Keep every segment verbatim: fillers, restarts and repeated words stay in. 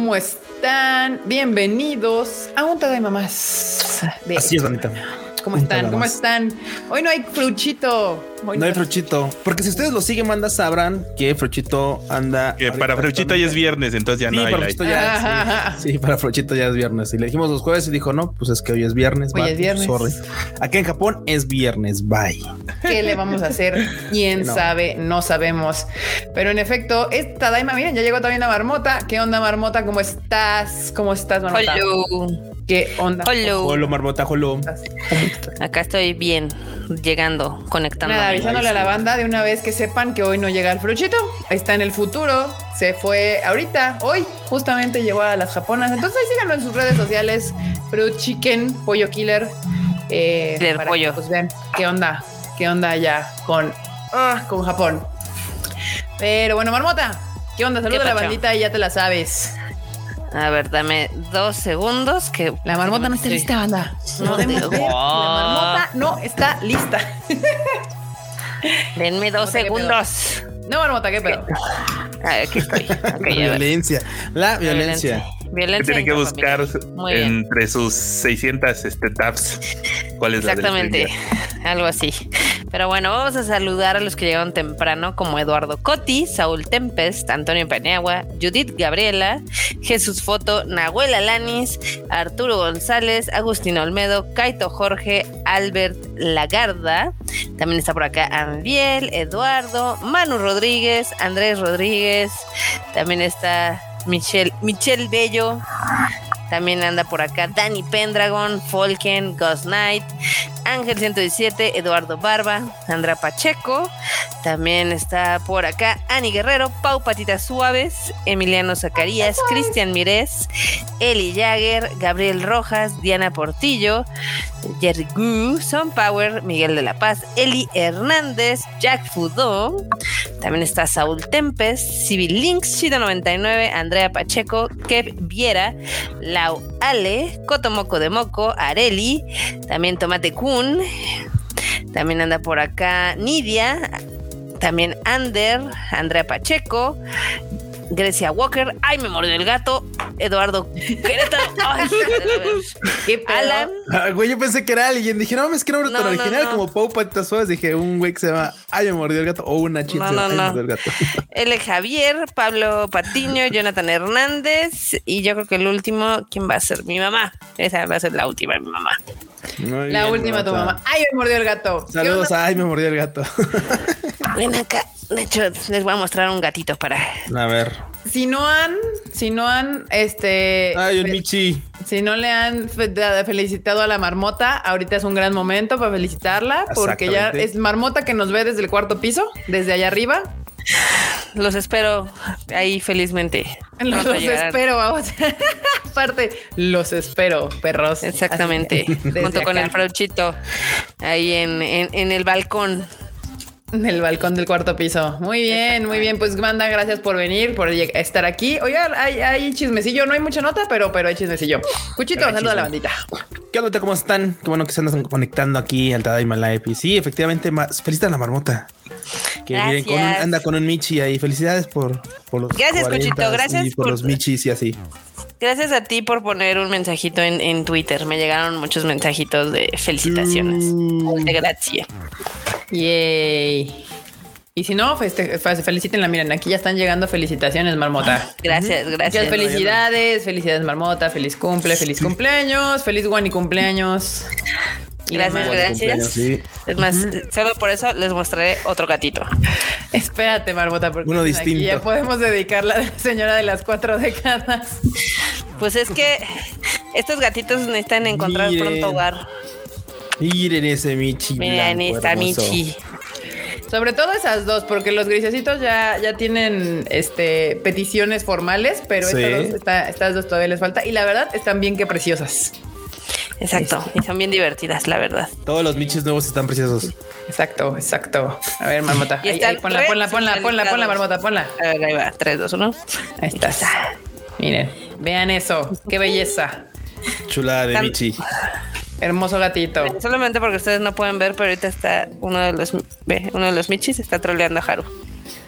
¿Cómo están? Bienvenidos a un Tadaima más. De... Así es, Anita. ¿Cómo están? ¿Cómo están? Hoy no hay Fruchito. Hoy no hay Fruchito. Porque si ustedes lo siguen, manda, sabrán que Fruchito anda. Que para Fruchito ya es viernes, entonces ya sí, no hay. Para hay. Ya, sí, sí, para Fruchito ya es viernes. Y le dijimos los jueves y dijo, no, pues es que hoy es viernes. Hoy va, es viernes. Sorry. Aquí en Japón es viernes. Bye. ¿Qué le vamos a hacer? ¿Quién no. sabe? No sabemos. Pero en efecto, es Tadaima. Miren, ya llegó también la Marmota. ¿Qué onda, Marmota? ¿Cómo estás? ¿Cómo estás, Marmota? Hello. ¿Qué onda? Hello. Hola, Marmota. Hello. Acá estoy bien, llegando, conectando. Nada, avisándole a la banda de una vez que sepan que hoy no llega el Fruchito. Está en el futuro. Se fue ahorita, hoy, justamente llegó a las japonas. Entonces ahí síganlo en sus redes sociales. Fruit Chicken, Pollo Killer. Eh, Killer para pollo. Que, pues vean qué onda, qué onda allá con, uh, con Japón. Pero bueno, Marmota, ¿qué onda? Saluda a la bandita y ya te la sabes. A ver, dame dos segundos que... La Marmota no está lista, banda. No, no oh. La Marmota no está lista. Denme dos segundos. No, Marmota, ¿qué pedo? Aquí estoy. Okay, la violencia. La violencia. Violencia. Tienen que buscar entre sus seiscientas este, tabs cuál es exactamente, la exactamente, algo así. Pero bueno, vamos a saludar a los que llegaron temprano, como Eduardo Coti, Saúl Tempest, Antonio Paniagua, Judith Gabriela, Jesús Foto, Nahuel Alanis, Arturo González, Agustín Olmedo, Kaito Jorge, Albert Lagarda. También está por acá Andiel, Eduardo, Manu Rodríguez, Andrés Rodríguez. También está Michelle, Michelle Bello. También anda por acá Dani Pendragon, Folken, Ghost Knight, Ángel ciento diecisiete, Eduardo Barba, Andra Pacheco. También está por acá Ani Guerrero, Pau Patitas Suaves, Emiliano Zacarías, Cristian Mirés, Eli Jagger, Gabriel Rojas, Diana Portillo, Jerry Gu, Son Power, Miguel de la Paz, Eli Hernández, Jack Fudó. También está Saúl Tempest, Civil Links, Shida noventa y nueve, Andrea Pacheco, Kev Viera, Lau Ale, Cotomoco de Moco, Areli, también Tomate Kun, también anda por acá Nidia, también Ander, Andrea Pacheco, Grecia Walker, ay, me mordió el gato, Eduardo Querétaro, ay, ¿qué Alan. Ah, güey, yo pensé que era alguien, dije, no, es que no era tan no, original no, no. como Pau Patitas Suaves, dije, un güey que se llama ay, me mordió el gato, o una chica no, que se llama no, ay, me mordió el gato. L. Javier, Pablo Patiño, Jonathan Hernández, y yo creo que el último, ¿quién va a ser? Mi mamá, esa va a ser la última, mi mamá. Muy la bien, última, tu mamá, ay, me mordió el gato. Saludos a ay, me mordió el gato. Ven acá. De hecho, les voy a mostrar un gatito para... A ver. Si no han, si no han, este... Ay, un Michi. Si no le han fe- felicitado a la Marmota, ahorita es un gran momento para felicitarla, porque ya es Marmota que nos ve desde el cuarto piso, desde allá arriba. Los espero ahí felizmente. Los, los espero, vamos. Aparte, los espero, perros. Exactamente. Junto con el Fruchito ahí en, en, en el balcón. En el balcón del cuarto piso. Muy bien, muy bien. Pues, banda, gracias por venir, por estar aquí. Oiga, hay, hay chismecillo. No hay mucha nota, pero, pero hay chismecillo. Cuchito, saluda a la bandita. ¿Qué onda? ¿Cómo están? Qué bueno que se andan conectando aquí al Tadaima Live. Y sí, efectivamente, felicitan a la Marmota. Que miren, con un, anda con un Michi ahí. Felicidades por, por los gracias, Cuchito. Gracias y por, por los Michis y así. Gracias a ti por poner un mensajito en, en Twitter. Me llegaron muchos mensajitos de felicitaciones. Mm. De gracias. Yay. Y si no, feste- felicítenla. Miren, aquí ya están llegando felicitaciones, Marmota. Gracias, gracias. Muchas felicidades, felicidades, Marmota. Feliz cumple, feliz cumpleaños, feliz Guani cumpleaños. Gracias, gracias. Sí. Es más, uh-huh. solo por eso les mostraré otro gatito. Espérate, Marmota, porque uno distinto. Ya podemos dedicarla a la señora de las cuatro décadas. Pues es que estos gatitos necesitan encontrar Miren. pronto hogar. Miren ese Michi. Miren esta Michi. Sobre todo esas dos, porque los grisecitos ya, ya tienen este, peticiones formales, pero sí. estas, dos, esta, estas dos todavía les falta. Y la verdad, están bien que preciosas. Exacto, y son bien divertidas, la verdad. Todos los Michis nuevos están preciosos. Exacto, exacto. A ver, Marmota. Ahí, ahí, ponla, ponla, ponla, ponla, ponla, Marmota, ponla. A ver, ahí va. tres, dos, uno. Ahí estás. Miren, vean eso. Qué belleza. Chulada de Tan... Michi. Hermoso gatito. Solamente porque ustedes no pueden ver, pero ahorita está uno de los ve, uno de los Michis está troleando a Haru.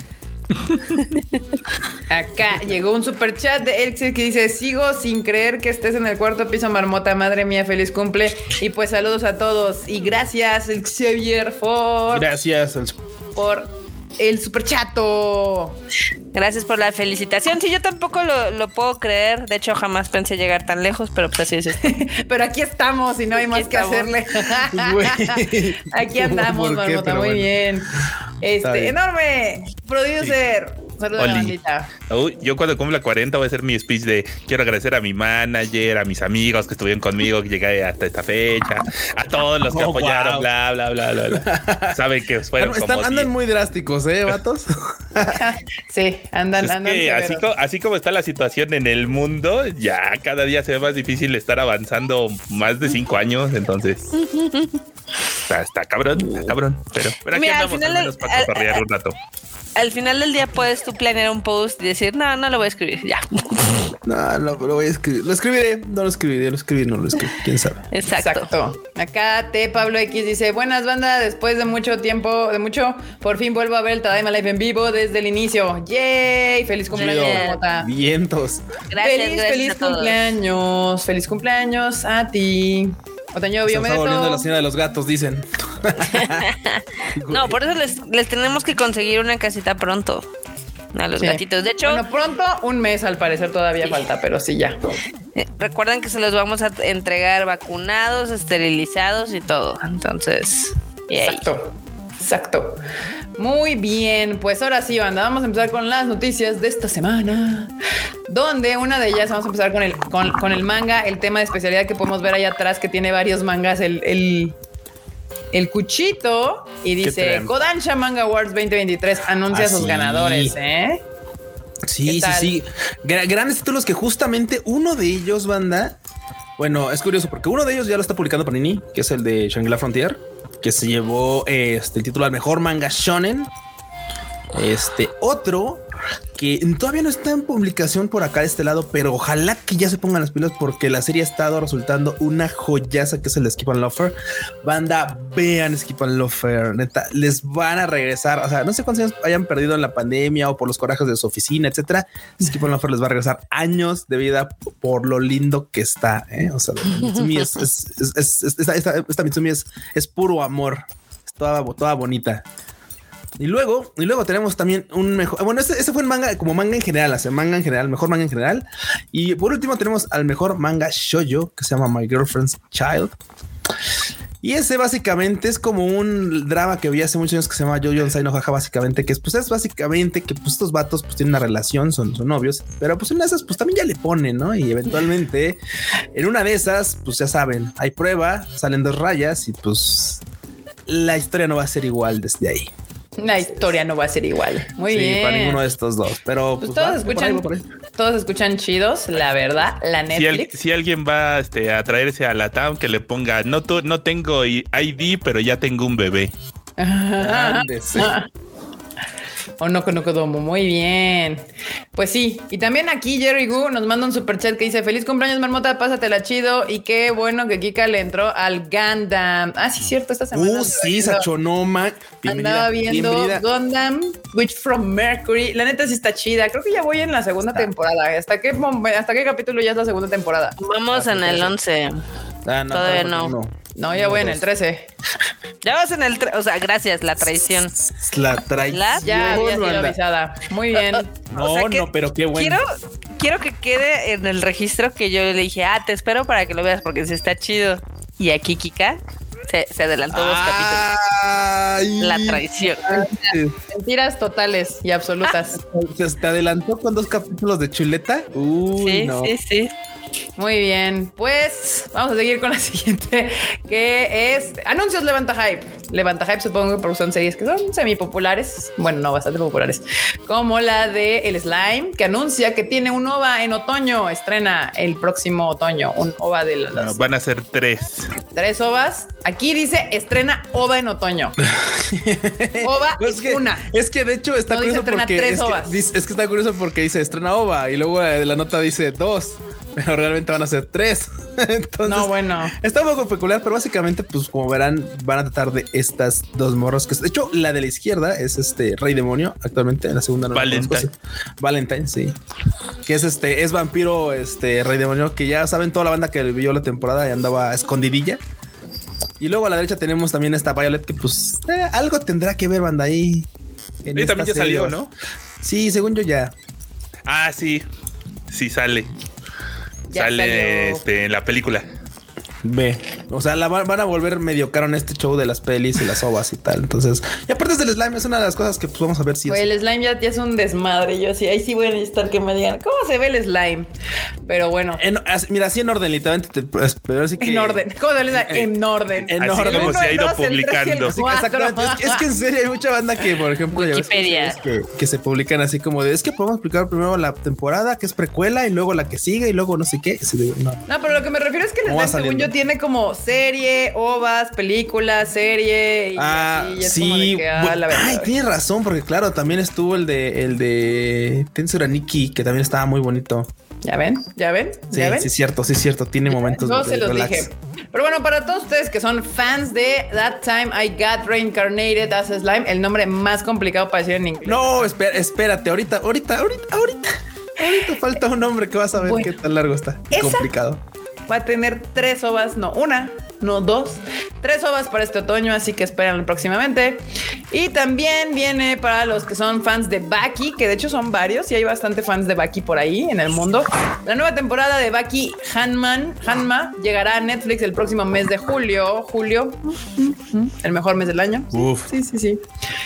Acá llegó un super chat de Elxir que dice: sigo sin creer que estés en el cuarto piso, Marmota. Madre mía, feliz cumple. Y pues saludos a todos. Y gracias, el Xavier, por. Gracias por el super chato. Gracias por la felicitación. Sí, yo tampoco lo, lo puedo creer. De hecho, jamás pensé llegar tan lejos, pero pues así es esto. Pero aquí estamos y no hay aquí más estamos. que hacerle. Aquí andamos, Marmota. Muy bueno. bien. Este, bien. Enorme. Producer. Sí. Saludos a la bandita. Uy, yo cuando cumpla cuarenta voy a hacer mi speech de quiero agradecer a mi manager, a mis amigos que estuvieron conmigo, que llegué hasta esta fecha, a todos los que oh, apoyaron, wow. bla, bla, bla, bla, bla. Saben que fueron Están, como andan diez. Muy drásticos, ¿eh, vatos? Sí, andan, es andan. Que así, co- así como está la situación en el mundo, ya cada día se ve más difícil estar avanzando más de cinco años, entonces... Está, está cabrón, está cabrón. Pero, pero aquí Mira, andamos al, al menos para al, cotorrear al, un rato. Al final del día puedes tú planear un post y decir, no, no lo voy a escribir, ya. No, no, lo voy a escribir. Lo escribiré, no lo escribiré, lo escribiré, no lo escribiré, quién sabe. Exacto. Exacto. Acá T Pablo X dice: buenas banda, después de mucho tiempo, de mucho, por fin vuelvo a ver el Tadaima Live en vivo desde el inicio. ¡Yay! ¡Feliz cumpleaños, Marmota! Vientos. Gracias, feliz, gracias feliz a todos. cumpleaños. Feliz cumpleaños a ti. Otoño Se está volviendo Biomedeto. la señora de los gatos, dicen. No, por eso les, les tenemos que conseguir una casita pronto a los Sí. gatitos. De hecho, Bueno, pronto, un mes al parecer todavía Sí. falta, pero sí ya. eh, recuerden que se los vamos a entregar vacunados, esterilizados y todo. Entonces, yay. Exacto. Exacto. Muy bien, pues ahora sí, banda, vamos a empezar con las noticias de esta semana, donde una de ellas vamos a empezar con el, con, con el manga, el tema de especialidad que podemos ver allá atrás, que tiene varios mangas, el, el, el cuchito, y dice Kodansha Manga Awards veinte veintitrés anuncia Ah, a sus sí. ganadores, ¿eh? Sí, sí, tal? sí. Gra- grandes títulos que justamente uno de ellos, banda. Bueno, es curioso porque uno de ellos ya lo está publicando Panini, que es el de Shangri-La Frontier, que se llevó este el título al mejor manga shonen. Este otro que todavía no está en publicación por acá de este lado, pero ojalá que ya se pongan las pilas porque la serie ha estado resultando una joyaza, que es el de Skip and Loafer. Banda, vean Skip and Loafer, neta, les van a regresar. O sea, no sé cuántos años hayan perdido en la pandemia o por los corajes de su oficina, etcétera. Skip and Loafer les va a regresar años de vida por lo lindo que está. ¿eh? O sea, Mitsumi es, es, es, es, es esta, esta, esta Mitsumi es, es puro amor, es toda, toda bonita. Y luego, y luego tenemos también un mejor. Bueno, este, este fue un manga como manga en general, hace manga en general, mejor manga en general. Y por último, tenemos al mejor manga shoujo que se llama My Girlfriend's Child. Y ese básicamente es como un drama que vi hace muchos años que se llama Jojo Onsai no Haha, básicamente, que es, pues es básicamente que pues, estos vatos pues tienen una relación, son, son novios, pero pues en una de esas pues también ya le ponen, ¿no? Y eventualmente en una de esas, pues ya saben, hay prueba, salen dos rayas y pues la historia no va a ser igual desde ahí. La historia no va a ser igual. Muy sí, bien. para ninguno de estos dos, pero pues, pues, todos va, escuchan, por ahí, por ahí. todos escuchan chidos, la verdad. La Netflix. Si, el, si alguien va este, a traerse a la town, que le ponga no, tu, no tengo I D, pero ya tengo un bebé. O no conozco Domo. Muy bien. Pues sí. Y también aquí Jerry Gu nos manda un super chat que dice: feliz cumpleaños, Marmota, pásatela chido. Y qué bueno que Kika le entró al Gundam. Ah, sí, cierto. Esta semana. Uh, sí, Sachonoma. Andaba viendo bienvenida. Gundam Witch from Mercury. La neta sí está chida. Creo que ya voy en la segunda está. temporada. ¿Hasta qué, ¿Hasta qué capítulo ya es la segunda temporada? Vamos en el once. Ah, no, Todavía no. no. No, ya voy en el trece. Ya vas en el trece. O sea, gracias, la traición. La traición. Ya había sido avisada. Muy bien. No, o sea no, pero qué bueno. Quiero, quiero que quede en el registro que yo le dije, ah, te espero para que lo veas porque sí está chido. Y aquí Kika se, se adelantó dos Ay, capítulos. La traición. Mentiras totales y absolutas. ¿Se te adelantó con dos capítulos de chuleta? Uy, sí, no. sí, sí. Muy bien, pues vamos a seguir con la siguiente, que es anuncios Levanta Hype. Levanta Hype, supongo que porque son series que son semi populares, bueno, no bastante populares, como la de El Slime, que anuncia que tiene un O V A en otoño, estrena el próximo otoño, un O V A de las no, van a ser tres. Tres O V As. Aquí dice estrena O V A en otoño. O V A es que, una. Es que de hecho está no curioso porque tres es que, dice, es que está curioso porque dice estrena O V A y luego de la nota dice dos. pero realmente van a ser tres. Entonces, no, bueno, está un poco peculiar, pero básicamente, pues como verán, van a tratar de estas dos morros que, de hecho, la de la izquierda es este Rey Demonio actualmente, en la segunda no Valentine. Valentine, sí, que es este, es vampiro, este Rey Demonio, que ya saben toda la banda que vio la temporada y andaba escondidilla. Y luego a la derecha tenemos también esta Violet que pues eh, algo tendrá que ver, banda, ahí. En y también ya serie. Salió, ¿no? Sí, según yo ya. Ah, sí. Sí sale. Ya sale salió. este, en la película. Ve, o sea, la van, van a volver medio caro en este show de las pelis y las ovas y tal. Entonces, y aparte del slime, es una de las cosas que pues vamos a ver si pues el slime ya, ya es un desmadre. Yo sí, ahí sí voy a necesitar que me digan cómo se ve el slime. Pero bueno, en, as, mira, así en orden, literalmente. Te, pues, pero así que en orden. ¿Cómo se ve el slime? En, en orden. En así orden. Como se ha ido dos, publicando. El tres, el exactamente. Es que, es que en serio hay mucha banda que, por ejemplo, ya ves que, que se publican así como de es que podemos explicar primero la temporada que es precuela y luego la que sigue y luego no sé qué. No, no pero lo que me refiero es que el slime, según yo, tiene como serie, ovas, película, serie. Y ah, así, y es sí. Como de que, ah, la verdad, ay, tienes razón, porque claro, también estuvo el de el de Tensuraniki, que también estaba muy bonito. ¿Ya ven? ¿Ya ven? Sí, ¿Ya ven? sí, es cierto, sí, es cierto. Tiene momentos no de se los relax. dije. Pero bueno, para todos ustedes que son fans de That Time I Got Reincarnated as a Slime, el nombre más complicado para decir en inglés. No, espera, espérate, ahorita, ahorita, ahorita, ahorita. Ahorita falta un nombre que vas a ver bueno, qué tan largo está. Qué complicado. Va a tener tres ovas, no una, no dos, tres ovas para este otoño, así que espérenlo próximamente. Y también viene para los que son fans de Baki, que de hecho son varios y hay bastante fans de Baki por ahí en el mundo. La nueva temporada de Baki Hanman, Hanma llegará a Netflix el próximo mes de julio. Julio, el mejor mes del año. Uf. Sí, sí, sí.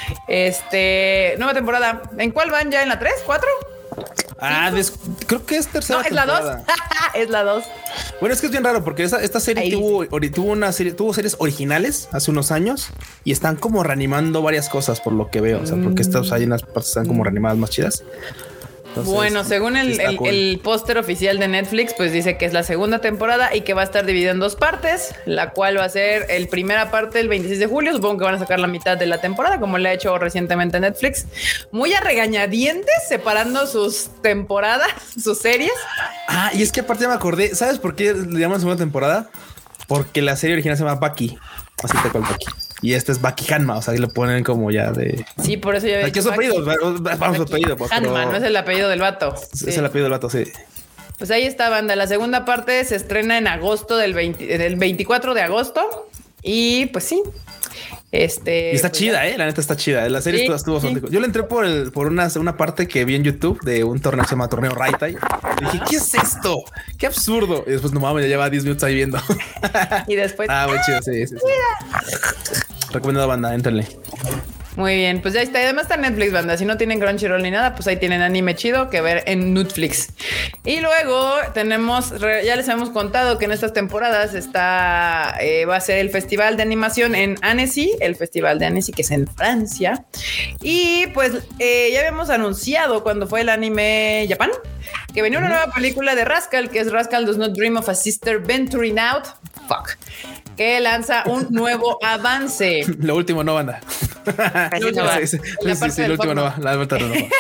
Este, nueva temporada. ¿En cuál van ya? ¿En la tres? ¿cuatro? Ah, des, creo que es tercera no, es temporada. la dos. Es la dos. Bueno, es que es bien raro porque esa, esta serie tuvo, tuvo una serie, tuvo series originales hace unos años y están como reanimando varias cosas por lo que veo. O sea, porque estas hay unas partes están como reanimadas más chidas. Entonces, bueno, según el, el, cool. el póster oficial de Netflix, pues dice que es la segunda temporada y que va a estar dividida en dos partes, la cual va a ser el primera parte el veintiséis de julio. Supongo que van a sacar la mitad de la temporada, como le ha hecho recientemente Netflix. Muy a regañadientes, separando sus temporadas, sus series. Ah, y es que aparte me acordé, ¿sabes por qué le llaman segunda temporada? Porque la serie original se llama Baki. Así te cual Baki. Y este es Baki Hanma, o sea, que lo ponen como ya de... Sí, por eso ya había dicho es su apellido, vamos a apellido. Pues, Hanma, pero... no es el apellido del vato. Sí. Es el apellido del vato, sí. Pues ahí está, banda. La segunda parte se estrena en agosto del, veinte, del veinticuatro de agosto. Y pues sí. Este, y está pues chida, ya. eh. La neta está chida. La serie sí, estuvo sí. Yo le entré por el, por una, una parte que vi en YouTube de un torneo que se llama Torneo Raitai. Y dije, ¿qué es esto? Qué absurdo. Y después, no mames, ya lleva diez minutos ahí viendo. Y después. Ah, muy chido, sí, sí, sí. Recomendado, banda, éntrenle. Muy bien, pues ya está. Y además está Netflix, banda. Si no tienen Crunchyroll ni nada, pues ahí tienen anime chido que ver en Netflix. Y luego tenemos, ya les hemos contado que en estas temporadas está, eh, va a ser el festival de animación en Annecy, el festival de Annecy que es en Francia. Y pues eh, ya habíamos anunciado cuando fue el anime Japan que venía una nueva película de Rascal, que es Rascal Does Not Dream of a Sister Venturing Out. Fuck. Que lanza un nuevo avance. Lo último no, banda. Lo último, sí, sí, sí, sí, sí, lo último no va. La, no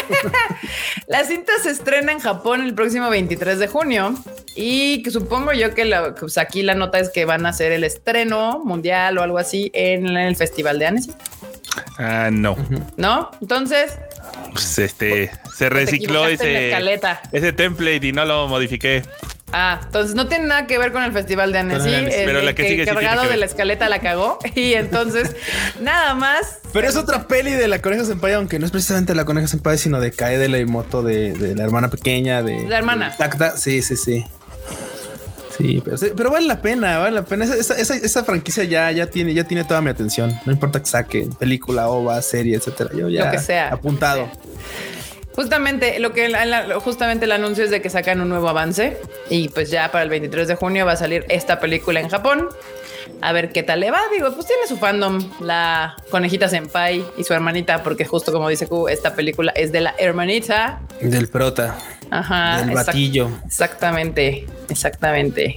la cinta se estrena en Japón el próximo veintitrés de junio y que supongo yo que la, pues aquí la nota es que van a hacer el estreno mundial o algo así en el Festival de Annecy. Ah, no. ¿No? Entonces... Pues este, se recicló ese, ese template y no lo modifiqué. Ah, entonces no tiene nada que ver con el Festival de Annecy. Pero el la que que sigue cargado sí de la escaleta la cagó y entonces nada más. Pero es otra peli de la Coneja Senpai, aunque no es precisamente la Coneja Senpai, sino de Kae de la Imoto, de, de la hermana pequeña, de la hermana. De Takta. Sí, sí, sí. Sí, pero, pero vale la pena, vale la pena. Esa, esa, esa franquicia ya, ya tiene, ya tiene toda mi atención. No importa que saque película, ova, serie, etcétera. Yo ya lo que sea, apuntado. Justamente lo que la, la, justamente el anuncio es de que sacan un nuevo avance y pues ya para el veintitrés de junio va a salir esta película en Japón. A ver qué tal le va. Digo, pues tiene su fandom la Conejita Senpai y su hermanita, porque justo como dice Q, esta película es de la hermanita del prota. Ajá. Del batillo. Exactamente, exactamente.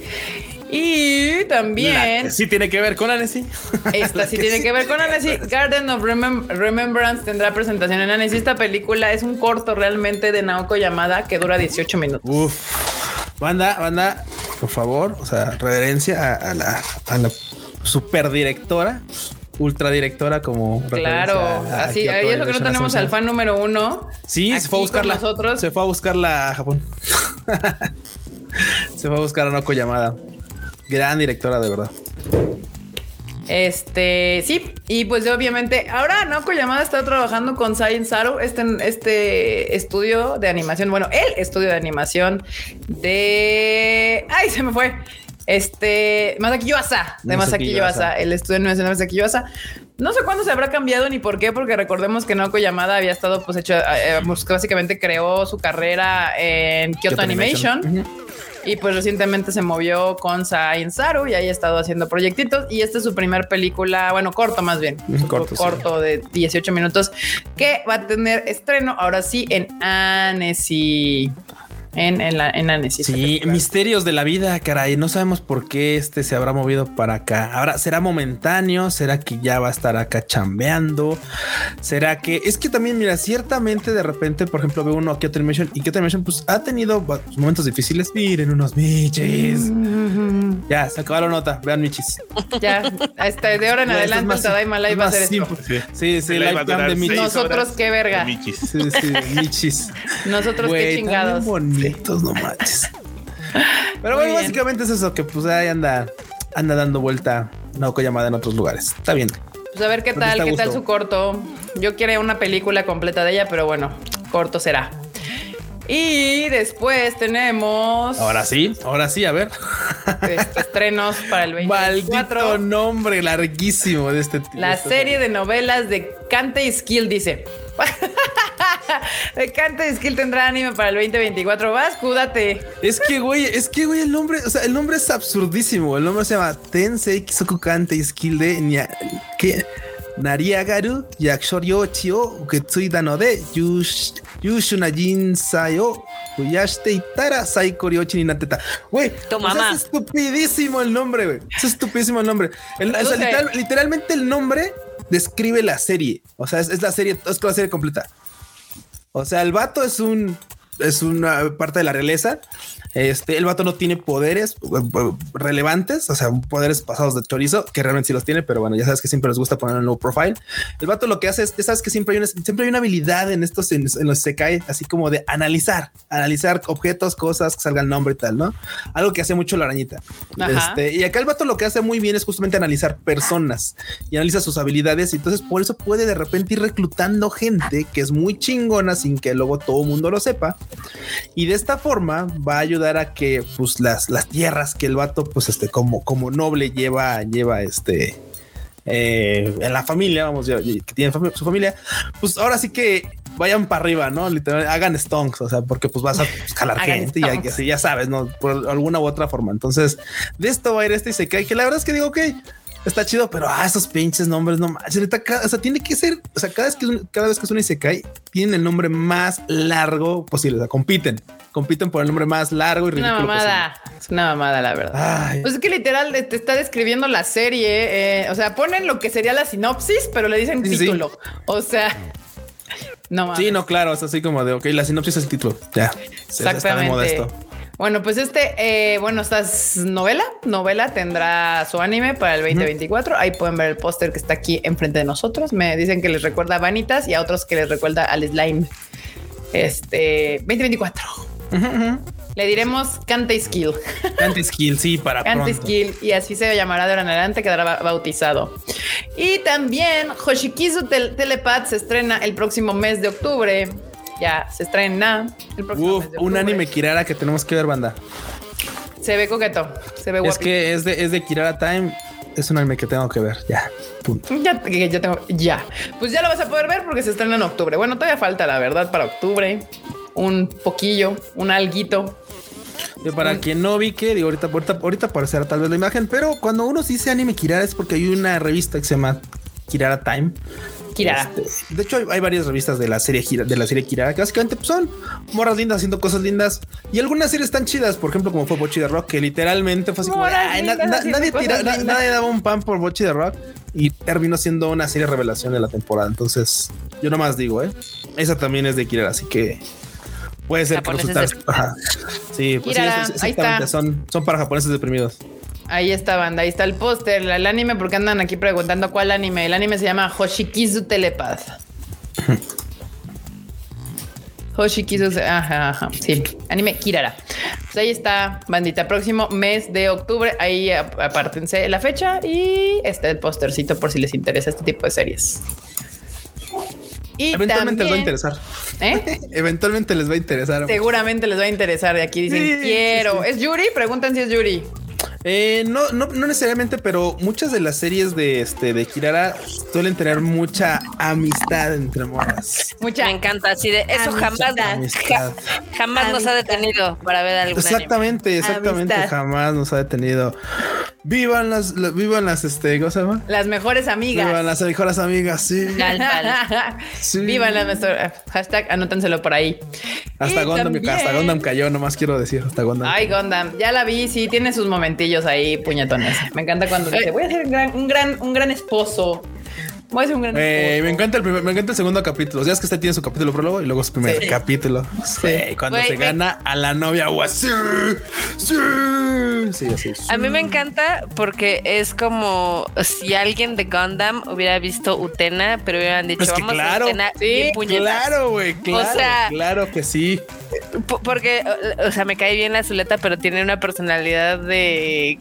Y también... sí tiene que ver con Annecy. Esta sí tiene sí. que ver con Annecy. Garden of Remem- Remembrance tendrá presentación en Annecy. Esta película es un corto realmente de Naoko Yamada que dura dieciocho minutos. Uf. Banda, banda, por favor, o sea, reverencia a, a la, a la superdirectora, ultradirectora como claro, a, a así, Kyoto ahí es lo que no Animation tenemos al fan número uno. Sí, se fue a buscarla. Nosotros. Se fue a buscarla a Japón. Se fue a buscar a Naoko Yamada. Gran directora, de verdad. Este, sí, y pues obviamente ahora Naoko Yamada está trabajando con Science Saru, este, este estudio de animación, bueno, el estudio de animación de... ¡Ay, se me fue! Este, Masaki Yuasa, de Masaki Yuasa, el estudio de animación de Masaki Yuasa. No sé cuándo se habrá cambiado ni por qué, porque recordemos que Naoko Yamada había estado, pues, hecho, eh, pues, básicamente creó su carrera en Kyoto, Kyoto Animation. Animation. Uh-huh. Y pues recientemente se movió con Science Saru y ahí ha estado haciendo proyectitos. Y esta es su primer película, bueno, corto más bien, corto, corto sí. de dieciocho minutos, que va a tener estreno ahora sí en Annecy. En, en, la, en Annecy. Sí, misterios de la vida, caray. No sabemos por qué este se habrá movido para acá. Ahora, ¿será momentáneo? ¿Será que ya va a estar acá chambeando? ¿Será que...? Es que también, mira, ciertamente de repente, por ejemplo, veo uno a Kyoto Animation y Kyoto Animation pues ha tenido momentos difíciles. Miren, unos michis. Mm-hmm. Ya, se acabó la nota. Vean michis. Ya, hasta de ahora en ya, adelante el Tadaima Live va a ser esto. Sí, sí, sí live cam de michis. Nosotros qué verga. Michis. Sí, sí, michis. Nosotros Wey, qué chingados. Bonitos, no manches. Pero bueno, básicamente es eso, que pues ahí anda, anda dando vuelta Naoko Yamada en otros lugares. Está bien. Pues a ver qué tal, qué tal su corto. Yo quería una película completa de ella, pero bueno, corto será. Y después tenemos... Ahora sí, ahora sí, a ver. Este, estrenos para el veinticuatro. Maldito nombre larguísimo de este tío. La este serie de novelas de Kante Skill dice... De Kante Skill tendrá anime para el veinte veinticuatro. Vas, cúdate. Es que, güey, es que, güey, el nombre, o sea, el nombre es absurdísimo. El nombre se llama Tensei Kisoku Kante Skill de Nya, ¿qué? Nariagaru Yakusho Chio Uketsuida no de Yush Yushuna Jinsai o Uyashite Itara Saiko Ryochi ni Nateta. Güey, tu mamá. O sea, es estupidísimo el nombre, güey. Es estupidísimo el nombre. El, o sea, literal, literalmente el nombre describe la serie. O sea, es, es la serie, es la serie completa. O sea, el vato es un es una parte de la realeza. Este, el vato no tiene poderes relevantes, o sea, poderes pasados de chorizo, que realmente sí los tiene, pero bueno, ya sabes que siempre les gusta poner un low profile. El vato lo que hace es, ya sabes que siempre hay una, siempre hay una habilidad en estos, en, en los Isekai, así como de analizar, analizar objetos, cosas, que salga el nombre y tal, ¿no? Algo que hace mucho la arañita. Este, y acá el vato lo que hace muy bien es justamente analizar personas y analiza sus habilidades, y entonces por eso puede de repente ir reclutando gente que es muy chingona sin que luego todo el mundo lo sepa. Y de esta forma va a ayudar a que pues las, las tierras que el vato pues este como, como noble lleva, lleva este eh, en la familia, vamos, que tiene fam- su familia, pues ahora sí que vayan para arriba, ¿no? Literal, hagan stonks, o sea, porque pues vas a pues, jalar gente y ya, que así, ya sabes, ¿no? Por alguna u otra forma. Entonces, de esto va a ir este Isekai, que la verdad es que digo, ok, está chido, pero ah, esos pinches nombres, no manches. O sea, tiene que ser, o sea, cada vez que, cada vez que es un Isekai, tienen el nombre más largo posible. O sea, compiten, compiten por el nombre más largo y ridículo. Una mamada, posible. Es una mamada, la verdad. Ay. Pues es que literal te está describiendo la serie. Eh, o sea, ponen lo que sería la sinopsis, pero le dicen sí, título. Sí. O sea, no mames. Sí, no, claro, es así como de, ok, la sinopsis es el título. Ya, exactamente. Está de moda esto. Bueno, pues este, eh, bueno, esta es novela, novela tendrá su anime para el veinte veinticuatro. Uh-huh. Ahí pueden ver el póster que está aquí enfrente de nosotros. Me dicen que les recuerda a Vanitas y a otros que les recuerda al Slime. Este, veinte veinticuatro. Uh-huh. Le diremos Kante Skill. Kante Skill, sí, para Kante pronto. Skill, y así se llamará de ahora en adelante, quedará bautizado. Y también Hoshikizu Tel- Telepath se estrena el próximo mes de octubre. Ya se estrena el próximo Uf, mes de un anime Kirara que tenemos que ver, banda. Se ve coqueto, se ve guapo. Es que es de, es de Kirara Time. Es un anime que tengo que ver. Ya, punto. Ya, ya tengo, ya. Pues ya lo vas a poder ver porque se estrena en octubre. Bueno, todavía falta, la verdad, para octubre. Un poquillo, un alguito. Y para un... quien no vi que, digo, ahorita, ahorita, ahorita aparecerá tal vez la imagen, pero cuando uno dice anime Kirara es porque hay una revista que se llama Kirara Time. Kirara. Este, de hecho, hay, hay varias revistas de la serie de la serie Kirara que básicamente pues, son morras lindas haciendo cosas lindas, y algunas series están chidas, por ejemplo, como fue Bocchi de Rock, que literalmente fue así como ay, na, na, nadie, tira, na, nadie daba un pan por Bocchi de Rock y terminó siendo una serie revelación de la temporada. Entonces, yo nomás digo, eh, esa también es de Kirara, así que puede ser que resultar. Ajá. Sí, pues Kirara, sí, es- ahí exactamente. está. Son, son para japoneses deprimidos. Ahí está, banda. Ahí está el póster, el anime, porque andan aquí preguntando cuál anime. El anime se llama Hoshikizu Telepath. Hoshikizu, ajá, ajá, sí, anime Kirara. Pues ahí está, bandita. Próximo mes de octubre, ahí ap- apártense la fecha y está el póstercito por si les interesa este tipo de series. Y Eventualmente les va a también, interesar. ¿eh? Eventualmente les va a interesar. Seguramente les va a interesar. De aquí dicen Sí, quiero. sí, sí. ¿Es Yuri? Preguntan si es Yuri. Eh, no, no, no necesariamente, pero muchas de las series de este de Kirara suelen tener mucha amistad entre morras. Mucha. Me encanta, así de eso jamás, Amistad. jamás nos ha detenido para ver algún anime. Exactamente, exactamente. Amistad. Jamás nos ha detenido. Vivan las, la- vivan las, este, ¿cómo se llama? Las mejores amigas. Vivan las mejores amigas, sí. Tal, tal. Sí. Vivan las mejores. Hashtag anótenselo por ahí. Hasta Y Gundam, también- hasta Gundam cayó, nomás quiero decir, hasta Gundam. Ay, Gundam, ya la vi, sí, tiene sus momentillos ahí, puñetones. Me encanta cuando dice, voy a ser un gran, un gran, un gran esposo. Voy a ser un gran Eh, esposo. me encanta el primer, me encanta el segundo capítulo. Ya es que este tiene su capítulo prólogo y luego su primer Sí. capítulo. Sí, cuando Güey, se me- gana a la novia o así. Sí, sí, así. A mí me encanta porque es como si alguien de Gundam hubiera visto Utena, pero hubieran dicho, Es que vamos claro, a Utena sí, bien puñetas. Claro, güey, claro, sea- claro que sí. P- Porque, o sea, me cae bien la Zuleta, pero tiene una personalidad de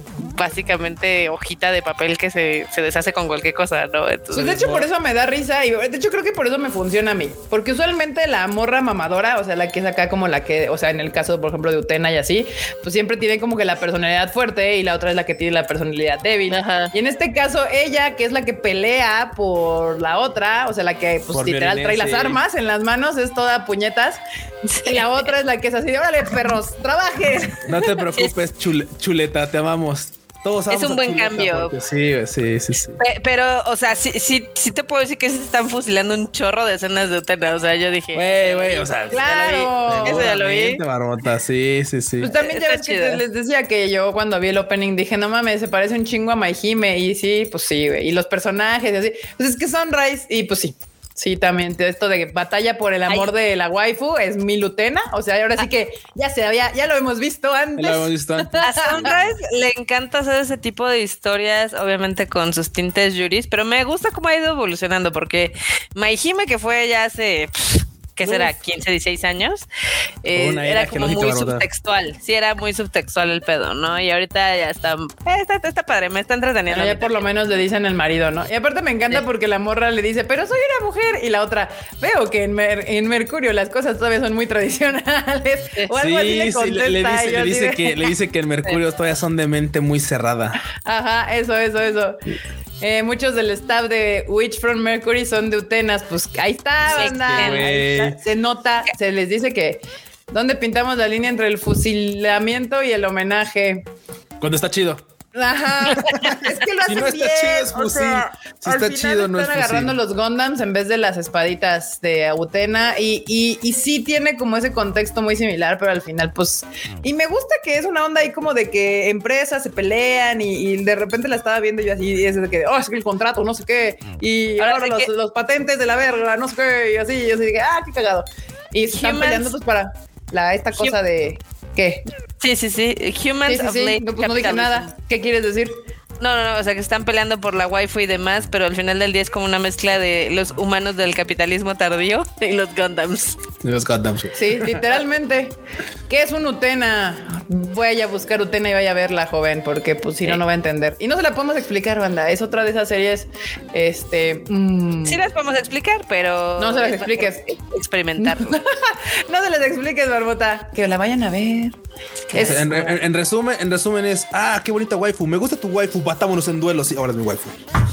básicamente hojita de papel que se, se deshace con cualquier cosa, ¿no? Entonces, Pues de hecho por eso me da risa y de hecho creo que por eso me funciona a mí, porque usualmente la morra mamadora, o sea, la que es acá como la que, o sea, en el caso por ejemplo de Utena y así, pues siempre tiene como que la personalidad fuerte y la otra es la que tiene la personalidad débil. Ajá. Y en este caso ella, que es la que pelea por la otra, o sea, la que pues Por literal trae las violencia. armas en las manos, es toda puñetas, y la otra es la que es así de, órale perros, trabajen. No te preocupes, chule- chuleta, te amamos. Todos Es amamos un a buen Chuleta cambio. porque Sí, güey, sí, sí, sí. Pe- Pero, o sea, sí, sí, sí te puedo decir que se están fusilando un chorro de escenas de Utena. O sea, yo dije. Güey, güey, o sea, Claro. Eso ya lo vi. seguramente, Barbota, sí, sí, sí. Pues también ya Está ves que chido. te- les decía que yo cuando vi el opening dije, no mames, se parece un chingo a Maihime. Y sí, pues sí, güey. Y los personajes y así. Pues es que Sunrise y pues sí. Sí, también esto de batalla por el amor de la waifu es mi Lutena. O sea, ahora sí que ya se había, ya lo hemos visto antes. Lo hemos visto antes. A Sunrise le encanta hacer ese tipo de historias, obviamente con sus tintes yuris, pero me gusta cómo ha ido evolucionando, porque Maihime, que fue ya hace, pff, ¿qué será? quince, dieciséis años, eh, Una era era como geológica, muy Barbota. subtextual. Sí, era muy subtextual el pedo, ¿no? Y ahorita ya está, eh, está, está padre, me está entreteniendo. Bueno, a ya mí por lo también. menos le dicen el marido, ¿no? Y aparte me encanta Sí. porque la morra le dice, pero soy una mujer. Y la otra, veo que en, Mer- en Mercurio las cosas todavía son muy tradicionales. O algo así le Sí, sí, contesta. le, le dice, y yo le, así dice de- que, le dice que en Mercurio todavía son de mente muy cerrada. Ajá, eso, eso, eso. Eh, muchos del staff de Witch from Mercury son de Utenas. Pues ahí está, Sí, banda. güey. Ahí está. Se nota, se les dice que ¿dónde pintamos la línea entre el fusilamiento y el homenaje? Cuando está chido. Ajá. Es que lo Si hacen no está bien. chido, es o fusil. sea, Si al está final chido, no es están agarrando fusil. los Gundams en vez de las espaditas de Utena y, y, y sí tiene como ese contexto muy similar, pero al final, pues. Y me gusta que es una onda ahí como de que empresas se pelean y, y de repente la estaba viendo yo así, y es de que, oh, es que el contrato, no sé qué, y Ahora ahora sí los, que- los patentes de la verga, no sé qué, y así, y así de que, ah, qué cagado. Y se están Humans- peleando pues para la, esta cosa de. ¿Qué? Sí, sí, sí. Humans Sí, sí, of sí. Late No, pues no dije Capitalism. nada. ¿Qué quieres decir? No, no, no, o sea que están peleando por la waifu y demás, pero al final del día es como una mezcla de los humanos del capitalismo tardío y los Gundams. Los Gundam, sí. Sí, literalmente. ¿Qué es un Utena? Voy a buscar Utena y vaya a verla, joven, porque pues si no, Sí. no va a entender. Y no se la podemos explicar, banda. Es otra de esas series, este... mm, Sí las podemos explicar, pero... No se las es expliques. mejor experimentarlo. no se les expliques, Barbota. Que la vayan a ver. Es... En, en- en resumen, en resumen es, ah, qué bonita waifu. Me gusta tu waifu, batámonos en duelo. Sí, ahora es mi waifu.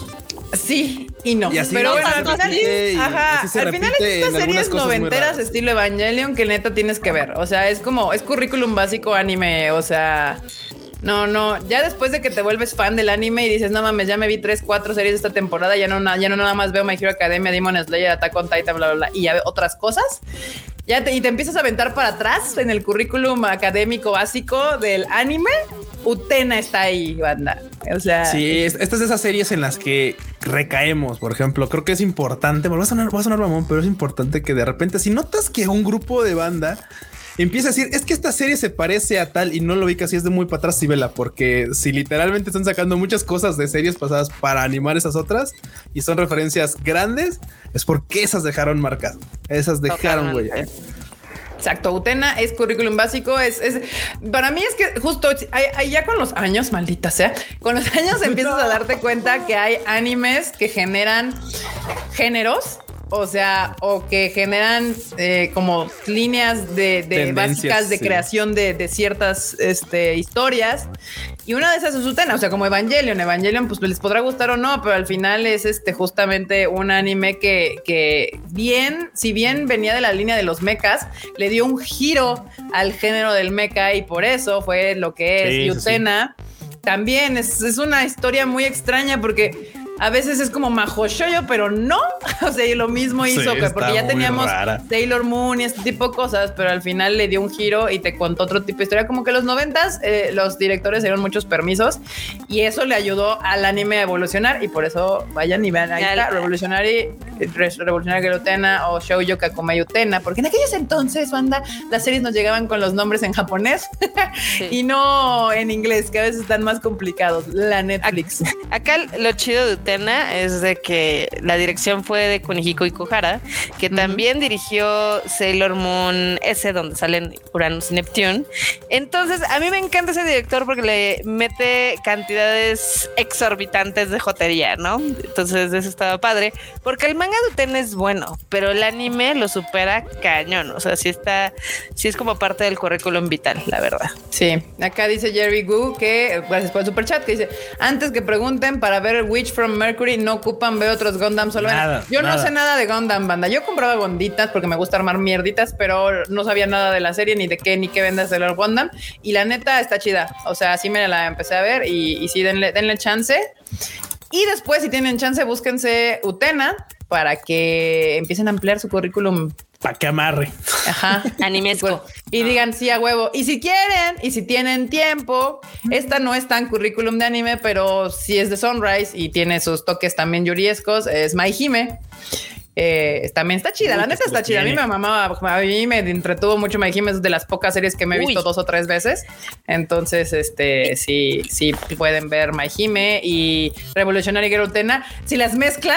Sí y no. Y así Pero se bueno, al final, repite, y ajá, así se al final repite es en estas algunas series cosas muy noventeras raras. estilo Evangelion que neta tienes que ver. O sea, es como, es currículum básico anime. O sea, no, no. Ya después de que te vuelves fan del anime y dices, no mames, ya me vi tres, cuatro series de esta temporada, ya no, na- ya no nada más veo My Hero Academia, Demon Slayer, Attack on Titan, bla, bla, bla, y ya veo otras cosas. Ya te, y te empiezas a aventar para atrás en el currículum académico básico del anime. Utena está ahí, banda. O sea, Sí, es- estas de esas series en las que recaemos, por ejemplo. Creo que es importante, bueno, va a sonar, va a sonar mamón, pero es importante que de repente, si notas que un grupo de banda empieza a decir, es que esta serie se parece a tal y no lo ubicas y es de muy para atrás, sí vela, porque si literalmente están sacando muchas cosas de series pasadas para animar esas otras y son referencias grandes, es porque esas dejaron marcas. Esas dejaron huella. Exacto, Utena es currículum básico, es, es para mí es que justo hay, hay ya con los años, maldita sea, con los años empiezas a darte cuenta que hay animes que generan géneros, o sea, o que generan eh, como líneas de, de básicas de sí. creación de, de ciertas este, historias. Y una de esas es Utena, o sea, como Evangelion. Evangelion, pues les podrá gustar o no, pero al final es este justamente un anime que, que bien, si bien venía de la línea de los mechas, le dio un giro al género del mecha y por eso fue lo que es. Sí, y Utena sí. también es, es una historia muy extraña porque a veces es como Mahou Shoujo, pero no. O sea, y lo mismo hizo, sí, que porque ya teníamos rara. Sailor Moon y este tipo de cosas, pero al final le dio un giro y te contó otro tipo de historia. Como que los noventas, eh, los directores dieron muchos permisos y eso le ayudó al anime a evolucionar. Y por eso vayan y vean ahí está Revolutionary, Revolutionary Girl Utena o Shoujo Kakumei Utena, porque en aquellos entonces, banda, las series nos llegaban con los nombres en japonés sí. y no en inglés, que a veces están más complicados. La Netflix. Acá lo chido de Utena es de que la dirección fue de Kunihiko Ikuhara, que uh-huh. también dirigió Sailor Moon S, donde salen Uranus y Neptune. Entonces, a mí me encanta ese director porque le mete cantidades exorbitantes de jotería, ¿no? Entonces, eso estaba padre, porque el manga de Utena es bueno, pero el anime lo supera cañón. O sea, sí está, sí es como parte del currículum vital, la verdad. Sí, acá dice Jerry Gu que, gracias por el superchat, que dice, antes que pregunten para ver Witch from Mercury no ocupan ver otros Gundam solo. Nada, yo nada. No sé nada de Gundam, banda. Yo compraba gonditas porque me gusta armar mierditas, pero no sabía nada de la serie, ni de qué, ni qué vendas de los Gundam. Y la neta está chida. O sea, sí me la empecé a ver y, y sí, denle, denle chance. Y después, si tienen chance, búsquense Utena para que empiecen a ampliar su currículum. Para que amarre. Ajá. Animesco. Y digan sí a huevo. Y si quieren, y si tienen tiempo, esta no es tan currículum de anime, pero sí es de Sunrise y tiene sus toques también yuriescos. Es My Hime. Eh, también está chida, Uy, la neta está chida. A mí me mamaba, a mí me entretuvo mucho My Hime, es de las pocas series que me he visto Uy. dos o tres veces. Entonces, este, sí, sí pueden ver My Hime y Revolutionary Girl Utena. Si las mezclan,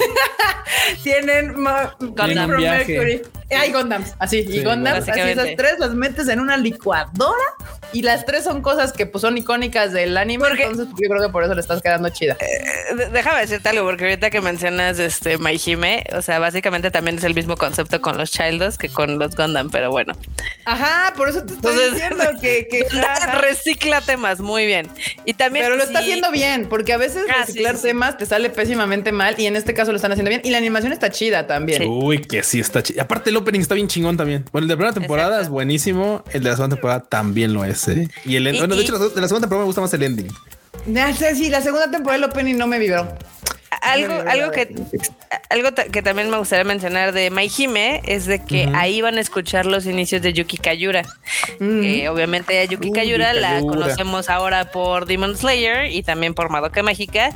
tienen Gundam Mercury. Hay Gundams, así, sí, y Gundams, así esas tres las metes en una licuadora y las tres son cosas que pues son icónicas del anime, porque, entonces yo creo que por eso le estás quedando chida. Eh, déjame decirte algo, porque ahorita que mencionas este My Hime, o sea, básicamente también es el mismo concepto con los Childos que con los Gundam, pero bueno. Ajá, por eso te estoy entonces, diciendo que, que recicla temas muy bien. Y también pero lo sí. está haciendo bien, porque a veces ah, reciclar sí, sí, temas sí. te sale pésimamente mal y en este caso lo están haciendo bien y la animación está chida también. Sí. Uy, que sí está chida. Aparte el opening está bien chingón también. Bueno, el de la primera temporada Exacto. es buenísimo, el de la segunda temporada también lo es. ¿eh? Y el y, bueno, de y, hecho de la segunda temporada me gusta más el ending. No sé si la segunda temporada el opening no me vibró. Algo, algo que algo que también me gustaría mencionar de My Hime es de que uh-huh. ahí van a escuchar los inicios de Yuki Kayura. Uh-huh. Que obviamente a Yuki uh, Kayura Yuki la Kayura. conocemos ahora por Demon Slayer y también por Madoka Mágica.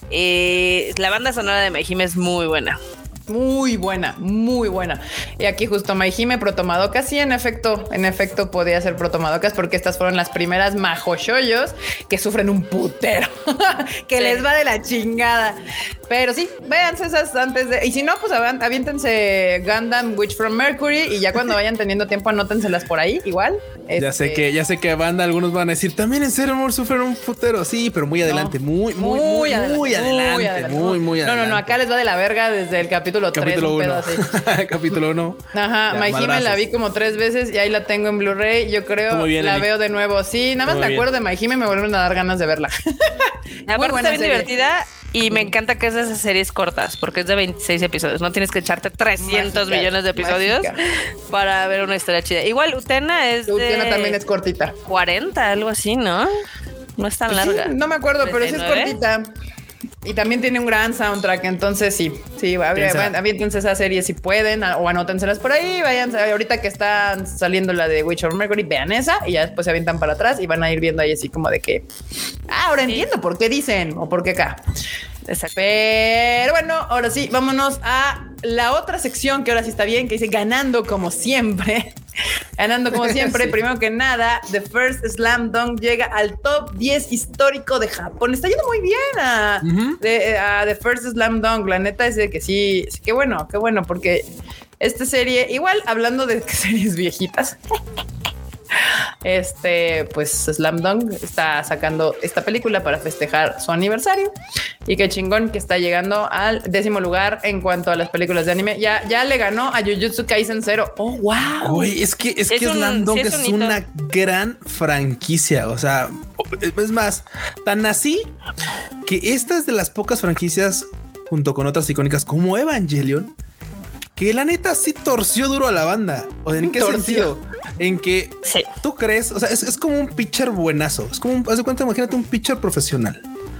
Eh, la banda sonora de My Hime es muy buena. Muy buena, muy buena. Y aquí justo My Hime, Protomadoka. Sí, en efecto, en efecto podía ser Protomadocas porque estas fueron las primeras Mahou Shoujos que sufren un putero, que sí. les va de la chingada. Pero sí, véanse esas antes de... Y si no, pues aviéntense Gundam Witch from Mercury y ya cuando vayan teniendo tiempo anótenselas por ahí, igual. Ya este... sé que, ya sé que banda, algunos van a decir, también en Sailor Moon sufren un putero. Sí, pero muy adelante, no, muy, muy, muy, muy adelante, muy adelante, muy, adelante, muy, muy adelante. No, no, no, acá les va de la verga desde el capítulo Capítulo tres. uno. Capítulo uno. Ajá, My Hime la vi como tres veces y ahí la tengo en Blu-ray. Yo creo bien, la Eli. veo de nuevo. Sí, nada más me acuerdo bien. de My Hime y me vuelven a dar ganas de verla. Aparte está bien serie. divertida y me encanta que es de esas series cortas porque es de veintiséis episodios. No tienes que echarte trescientos mágica, millones de episodios mágica. para ver una historia chida. Igual Utena es Utena de también es cortita. cuarenta, algo así, ¿no? No es tan pues larga. Sí, no me acuerdo, pero sí es cortita. Y también tiene un gran soundtrack, entonces sí, sí, aviéntense esa serie si pueden o anótenselas por ahí, vayan, ahorita que están saliendo la de Witch of Mercury, vean esa y ya después se avientan para atrás y van a ir viendo ahí así como de que, ah, ahora sí. entiendo por qué dicen o por qué acá. Exacto. Pero bueno, ahora sí, vámonos a la otra sección que ahora sí está bien, que dice ganando como siempre. Ganando como siempre, Sí. primero que nada, The First Slam Dunk llega al top diez histórico de Japón. Está yendo muy bien a, Ujú. de- a The First Slam Dunk. La neta es de que sí, sí, qué bueno, qué bueno, porque esta serie, igual hablando de series viejitas, este, pues Slam Dunk está sacando esta película para festejar su aniversario y qué chingón que está llegando al décimo lugar en cuanto a las películas de anime. Ya, ya le ganó a Jujutsu Kaisen Zero. Oh, wow. Güey, es que es Es que un- Slam Dunk sí es es, un hito. una gran franquicia. O sea, es más, tan así que esta es de las pocas franquicias junto con otras icónicas como Evangelion que la neta sí torció duro a la banda. ¿O en qué Torció. sentido? En que Sí. tú crees, o sea, es, es como un pitcher buenazo. Es como un, haz de cuenta, imagínate un pitcher profesional.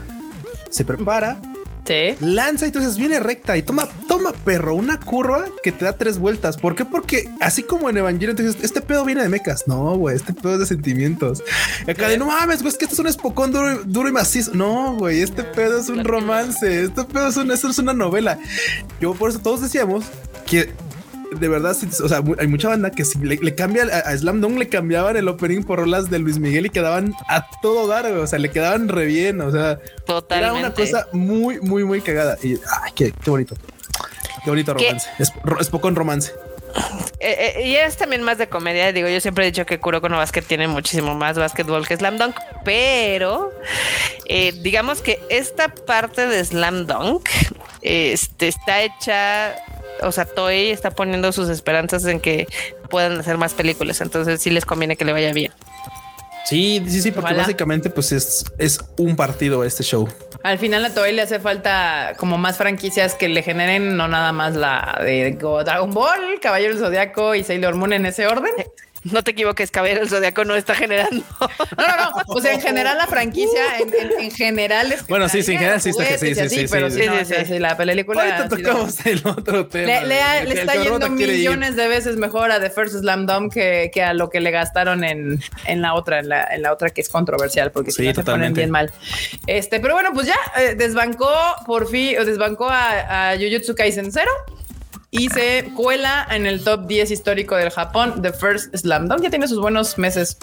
Se prepara, Sí. lanza y tú dices, viene recta y toma, toma perro, una curva que te da tres vueltas. ¿Por qué? Porque así como en Evangelion, te dices, este pedo viene de mecas. No, güey, este pedo es de sentimientos. Y acá de no mames, güey, es que esto es un espocón duro, y- duro y macizo. No, güey, este pedo es un romance. Este pedo es, un, esto es una novela. Yo por eso todos decíamos que de verdad, sí, o sea, mu- hay mucha banda que si le, le cambia a, a Slam Dunk, le cambiaban el opening por rolas de Luis Miguel y quedaban a todo dar, güey. O sea, le quedaban re bien. O sea, Totalmente. era una cosa muy, muy, muy cagada. Y ay, qué, qué bonito. Qué bonito ¿Qué? romance. Es, ro- es poco en romance. Eh, eh, y es también más de comedia. Digo, yo siempre he dicho que Kuroko no Basket tiene muchísimo más básquetbol que Slam Dunk, pero eh, digamos que esta parte de Slam Dunk este, está hecha, o sea, Toei está poniendo sus esperanzas en que puedan hacer más películas, entonces sí les conviene que le vaya bien. Sí, sí, sí, porque Ojalá. básicamente pues es, es un partido este show. Al final a Toei le hace falta como más franquicias que le generen no nada más la de Go- Dragon Ball, Caballero del Zodiaco y Sailor Moon en ese orden. No te equivoques, Caballero del Zodiaco no está generando. No, no, no. O sea, en general la franquicia, en, en- en general es que Bueno, sí, sí, en general sí está que juguetes sí, y sí, así, sí, pero sí, sí, sí, no, sí, sí, sí. sí, la película Ahorita ha sido- tocamos el otro tema. Le, le ha- El- le el está que Rota yendo quiere ir. millones de veces mejor a The First Slam Dunk que, que a lo que le gastaron en, en la otra, en la, en la otra que es controversial, porque si Sí, no se ponen totalmente. bien mal. Este, pero bueno, pues ya eh, desbancó por fin, o desbancó a, a Jujutsu Kaisen Zero y se cuela en el top diez histórico del Japón. The First Slam Dunk ya tiene sus buenos meses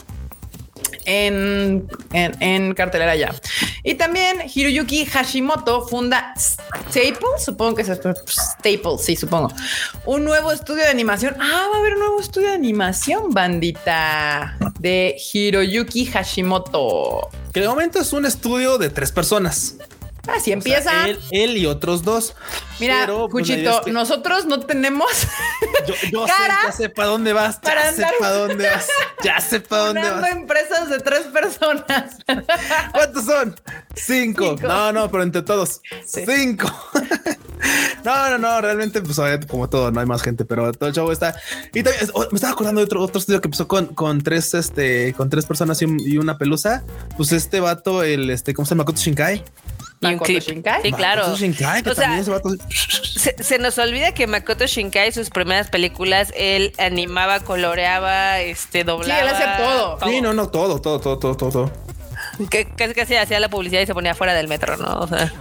en, en, en cartelera ya. Y también Hiroyuki Hashimoto funda Staples, supongo que es Staples, sí, supongo. Un nuevo estudio de animación. Ah, va a haber un nuevo estudio de animación, bandita, de Hiroyuki Hashimoto. Que de momento es un estudio de tres personas. Así O empieza. sea, él, él y otros dos. Mira, Pero, pues, la idea Cuchito, es que nosotros no tenemos yo, yo sé, cara ya sé para dónde vas. para Ya sé andar para dónde vas. Ya sé para dónde fundando vas. empresas de tres personas. ¿Cuántos son? Cinco. Cinco. No, no, pero entre todos. Sí. Cinco. No, no, no, realmente, pues obviamente, como todo, no hay más gente, pero todo el show está. Y también oh, me estaba acordando de otro, otro estudio que empezó con, con tres, este, con tres personas y, un- y una pelusa. Pues este vato, el este, ¿cómo se llama? Makoto Shinkai. Y un Makoto clip. Shinkai. Sí, claro. Makoto Shinkai, que O sea, también ese vato. Se, se nos olvida que Makoto Shinkai, sus primeras películas, él animaba, coloreaba, este, doblaba. Sí, él hacía todo. Sí, no, no, todo, todo, todo, todo, todo. todo. Que casi casi hacía la publicidad y se ponía fuera del metro, ¿no? O sea,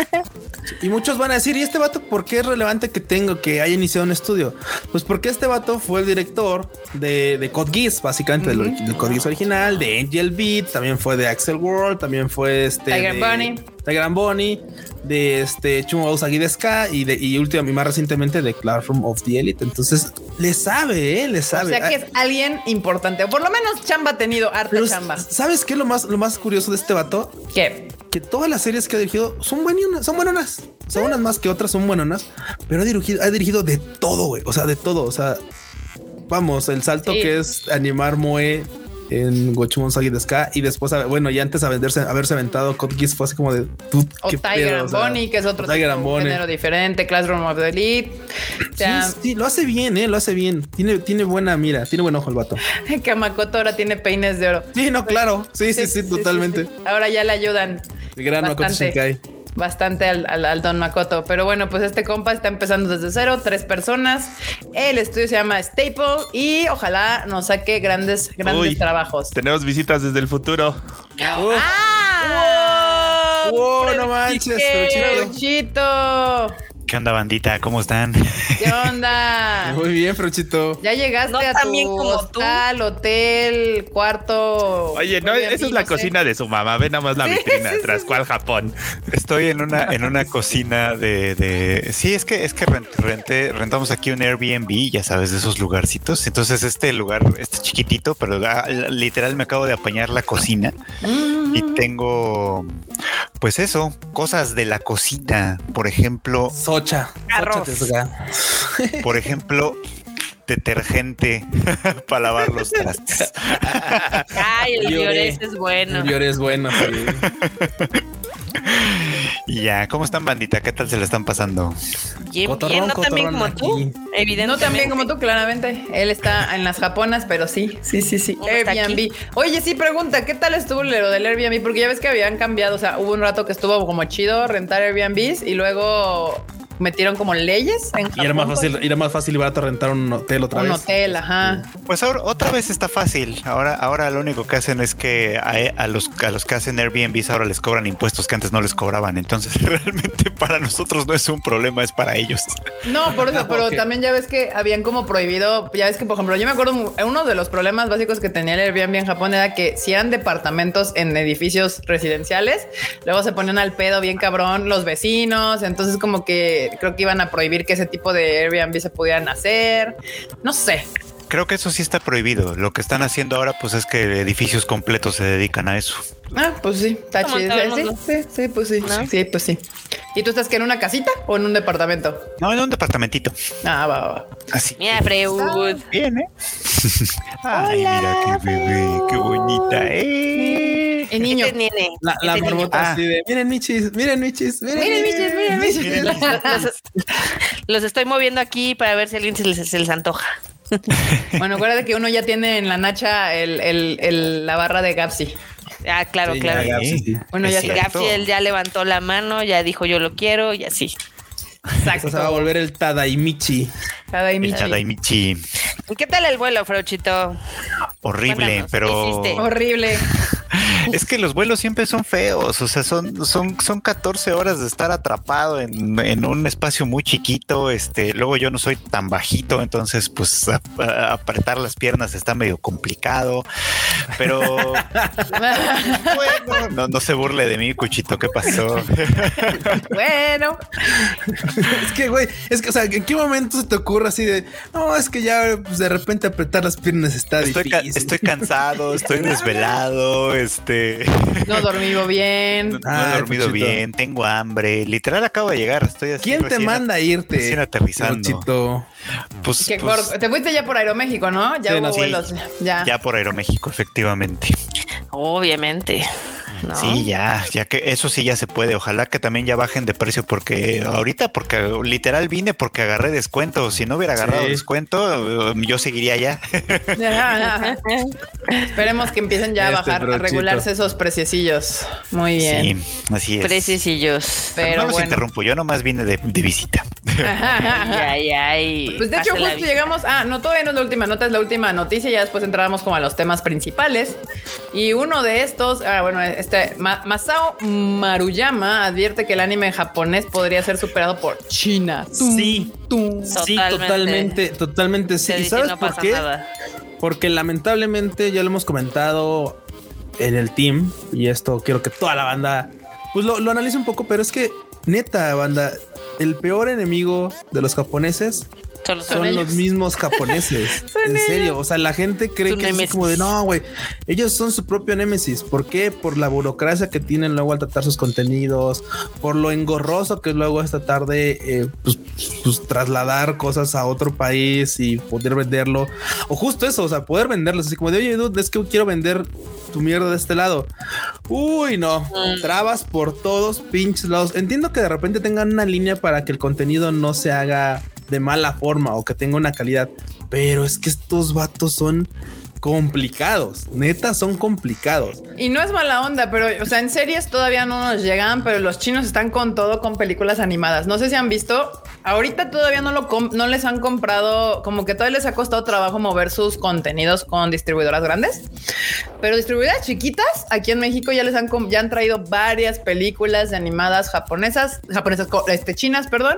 Y muchos van a decir, ¿y este vato por qué es relevante que tengo que haya iniciado un estudio? Pues porque este vato fue el director de, de Code Geass, básicamente del, ori- del Code Geass original, de Angel Beat, también fue de Axel World, también fue este Tiger de- Bunny. Tiger and Bunny, de este Chumo Usagi de Ska y de y última y más recientemente de Classroom of the Elite. Entonces le sabe, eh, le O sabe. sea que es alguien importante, o por lo menos chamba ha tenido, harta Pero chamba. ¿sabes qué es lo más, lo más curioso de este vato? ¿Qué? Que todas las series que ha dirigido son buenas, son buenas, son unas más que otras, son buenas, pero ha dirigido, ha dirigido de todo, güey. O sea, de todo. O sea, vamos, el salto Sí. que es animar Moe en Gochumon Sagi de Ska y después, a- bueno, y antes a venderse, haberse aventado Code Geass fue así como de tú, O qué Tiger pedo, and o sea, Bunny, que es otro Tiger tipo, and un Bunny. género diferente, Classroom of the Elite. O sea, Sí, sí, lo hace bien, eh, lo hace bien. Tiene, tiene buena mira, tiene buen ojo el vato. que Makoto ahora tiene peines de oro. Sí, no, claro. Sí, sí, sí, totalmente. sí. Ahora ya le ayudan El gran Makoto bastante, Shinkai. bastante al, al- al Don Makoto. Pero bueno, pues este compa está empezando desde cero, tres personas. El estudio se llama Staple y ojalá nos saque grandes, grandes Uy. trabajos. Tenemos visitas desde el futuro. Uf. ¡Ah! Wow, no manches, ¡Qué Peruchito. Peruchito! ¿Qué onda, bandita? ¿Cómo están? ¿Qué onda? Muy bien, Frochito. Ya llegaste No a tan tu bien como hostal, hotel, cuarto. Oye, no, Airbnb, esa es la no sé. cocina de su mamá. Ve nada más la Sí, vitrina, sí, sí, tras sí. cual Japón. Estoy en una en una cocina de, de... Sí, es que es que rent- renté, rentamos aquí un Airbnb, ya sabes, de esos lugarcitos. Entonces este lugar está chiquitito, pero ah, literal me acabo de apañar la cocina Mm. y tengo, pues eso, cosas de la cocina. Por ejemplo, Socha. Arroz. Socha te por ejemplo, detergente para lavar los trastes. Ay, el Lloré. Llores es bueno. Lloré es bueno, sí. Y ya, ¿cómo están, bandita? ¿Qué tal se la están pasando? Bien, Cotorrón, bien, no tan bien cotorrón como aquí. tú, evidentemente. No tan bien como tú, claramente. Él está en las japonas, pero sí, sí, sí, sí. Uno está Airbnb. Oye, sí, pregunta, ¿qué tal estuvo lo del Airbnb? Porque ya ves que habían cambiado, o sea, hubo un rato que estuvo como chido rentar Airbnbs y luego metieron como leyes en Y era más Japón, fácil, era más fácil y barato rentar un hotel otra un vez. hotel, ajá. Pues ahora otra vez está fácil. Ahora, ahora lo único que hacen es que a, a los a los que hacen Airbnbs ahora les cobran impuestos que antes no les cobraban. Entonces realmente para nosotros no es un problema, es para ellos. No, por eso, pero Ok. también ya ves que habían como prohibido, ya ves que, por ejemplo, yo me acuerdo, uno de los problemas básicos que tenía el Airbnb en Japón era que si eran departamentos en edificios residenciales, luego se ponían al pedo bien cabrón los vecinos, entonces como que creo que iban a prohibir que ese tipo de Airbnb se pudieran hacer, no sé. Creo que eso sí está prohibido. Lo que están haciendo ahora pues es que edificios completos se dedican a eso. Ah, pues sí, está Como chido. todo el Sí, mundo. sí, sí, pues sí. ¿No? Sí, pues sí. ¿Y tú estás que en una casita o en un departamento? No, en un departamentito. Ah, va, va, va. Así. Mira, Freud. Bien, ¿eh? Ay, mira qué bebé, qué bonita. ¡Eh! Y niño. Este nene. La, la Este niño. marmota Ah. así de, miren michis, miren michis, miren Miren, michis. michis, miren, michis. Miren, Los, los estoy moviendo aquí para ver si a alguien se les, se les antoja. Bueno, acuérdate que uno ya tiene en la nacha el, el, el- la barra de Gapsi. Ah, claro, Sí, claro. ya, ya, sí, sí. Bueno, Es ya cierto. está. Gabriel ya levantó la mano, ya dijo yo lo quiero y así. Eso se va a volver el Tadaimichi. Cada El Michi. Tadaimichi. ¿Qué tal el vuelo, Frauchito? Horrible, Cuéntanos, ¿qué pero hiciste? Horrible. es que los vuelos siempre son feos. O sea, son, son, son catorce horas de estar atrapado en, en un espacio muy chiquito. Este, luego yo no soy tan bajito, entonces, pues a- a- apretar las piernas está medio complicado. Pero bueno, no, no se burle de mí, Cuchito. ¿Qué pasó? Bueno, Es que, güey, es que, o sea, ¿en qué momento se te ocurre así de, no, es que ya pues, de repente apretar las piernas está Estoy, ca- difícil? estoy cansado, estoy desvelado, este, no dormido no, bien. no Ay, he dormido Puchito. bien, tengo hambre. Literal acabo de llegar, estoy así. ¿Quién te recién- manda a irte? recién aterrizando. Puchito? Pues, Que pues, cor- te fuiste ya por Aeroméxico, ¿no? Ya Sí, hubo no, sí. vuelos. Ya. ya por Aeroméxico, efectivamente. Obviamente. ¿no? Sí, ya, ya que eso sí ya se puede. Ojalá que también ya bajen de precio porque ahorita, porque literal vine porque agarré descuento. Si no hubiera agarrado Sí. descuento, eh, yo seguiría ya. Ajá, ajá. Esperemos que empiecen ya a Este bajar, a brochito. regularse esos preciecillos. Muy bien. Sí, así es. Precisillos. Pero Pero no los bueno. interrumpo, yo nomás vine de, de visita. Ay, ay, ay. Pues de hecho, Pásala justo bien. llegamos. Ah, no, todavía no es la última nota, es la última noticia. Ya después entrábamos como a los temas principales. Y uno de estos, ah, bueno, este Ma- Masao Maruyama advierte que el anime japonés podría ser superado por China. Tum, Sí. tum. Sí, Totalmente. totalmente, totalmente sí. Se ¿Y dice, sabes no por pasa qué? nada. Porque lamentablemente ya lo hemos comentado en el team y esto quiero que toda la banda pues lo, lo analice un poco, pero es que neta, banda, el peor enemigo de los japoneses Solo son son ellos. los mismos japoneses. En serio, o sea, la gente cree Su que es así como de no, güey, ellos son su propio némesis. ¿Por qué? Por la burocracia que tienen luego al tratar sus contenidos, por lo engorroso que es luego esta tarde, eh, pues, pues trasladar cosas a otro país y poder venderlo, o justo eso, o sea, poder venderlos así como de oye, dude, es que quiero vender tu mierda de este lado. Uy, no, Mm. trabas por todos pinches lados. Entiendo que de repente tengan una línea para que el contenido no se haga de mala forma o que tenga una calidad, pero es que estos vatos son complicados, neta son complicados. Y no es mala onda, pero, o sea, en series todavía no nos llegan, pero los chinos están con todo con películas animadas. No sé si han visto ahorita todavía no lo no les han comprado, como que todavía les ha costado trabajo mover sus contenidos con distribuidoras grandes, pero distribuidoras chiquitas aquí en México ya les han ya han traído varias películas de animadas japonesas, japonesas, este, chinas, perdón.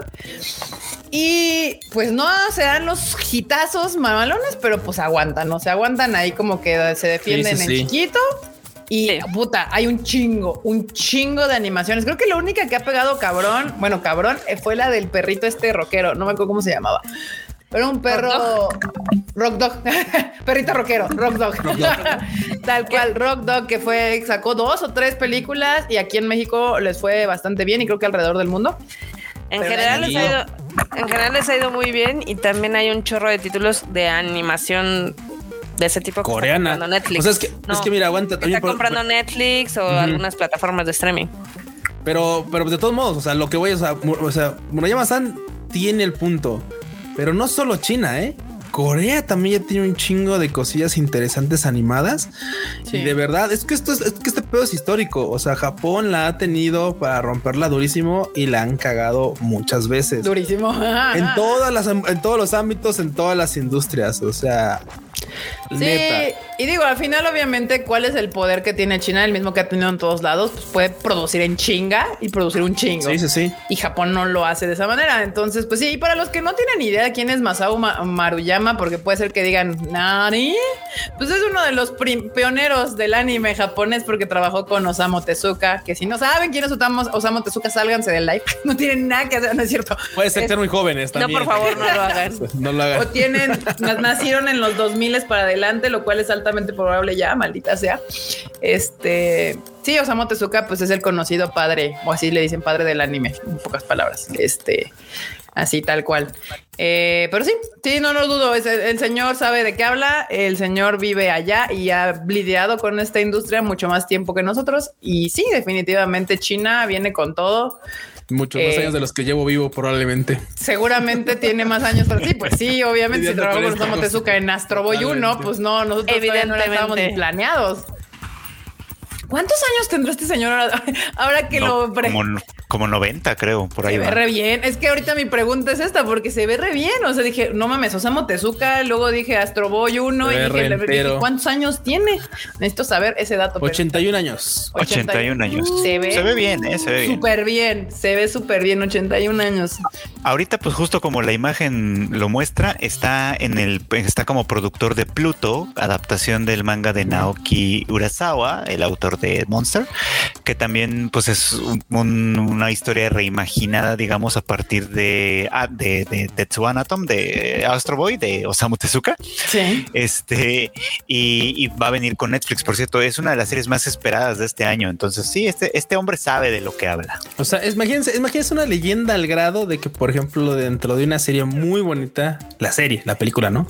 Y pues no se dan los hitazos mamalones, pero pues aguantan, no se aguantan ahí como que se defienden sí, sí, en sí. chiquito. Y sí. puta, hay un chingo, un chingo de animaciones. Creo que la única que ha pegado cabrón, bueno, cabrón, fue la del perrito este rockero. No me acuerdo cómo se llamaba. Pero un perro rock dog, perrito rockero, rock dog, rock dog. Tal cual, rock dog, que fue, sacó dos o tres películas y aquí en México les fue bastante bien y creo que alrededor del mundo. En Pero general les ha ido, en general les ha ido muy bien y también hay un chorro de títulos de animación de ese tipo coreana. Que está comprando Netflix. O sea, es que, no, es que mira, aguanta. Está por, comprando por, Netflix o uh-huh. algunas plataformas de streaming. Pero, pero de todos modos, o sea, lo que voy a, o sea, o sea Murayama-san tiene el punto, pero no solo China, ¿eh? Corea también ya tiene un chingo de cosillas interesantes animadas. Sí. Y de verdad, es que esto es, es que este pedo es histórico. O sea, Japón la ha tenido para romperla durísimo y la han cagado muchas veces. Durísimo. En todas las, en todos los ámbitos, en todas las industrias. O sea, sí, neta. Y digo, al final, obviamente, ¿cuál es el poder que tiene China? El mismo que ha tenido en todos lados, pues puede producir en chinga y producir un chingo. Sí, sí, sí. Y Japón no lo hace de esa manera. Entonces, pues sí, y para los que no tienen idea de quién es Masao Maruyama, porque puede ser que digan, ¿Nani? Pues es uno de los pioneros del anime japonés porque trabajó con Osamu Tezuka, que si no saben quién es Osamu Tezuka, sálganse del live. No tienen nada que hacer, no es cierto. Puede ser, es, ser muy jóvenes también. No, por favor, no lo hagan. No lo hagan. O tienen, nacieron en los dos mil para adelante, lo cual es altamente probable ya, maldita sea. Este... Sí, Osamu Tezuka, pues es el conocido padre, o así le dicen padre del anime, en pocas palabras. Este... Así tal cual. Eh, pero sí, sí, no lo dudo. Es el, el señor sabe de qué habla. El señor vive allá y ha lidiado con esta industria mucho más tiempo que nosotros. Y sí, definitivamente China viene con todo. Muchos eh, más años de los que llevo vivo, probablemente. Seguramente tiene más años. Pero sí, pues sí, obviamente. Si trabajó con Osamu Tezuka en Astro Boy uno, pues no, nosotros todavía no estábamos ni planeados. ¿Cuántos años tendrá este señor ahora, ahora que no, lo... Pre- como, como noventa, creo, por ahí. Se ve re bien. Es que ahorita mi pregunta es esta, porque se ve re bien. O sea, dije, no mames, Osamu Tezuka, luego dije Astro Boy uno y dije, le, dije, ¿cuántos años tiene? Necesito saber ese dato. ochenta y un años. ochenta y un años. Se ve, se ve bien, ¿eh? Se ve bien. Súper bien. Se ve súper bien, ochenta y un años. Ahorita, pues justo como la imagen lo muestra, está en el, está como productor de Pluto, adaptación del manga de Naoki Urasawa, el autor de Monster, que también pues es un, un, una historia reimaginada, digamos, a partir de ah, de, de, de Tsuanatom, de Astro Boy, de Osamu Tezuka. Sí. Este, y, y va a venir con Netflix, por cierto, es una de las series más esperadas de este año. Entonces, sí, este, este hombre sabe de lo que habla. O sea, imagínense, imagínense una leyenda al grado de que, por ejemplo, dentro de una serie muy bonita, la serie, la película, ¿no?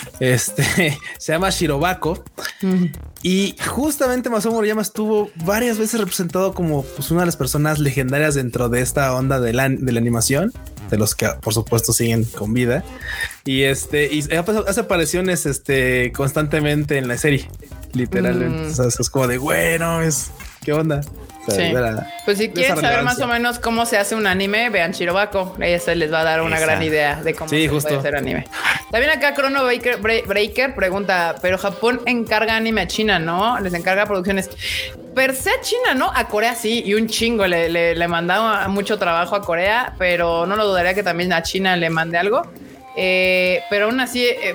Este se llama Shirobako. Mm. Y justamente Masao Maruyama estuvo varias veces representado como pues, una de las personas legendarias dentro de esta onda de la, de la animación, de los que por supuesto siguen con vida. Y este y hace apariciones este, constantemente en la serie, literalmente. Mm. O sea, es como de bueno, es qué onda. O sea, sí. la, pues si quieren saber más o menos cómo se hace un anime, vean Shirobako. Ella se les va a dar una Esa. gran idea de cómo sí, se justo. puede hacer anime. También acá Chrono Breaker, Breaker pregunta, pero Japón encarga anime a China, ¿no? Les encarga producciones. Per se a China, ¿no? A Corea sí, y un chingo. Le, le, le mandaba mucho trabajo a Corea, pero no lo dudaría que también a China le mande algo. Eh, pero aún así... Eh,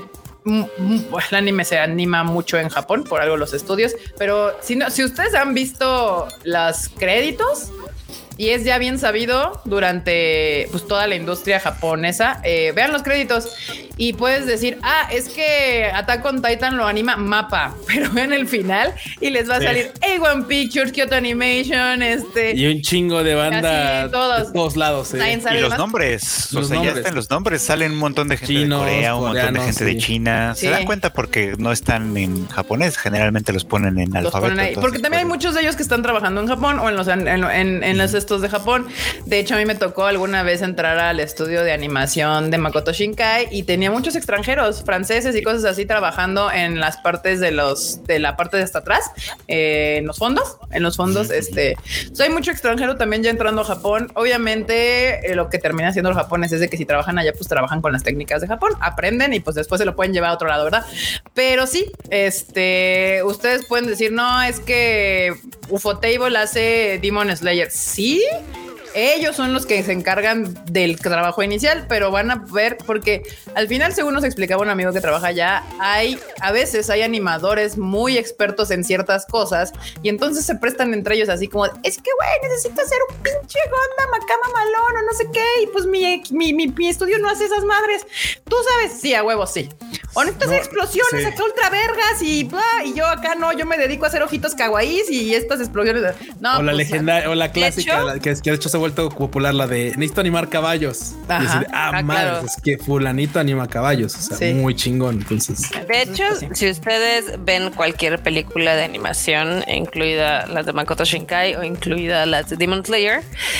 el anime se anima mucho en Japón, por algo los estudios, pero si no, si ustedes han visto los créditos, y es ya bien sabido durante pues, toda la industria japonesa, eh, vean los créditos y puedes decir, ah, es que Attack on Titan lo anima Mappa, pero vean el final y les va a sí. salir A uno Pictures, Kyoto Animation, este... Y un chingo de banda así, todos. de todos lados. ¿eh? Y los nombres, los o sea, nombres. ya están los nombres, salen un montón de gente Chinos, de Corea, un montón de gente sí. de China. Sí. Se dan cuenta porque no están en japonés, generalmente los ponen en los alfabeto. Ponen porque también hay muchos de ellos que están trabajando en Japón o en los, en, en, en, en los estos de Japón. De hecho, a mí me tocó alguna vez entrar al estudio de animación de Makoto Shinkai y teníamos muchos extranjeros, franceses y cosas así trabajando en las partes de los de la parte de hasta atrás, eh, en los fondos, en los fondos. Uh-huh. Este, pues hay mucho extranjero también ya entrando a Japón. Obviamente, eh, lo que termina haciendo los japoneses es de que si trabajan allá, pues trabajan con las técnicas de Japón, aprenden y pues después se lo pueden llevar a otro lado, ¿verdad? Pero sí, este, ustedes pueden decir, no, es que Ufotable hace Demon Slayer. Sí. Ellos son los que se encargan del trabajo inicial, pero van a ver, porque al final, según nos explicaba un amigo que trabaja allá, hay a veces hay animadores muy expertos en ciertas cosas y entonces se prestan entre ellos así como, es que güey, necesito hacer un pinche Gundam Macama malón o no sé qué, y pues mi, mi, mi, mi estudio no hace esas madres. Tú sabes, sí, a huevo, sí. O necesito hacer no, explosiones sí. acá ultra vergas y bla, y yo acá no, yo me dedico a hacer ojitos kawaiis y estas explosiones. No, o la pues, legendaria, o la clásica, hecho, la que, que de hecho se ha vuelto popular, la de necesito animar caballos. Ajá, y así de, ah, ah madre, claro. Es que fulanito anima caballos, o sea, sí. muy chingón. Entonces, de hecho, pues, sí. si ustedes ven cualquier película de animación, incluida las de Makoto Shinkai o incluida las de Demon Slayer,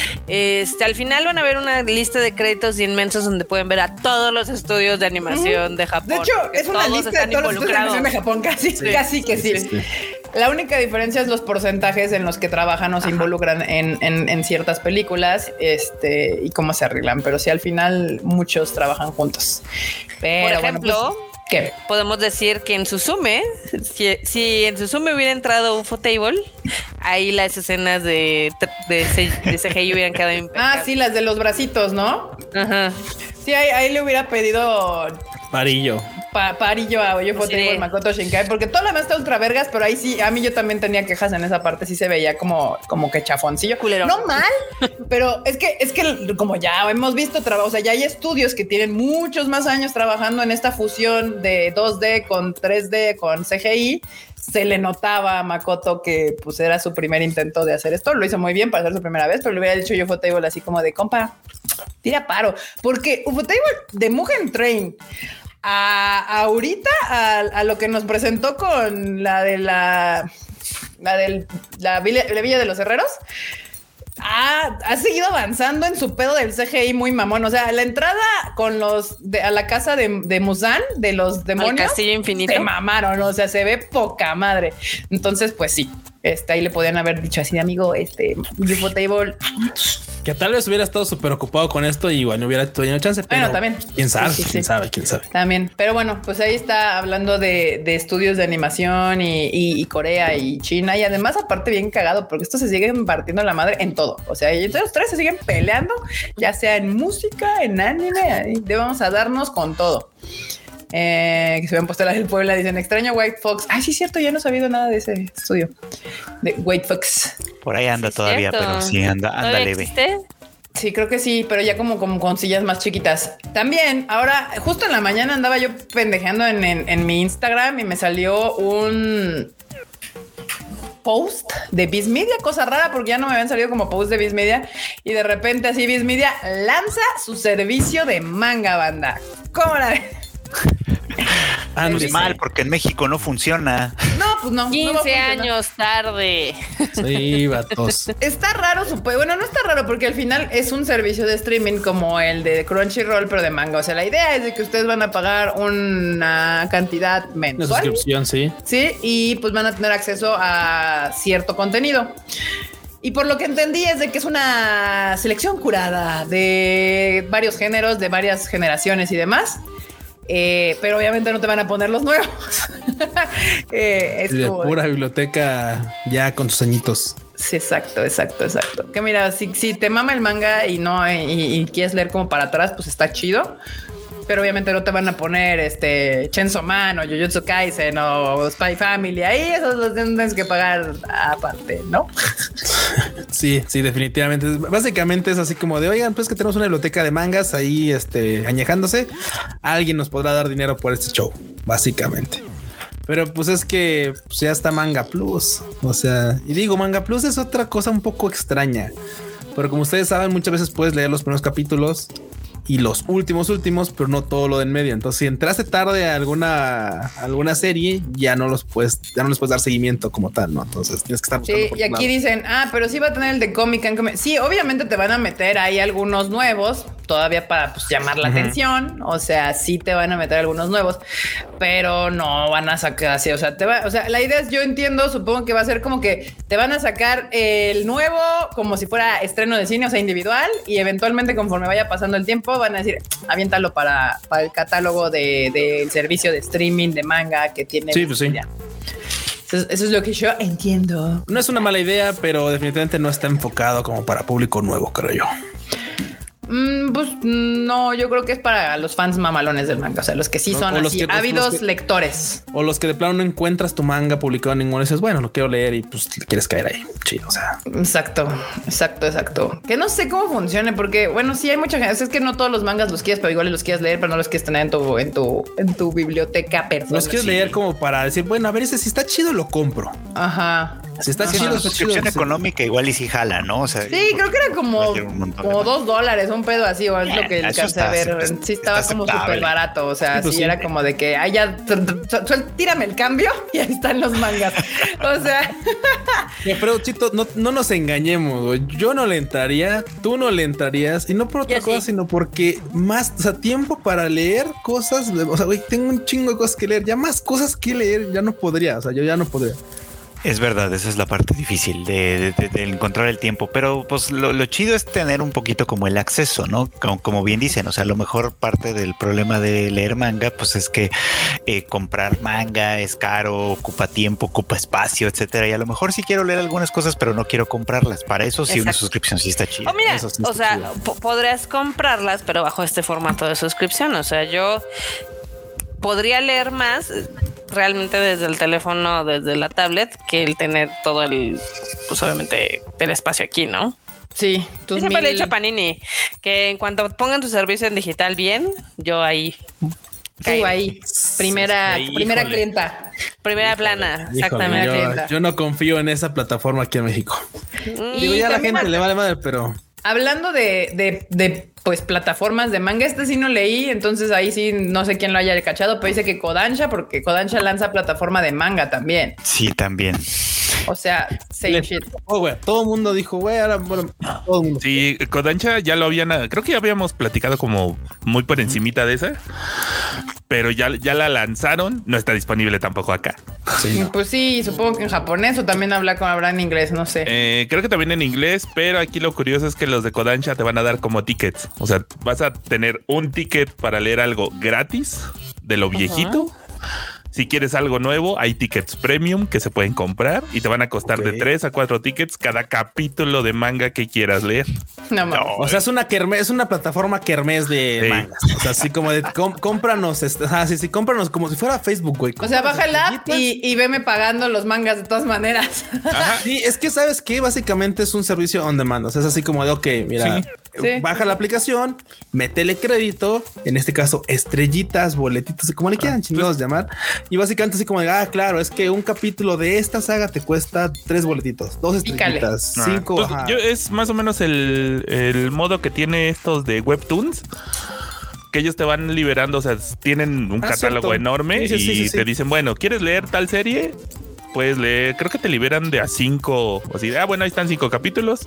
este, al final van a ver una lista de créditos inmensos donde pueden ver a todos los estudios de animación mm. de Japón. De hecho, es una lista de todos los estudios de animación de Japón, casi, sí. casi que sí. sí. sí. La única diferencia es los porcentajes en los que trabajan o se Ajá. involucran en, en, en ciertas películas, este, y cómo se arreglan. Pero sí, al final muchos trabajan juntos. Pero, por ejemplo, bueno, pues, ¿qué? Podemos decir que en Suzume, si, si en Suzume hubiera entrado Ufotable, ahí las escenas de, de, de C G I hubieran quedado impecables. Ah, sí, las de los bracitos, ¿no? Ajá. Sí, ahí, ahí le hubiera pedido Parillo. Pa, parillo a Ufotable, sí. Makoto Shinkai, porque todo lo demás está ultra vergas, pero ahí sí, a mí yo también tenía quejas en esa parte, sí se veía como, como que chafoncillo. Culero. No mal, pero es que, es que como ya hemos visto trabajo, o sea, ya hay estudios que tienen muchos más años trabajando en esta fusión de dos D con tres D con C G I. Se le notaba a Makoto que pues era su primer intento de hacer esto. Lo hizo muy bien para ser su primera vez, pero le hubiera dicho yo Ufotable así como de compa, tira paro, porque Ufotable de Mugen Train a ahorita a, a lo que nos presentó con la de la la del la villa, la villa de los herreros. Ha, ha seguido avanzando en su pedo del C G I muy mamón. O sea, la entrada con los de, a la casa de, de Muzan, de los demonios, al castillo infinito, se mamaron. O sea, se ve poca madre. Entonces, pues sí, este, ahí le podían haber dicho así de amigo, este Ufotable, que tal vez hubiera estado súper ocupado con esto y bueno, hubiera tenido chance. Pero bueno, también quién sabe, sí, sí, quién sí. sabe, quién sabe. También, pero bueno, pues ahí está hablando de, de estudios de animación y, y, y Corea y China, y además aparte bien cagado porque esto se sigue partiendo la madre en todo. O sea, entre los tres se siguen peleando, ya sea en música, en anime, ahí vamos a darnos con todo. Eh, que se habían puesto la del Puebla, dicen extraño White Fox. Ay, sí, es cierto, ya no he sabido nada de ese estudio de White Fox. Por ahí anda sí, todavía, cierto. Pero sí, anda, anda leve. ¿Existe? Sí, creo que sí, pero ya como, como con sillas más chiquitas. También, ahora, justo en la mañana andaba yo pendejeando en, en, en mi Instagram y me salió un post de Viz Media, cosa rara porque ya no me habían salido como post de Viz Media, y de repente así Viz Media lanza su servicio de manga, banda. ¿Cómo la ves? Ande mal, porque en México no funciona. No, pues no. quince no años tarde. Sí, vatos. Está raro su... Bueno, no está raro porque al final es un servicio de streaming como el de Crunchyroll, pero de manga. O sea, la idea es de que ustedes van a pagar una cantidad mensual. Una suscripción, sí. Sí, y pues van a tener acceso a cierto contenido. Y por lo que entendí es de que es una selección curada de varios géneros, de varias generaciones y demás. Eh, pero obviamente no te van a poner los nuevos. eh, es de como... pura biblioteca ya con tus añitos. Sí, exacto, exacto, exacto. Que mira, si, si te mama el manga y no y, y quieres leer como para atrás, pues está chido. Pero obviamente no te van a poner este Chainsaw Man o Jujutsu Kaisen o Spy Family. Ahí esos los tienes que pagar aparte, ¿no? Sí, sí, definitivamente. Básicamente es así como de, oigan, pues que tenemos una biblioteca de mangas ahí este, añejándose. Alguien nos podrá dar dinero por este show, básicamente. Pero pues es que pues, ya está Manga Plus. O sea, y digo, Manga Plus es otra cosa un poco extraña. Pero como ustedes saben, muchas veces puedes leer los primeros capítulos y los últimos últimos, pero no todo lo de en medio. Entonces, si entraste tarde a alguna alguna serie, ya no los puedes, ya no les puedes dar seguimiento como tal, ¿no? Entonces tienes que estar buscando. Sí, y aquí dicen, ah, pero sí va a tener el de Comic and Comic. Sí, obviamente te van a meter ahí algunos nuevos, todavía para pues, llamar la uh-huh. atención. O sea, sí te van a meter algunos nuevos, pero no van a sacar así. O sea, te va, o sea, la idea es, yo entiendo, supongo que va a ser como que te van a sacar el nuevo como si fuera estreno de cine, o sea, individual, y eventualmente conforme vaya pasando el tiempo van a decir, aviéntalo para, para el catálogo del de, de servicio de streaming de manga que tiene. Sí, pues sí. Eso, eso es lo que yo entiendo. No es una mala idea, pero definitivamente no está enfocado como para público nuevo, creo yo. Mm, pues no, yo creo que es para los fans mamalones del manga, o sea, los que sí son así, que, ávidos que, lectores. O los que de plano no encuentras tu manga publicado en ninguno y dices, bueno, lo quiero leer y pues quieres caer ahí. Chido, o sea. Exacto, exacto, exacto. Que no sé cómo funcione, porque bueno, sí hay mucha gente, es que no todos los mangas los quieres, pero igual los quieres leer, pero no los quieres tener en tu, en tu, en tu biblioteca personal. Los quieres sí. leer como para decir, bueno, a ver, ese si está chido lo compro. Ajá. Si está Ajá. chido, la suscripción económica sí. igual y si jala, ¿no? O sea, sí, creo que era como, como dos dólares, un pedo así, o es yeah, lo que alcancé a ver. Está, sí estaba está como súper barato, o sea, sí, pues sí, sí era como de que, ay, ya, tírame el cambio y ahí están los mangas. O sea. Pero, Chito, no, no nos engañemos, güey. Yo no le entraría, tú no le entrarías, y no por otra ya cosa, sí. sino porque más, o sea, tiempo para leer cosas, o sea, güey, tengo un chingo de cosas que leer, ya más cosas que leer, ya no podría, o sea, yo ya no podría. Es verdad, esa es la parte difícil de, de, de encontrar el tiempo, pero pues lo, lo chido es tener un poquito como el acceso, ¿no? Como, como bien dicen, o sea, a lo mejor parte del problema de leer manga, pues es que eh, comprar manga es caro, ocupa tiempo, ocupa espacio, etcétera, y a lo mejor sí quiero leer algunas cosas, pero no quiero comprarlas. Para eso sí, exacto, una suscripción sí está chida. O mira, sí o sea, p- podrías comprarlas, pero bajo este formato de suscripción, o sea, yo podría leer más realmente desde el teléfono, desde la tablet, que el tener todo el, pues obviamente, el espacio aquí, ¿no? Sí. Yo siempre mil... le he dicho a Panini que en cuanto pongan tu servicio en digital bien, yo ahí. Tú ahí, primera, sí, primera híjole. clienta. Primera híjole, plana, híjole, exactamente. Yo, yo no confío en esa plataforma aquí en México. Y Digo, ya a la gente le vale madre, pero... Hablando de, de, de pues plataformas de manga, este sí no leí, entonces ahí sí no sé quién lo haya cachado, pero dice que Kodansha, porque Kodansha lanza plataforma de manga también. Sí, también. O sea, same shit. Oh, güey, todo el mundo dijo, güey, ahora, bueno, todo el mundo. Sí, Kodansha ya lo habían, creo que ya habíamos platicado como muy por encimita de esa, pero ya, ya la lanzaron, no está disponible tampoco acá. Sí, no. Pues sí, supongo que en japonés o también habla con habrá en inglés, no sé. Eh, creo que también en inglés, pero aquí lo curioso es que los de Kodansha te van a dar como tickets. O sea, vas a tener un ticket para leer algo gratis de lo viejito. Uh-huh. Si quieres algo nuevo, hay tickets premium que se pueden comprar y te van a costar okay. de tres a cuatro tickets cada capítulo de manga que quieras leer. No, no. O sea, es una kermés, es una plataforma kermés de sí. mangas. O sea, así como de com, cómpranos, este, ah, sí, sí, cómpranos como si fuera Facebook, güey. O sea, baja el app y, y veme pagando los mangas de todas maneras. Ajá. Sí, es que sabes que básicamente es un servicio on demand. O sea, es así como de, ok, mira, sí. Sí. baja la aplicación, métele crédito, en este caso estrellitas, boletitos, como le quieran chingados llamar. Y básicamente así como de, ah, claro, es que un capítulo de esta saga te cuesta tres boletitos, dos estrellitas, Pícale. cinco. Pues yo, es más o menos el, el modo que tiene estos de Webtoons, que ellos te van liberando, o sea, tienen un ah, catálogo cierto. enorme sí, sí, y sí, sí, te sí. dicen, bueno, ¿quieres leer tal serie? Puedes leer, creo que te liberan de a cinco, o así, ah, bueno, ahí están cinco capítulos,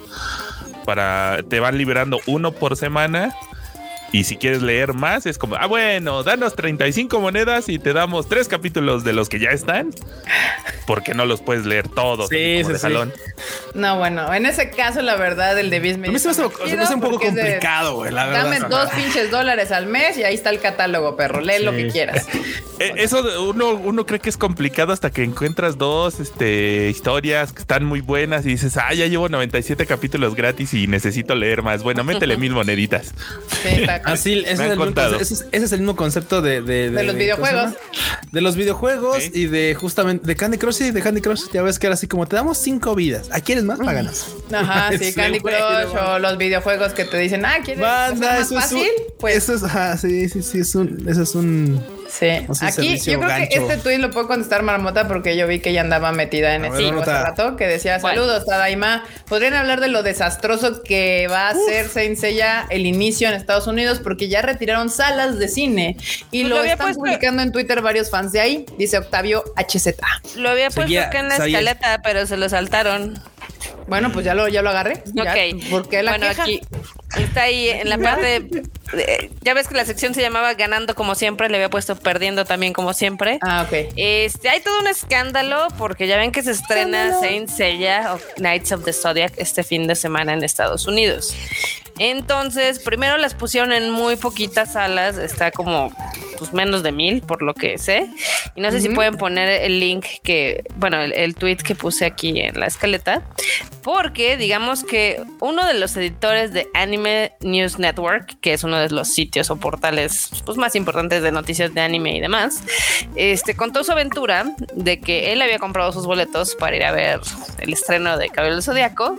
para te van liberando uno por semana. Y si quieres leer más, es como, ah, bueno, danos treinta y cinco monedas y te damos tres capítulos de los que ya están, porque no los puedes leer todos sí, como sí, de salón. Sí. No, bueno, en ese caso, la verdad, el de Bisme. A mí se me hace, se me hace un poco complicado, güey, la verdad. Dame dos pinches dólares al mes y ahí está el catálogo, perro. Lee sí. lo que quieras. Eh, eso uno, uno cree que es complicado hasta que encuentras dos este, historias que están muy buenas y dices, ah, ya llevo noventa y siete capítulos gratis y necesito leer más. Bueno, métele mil moneditas. Sí, Así, ese, es el mismo, ese, es, ese es el mismo concepto de, de, de, de los videojuegos. De los videojuegos ¿sí? y de justamente de Candy Crush y de Candy Crush. Ya ves que era así como te damos cinco vidas. ¿A quieres más? Páganos. Ajá, sí, Candy Crush o los videojuegos que te dicen, ah, ¿quieres Banda, más eso fácil? Es un, pues eso es, ah, sí, sí, sí, es un, eso es un Sí. No sé, Aquí servicio yo creo gancho. que este tuit lo puedo contestar Marmota porque yo vi que ella andaba metida en A ese ver, hace Marmota. rato que decía ¿Cuál? saludos, Tadaima. ¿Podrían hablar de lo desastroso que va a ser Saint Seiya el inicio en Estados Unidos? Porque ya retiraron salas de cine y Pues lo, lo había están puesto- publicando en Twitter varios fans de ahí, dice Octavio H Z. Lo había puesto Seguía- acá en la sabía- escaleta, pero se lo saltaron. Bueno, pues ya lo, ya lo agarré. Ya, Ok. ¿por qué la bueno, queja? aquí está ahí en la parte. eh, Ya ves que la sección se llamaba Ganando como siempre, le había puesto Perdiendo también como siempre. Ah, ok. Este, hay todo un escándalo porque ya ven que se estrena Escándalo. Saint Seiya o Knights of the Zodiac este fin de semana en Estados Unidos. Entonces, primero las pusieron en muy poquitas salas, está como pues menos de mil por lo que sé. Y no sé si pueden poner el link que, bueno, el, el tweet que puse aquí en la escaleta, porque digamos que uno de los editores de Anime News Network, que es uno de los sitios o portales pues, más importantes de noticias de anime y demás, este contó su aventura de que él había comprado sus boletos para ir a ver el estreno de Cabello del Zodiaco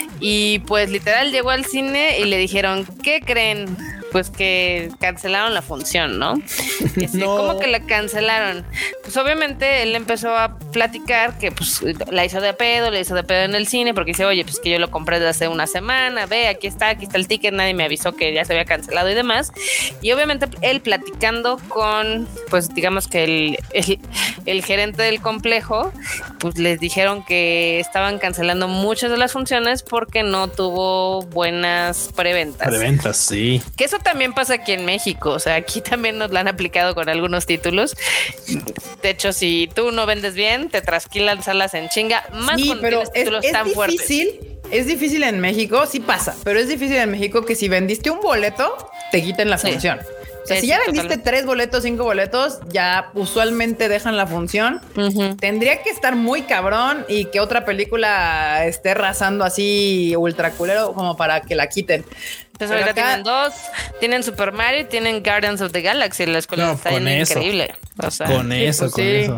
y pues literal llegó al cine y le dijeron, ¿qué creen? Pues que cancelaron la función, ¿no? Dice, No. ¿cómo que la cancelaron? Pues obviamente él empezó a platicar que pues la hizo de pedo, la hizo de pedo en el cine porque dice, oye, pues que yo lo compré desde hace una semana, ve, aquí está, aquí está el ticket, nadie me avisó que ya se había cancelado y demás. Y obviamente él platicando con, pues digamos que el, el, el gerente del complejo, pues les dijeron que estaban cancelando muchas de las funciones porque no tuvo buenas preventas. Preventas, sí. Que eso también pasa aquí en México, o sea, aquí también nos la han aplicado con algunos títulos. De hecho, si tú no vendes bien, te trasquilan salas en chinga, más Sí, cuando pero tienes es, títulos es tan fuertes. difícil. Es difícil en México, sí pasa, pero es difícil en México que si vendiste un boleto, te quiten la Sí. función. O sea, Sí, si sí, ya vendiste totalmente. tres boletos, cinco boletos, ya usualmente dejan la función. Ujú. Tendría que estar muy cabrón y que otra película esté arrasando así ultra culero como para que la quiten. Entonces Pero ahorita acá- tienen dos, tienen Super Mario y tienen Guardians of the Galaxy, la escuela No, está con yendo eso. increíble. O sea, Con sí, eso, pues con sí. eso.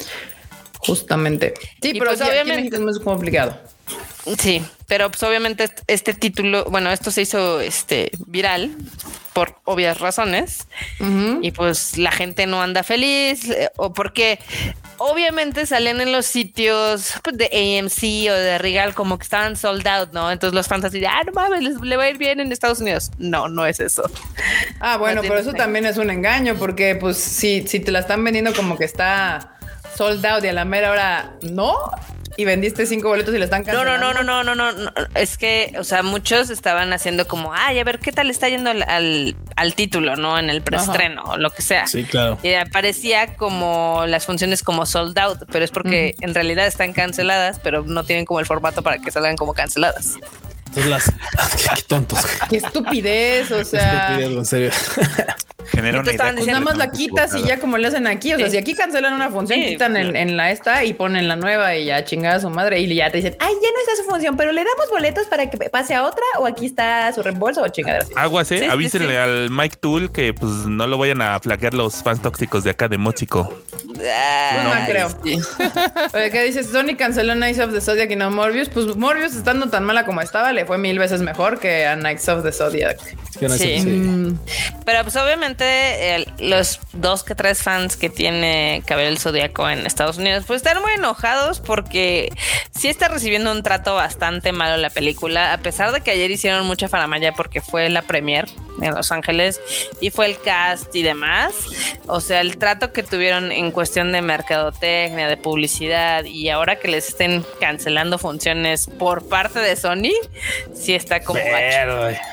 Justamente. Sí, Y pero pues sí, aquí en obviamente- México es muy complicado. sí, pero pues obviamente este- este título, bueno, esto se hizo este viral por obvias razones. Ujú. Y pues la gente no anda feliz eh, o porque obviamente salen en los sitios pues, de A M C o de Regal como que estaban sold out, ¿no? Entonces los fans así de, ah, no mames, les- le va a ir bien en Estados Unidos. No, no es eso. Ah, bueno, No pero tienes eso fe. también es un engaño, porque pues si, si te la están vendiendo como que está sold out y a la mera hora no, y vendiste cinco boletos y le están No, no, cancelando. no, no, no, no, no, no. Es que, o sea, muchos estaban haciendo como, ay, a ver qué tal está yendo al, al, al título, ¿no? En el preestreno o lo que sea. Sí, claro. Y aparecía como las funciones como sold out, pero es porque en realidad están canceladas, pero no tienen como el formato para que salgan como canceladas. Entonces las... qué, qué tontos. Qué estupidez, o sea, Estupidez, en serio. Genera ¿Qué te una idea estaban pues nada más la completamente quitas y equivocada. ya como le hacen aquí, o sea, Sí. si aquí cancelan una función, Sí, quitan en, en la esta y ponen la nueva y ya chingada a su madre y ya te dicen, ay, ya no está su función, pero le damos boletos para que pase a otra o aquí está su reembolso o chingadera. Aguas, eh. Sí, sí, Avísenle sí. al Mike Tool que pues no lo vayan a flaquear los fans tóxicos de acá de Móchico. Ah, No creo. sí. Oye, ¿qué dices? Sony canceló Knights of the Zodiac y no Morbius. Pues Morbius, estando tan mala como estaba, le fue mil veces mejor que a Knights of the Zodiac. Que no sé, Sí. sí. Mm, Pero pues obviamente el- los dos que tres fans que tiene Cabello del Zodíaco en Estados Unidos pues están muy enojados porque sí está recibiendo un trato bastante malo la película, a pesar de que ayer hicieron mucha faramaya porque fue la premier en Los Ángeles y fue el cast y demás. O sea, el trato que tuvieron en cuestión de mercadotecnia, de publicidad y ahora que les estén cancelando funciones por parte de Sony, sí está como gacho. Pero, eh,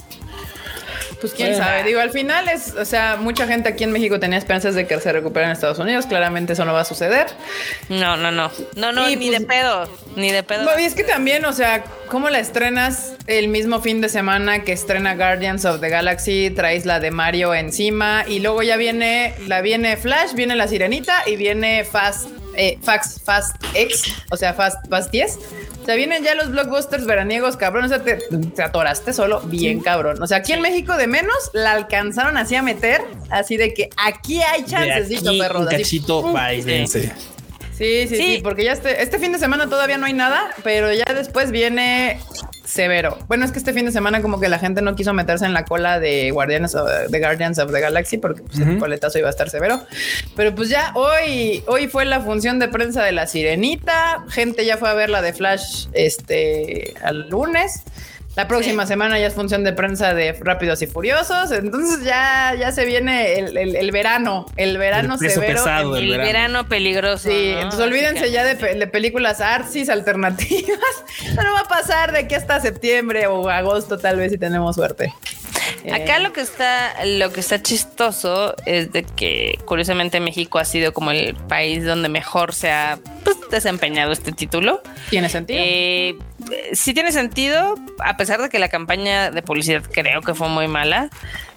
Pues quién Bueno. sabe. Digo, al final es, o sea, mucha gente aquí en México tenía esperanzas de que se recuperen en Estados Unidos. Claramente eso no va a suceder. No, no, no. No, no, Y ni pues- de pedo. Ni de pedo. No, y es que también, o sea, ¿cómo la estrenas el mismo fin de semana que estrena Guardians of the Galaxy? Traes la de Mario encima y luego ya viene, la viene Flash, viene la Sirenita y viene Fast, eh, Fax, Fast X, o sea, Fast, Fast diez. O sea, vienen ya los blockbusters veraniegos, cabrón. O sea, te, te atoraste solo bien cabrón. O sea, aquí en México de menos la alcanzaron así a meter, así de que aquí hay de chancecito, aquí, perros. un así, cachito, pum. bailense. Sí, sí, sí, Sí. porque ya este, este fin de semana todavía no hay nada, pero ya después viene severo. Bueno, es que este fin de semana como que la gente no quiso meterse en la cola de Guardianes of, de Guardians of the Galaxy porque pues, uh-huh. el coletazo iba a estar severo. Pero pues ya hoy, hoy fue la función de prensa de La Sirenita. Gente ya fue a ver la de Flash este al lunes. La próxima sí. semana ya es función de prensa de Rápidos y Furiosos. Entonces ya, ya se viene el, el, el verano, el verano el severo. Pesado, el, el verano. verano peligroso. Sí, ¿no? entonces olvídense ya de, de películas artsys alternativas. No va a pasar de que hasta septiembre o agosto tal vez si tenemos suerte. Acá eh. lo que está, lo que está chistoso es de que curiosamente México ha sido como el país donde mejor se ha pues, desempeñado este título. ¿Tiene sentido? Eh, sí tiene sentido, a pesar de que la campaña de publicidad creo que fue muy mala.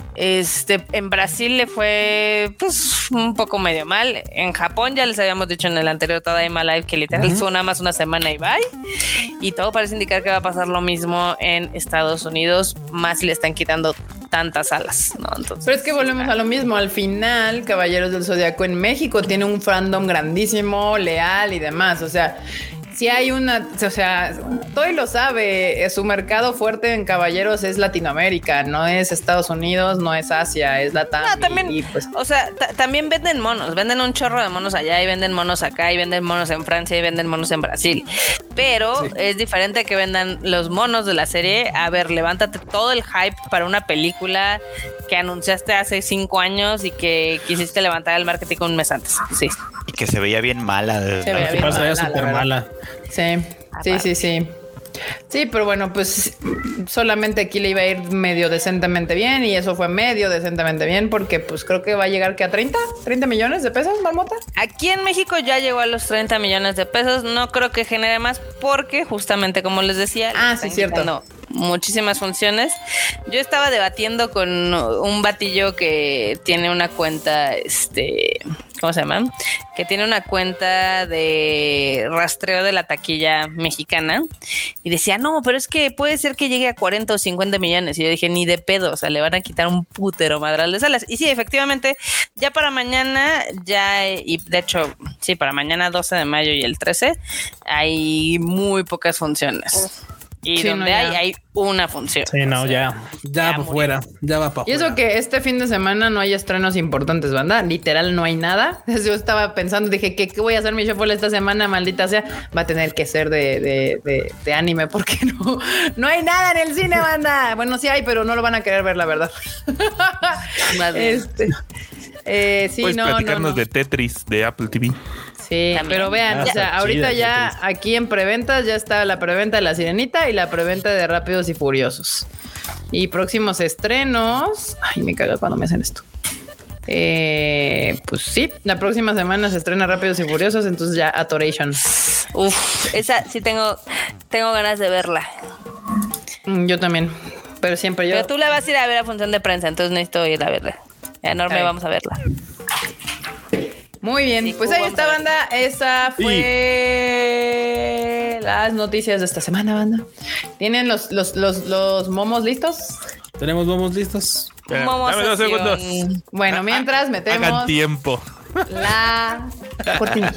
Este, en Brasil le fue pues un poco medio mal. En Japón ya les habíamos dicho en el anterior Tadaima Live que literal uh-huh. fue nada más una semana y bye. Y todo parece indicar que va a pasar lo mismo en Estados Unidos, más si le están quitando tantas alas, ¿no? Entonces, pero es que volvemos sí, a lo mismo. Al final, Caballeros del Zodiaco en México tiene un fandom grandísimo, leal y demás. O sea, si hay una, o sea, Toy lo sabe, su mercado fuerte en caballeros es Latinoamérica, no es Estados Unidos, no es Asia, es Latam. No, también, y, y pues, o sea, t- también venden monos, venden un chorro de monos allá y venden monos acá y venden monos en Francia y venden monos en Brasil. Pero sí. es diferente que vendan los monos de la serie. A ver, levántate todo el hype para una película que anunciaste hace cinco años y que quisiste levantar el marketing un mes antes. Sí. Y que se veía bien mala. Se veía bien mala, mala, súper mala. Sí, sí, sí, sí. Sí, pero bueno, pues solamente aquí le iba a ir medio decentemente bien y eso fue medio decentemente bien porque pues creo que va a llegar que a treinta, treinta millones de pesos, Marmota. Aquí en México ya llegó a los treinta millones de pesos, no creo que genere más porque justamente como les decía, ah, sí, cierto. Muchísimas funciones. Yo estaba debatiendo con un batillo que tiene una cuenta, este, ¿cómo se llama? Que tiene una cuenta de rastreo de la taquilla mexicana y decía, no, pero es que puede ser que llegue a cuarenta o cincuenta millones. Y yo dije, ni de pedo, o sea, le van a quitar un putero madral de salas. Y sí, efectivamente, ya para mañana, ya, y de hecho, sí, para mañana doce de mayo y el trece, hay muy pocas funciones. Y sí, donde no, hay, hay una función. Sí, no, ya, ya, ya para fuera, ya va para fuera. Y eso que este fin de semana no hay estrenos importantes, banda. Literal, no hay nada. Yo estaba pensando, dije, ¿qué, qué voy a hacer mi shuffle esta semana? Maldita sea, va a tener que ser de, de, de, de anime, porque no, no hay nada en el cine, banda. Bueno, sí hay, pero no lo van a querer ver, la verdad. este, eh, sí, Puedes no, platicarnos no, no. de Tetris de Apple T V. Sí, también. Pero vean, ah, o sea, ahorita ya Tetris. Aquí en preventas ya está la preventa de La Sirenita y la preventa de Rápidos y Furiosos. Y próximos estrenos. Ay, me caga cuando me hacen esto. Eh, pues sí, la próxima semana se estrena Rápidos y Furiosos, entonces ya Atoration. Uf, esa sí tengo, tengo ganas de verla. Yo también, pero siempre yo. Pero tú la vas a ir a ver a función de prensa, entonces necesito ir a verla. Enorme, Ay. Vamos a verla. Muy bien, sí, pues ahí está, banda. Esa fue sí. las noticias de esta semana, banda. ¿Tienen los, los, los, los momos listos? Tenemos momos listos. Momos Dame dos segundos. Bueno, mientras metemos Hagan tiempo. La cortina.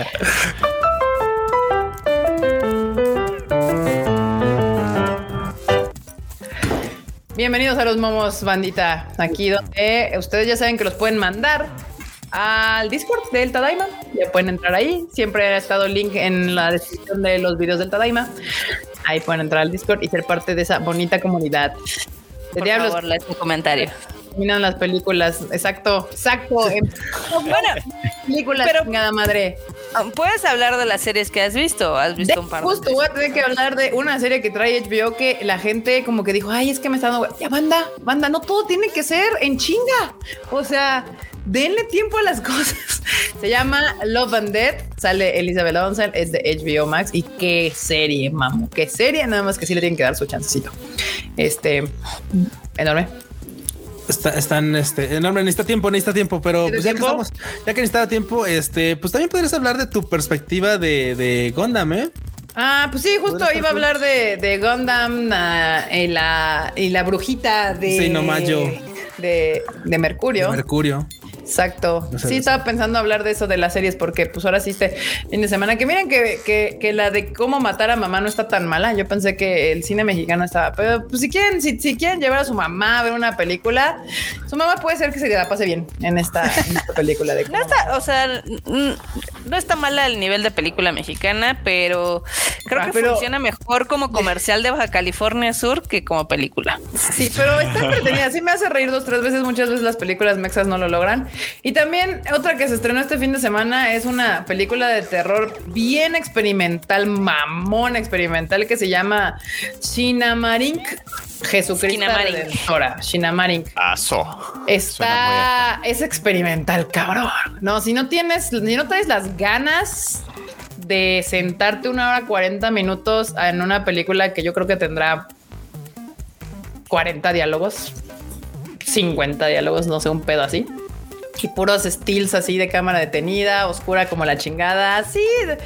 Bienvenidos a los momos, bandita. Aquí donde ustedes ya saben que los pueden mandar al Discord del Tadaima. Ya pueden entrar ahí. Siempre ha estado el link en la descripción de los videos del Tadaima. Ahí pueden entrar al Discord y ser parte de esa bonita comunidad. De Por diablos, favor, lees tu comentario. Terminan las películas. Exacto, exacto. Bueno, películas, pero chingada madre. ¿Puedes hablar de las series que has visto? ¿Has visto de, un par? Justo, voy a tener que hablar de una serie que trae H B O que la gente como que dijo, ay, es que me está dando... Ya, banda, banda, no todo tiene que ser en chinga. O sea... denle tiempo a las cosas. Se llama Love and Death. Sale Elizabeth Olsen, es de H B O Max. Y qué serie, mamo. Qué serie, nada más que sí le tienen que dar su chancecito. Este, enorme. Está, están, este, enorme, necesita tiempo, necesita tiempo, pero pues ya que estamos, ya que necesita tiempo, este, pues también podrías hablar de tu perspectiva de, de Gundam, ¿eh? Ah, pues sí, justo iba a hablar de, de Gundam uh, y, la, y la brujita de... Sí, no mayo. De, de Mercurio. De Mercurio. Exacto. No sé sí, estaba pensando hablar de eso de las series porque pues ahora sí este fin de semana que miren que, que, que la de cómo matar a mamá no está tan mala. Yo pensé que el cine mexicano estaba, pero pues si quieren, si, si quieren llevar a su mamá a ver una película, su mamá puede ser que se la pase bien en esta, en esta película de no está, o sea, no está mala el nivel de película mexicana, pero creo ah, que pero, funciona mejor como comercial de Baja California Sur que como película. Sí, pero está entretenida. Sí me hace reír dos, tres veces. Muchas veces las películas mexas no lo logran. Y también otra que se estrenó este fin de semana es una película de terror bien experimental, mamón experimental, que se llama Xinamarink. Jesucristo Redentora, Xinamarink. Aso. Está, es experimental, cabrón. No, si no tienes, si no traes las ganas de sentarte una hora cuarenta minutos en una película que yo creo que tendrá cuarenta diálogos, cincuenta diálogos, no sé, un pedo así. Y puros stills así de cámara detenida, oscura como la chingada. Sí,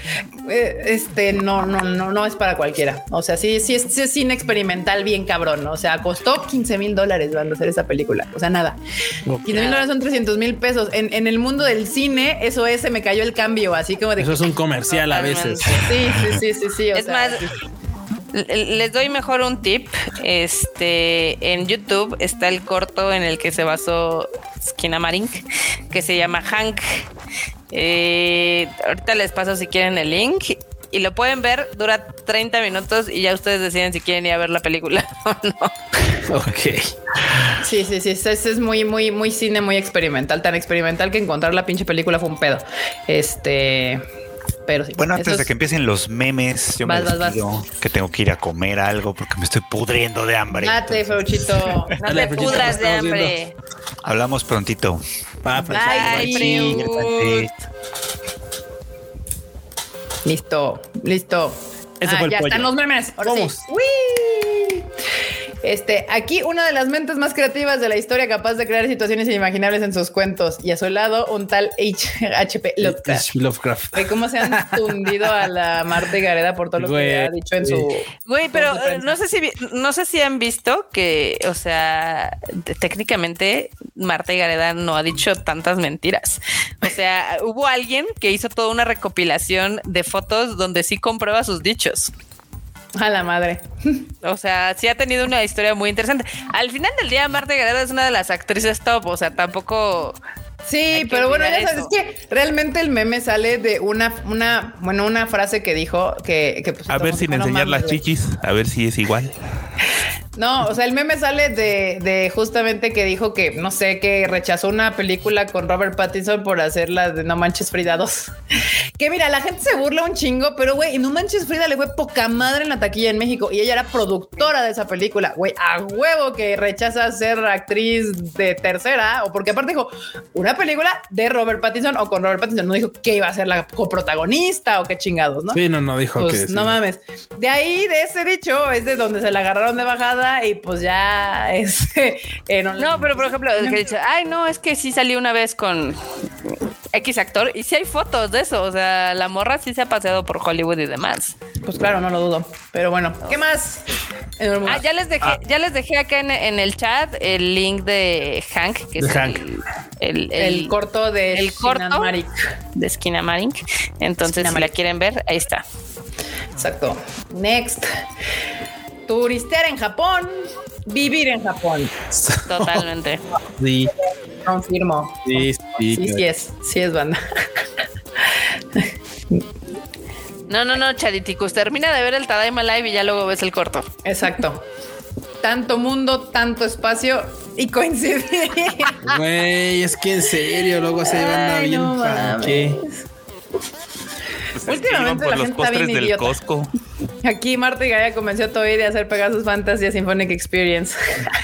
este no, no, no, no es para cualquiera. O sea, sí, sí es, sí es cine experimental bien cabrón. O sea, costó quince mil dólares van a hacer esa película. O sea, nada. Okay. quince mil dólares son trescientos mil pesos. En, en el mundo del cine, eso es, se me cayó el cambio. Así como de eso que, es un comercial a veces. Sí, sí, sí, sí, sí. O es sea, más. Les doy mejor un tip. Este, en YouTube está el corto en el que se basó Xinamarink, que se llama Hank. Eh, ahorita les paso si quieren el link y lo pueden ver. Dura treinta minutos y ya ustedes deciden si quieren ir a ver la película o no. Ok. Sí, sí, sí. Es, es muy, muy, muy cine, muy experimental. Tan experimental que encontrar la pinche película fue un pedo. Este. Pero sí, bueno, antes es... de que empiecen los memes, yo vas, me despido, vas, vas. que tengo que ir a comer algo porque me estoy pudriendo de hambre. Date, Feuchito. No te pudras de hambre. Viendo. Hablamos prontito. Pa, Bye, Bye. Listo, listo. Ese ah, fue el ya pollo. Están los memes. Ahora Vamos. Sí. ¡Uy! Este, aquí una de las mentes más creativas de la historia, capaz de crear situaciones inimaginables en sus cuentos, y a su lado un tal H P Lovecraft. Lovecraft. ¿Cómo se han tundido a la Marta y Gareda por todo lo Güey, que ha dicho en su... Güey, pero no sé si no sé si han visto que, o sea, técnicamente Marta y Gareda no ha dicho tantas mentiras. O sea, hubo alguien que hizo toda una recopilación de fotos donde sí comprueba sus dichos. A la madre. O sea, sí ha tenido una historia muy interesante. Al final del día, Marta Gareda es una de las actrices top. O sea, tampoco... Sí, pero bueno, ya sabes, es que realmente el meme sale de una, una, bueno, una frase que dijo que... que pues, a ver sin enseñar las chichis, a ver si es igual. No, o sea, el meme sale de, de justamente que dijo que, no sé, que rechazó una película con Robert Pattinson por hacerla de No Manches Frida dos. Que mira, la gente se burla un chingo, pero güey, No Manches Frida le fue poca madre en la taquilla en México y ella era productora de esa película. Güey, a huevo que rechaza ser actriz de tercera, o porque aparte dijo una película de Robert Pattinson o con Robert Pattinson. No dijo que iba a ser la coprotagonista o qué chingados, ¿no? Sí, no, no dijo pues, que no sí. mames. De ahí, de ese dicho, es de donde se la agarraron de bajada y pues ya es... Eh, no, no, pero por ejemplo, el que dice, ay, no, es que sí salió una vez con X actor y sí hay fotos de eso. O sea, la morra sí se ha paseado por Hollywood y demás. Pues claro, no lo dudo. Pero bueno, ¿qué más? Ah, ya les dejé, ah. ya les dejé acá en, en el chat el link de Hank, que de es Hank. El, El, el, el corto de el corto de Xinamarink. Entonces, Xinamarink. Si la quieren ver, ahí está. Exacto. Next. Turistear en Japón, vivir en Japón. Totalmente. Sí. Confirmo. Sí, sí. Sí, sí es. Sí es, banda. No, no, no, Chariticus. Termina de ver el Tadaima Live y ya luego ves el corto. Exacto. Tanto mundo, tanto espacio y coincidir. Güey, es que en serio, luego se van bien no para qué. Pues últimamente la los gente está bien del idiota. Costco. Aquí Marta y Gaia convenció a Toei de hacer Pegasus Fantasy Symphonic Experience.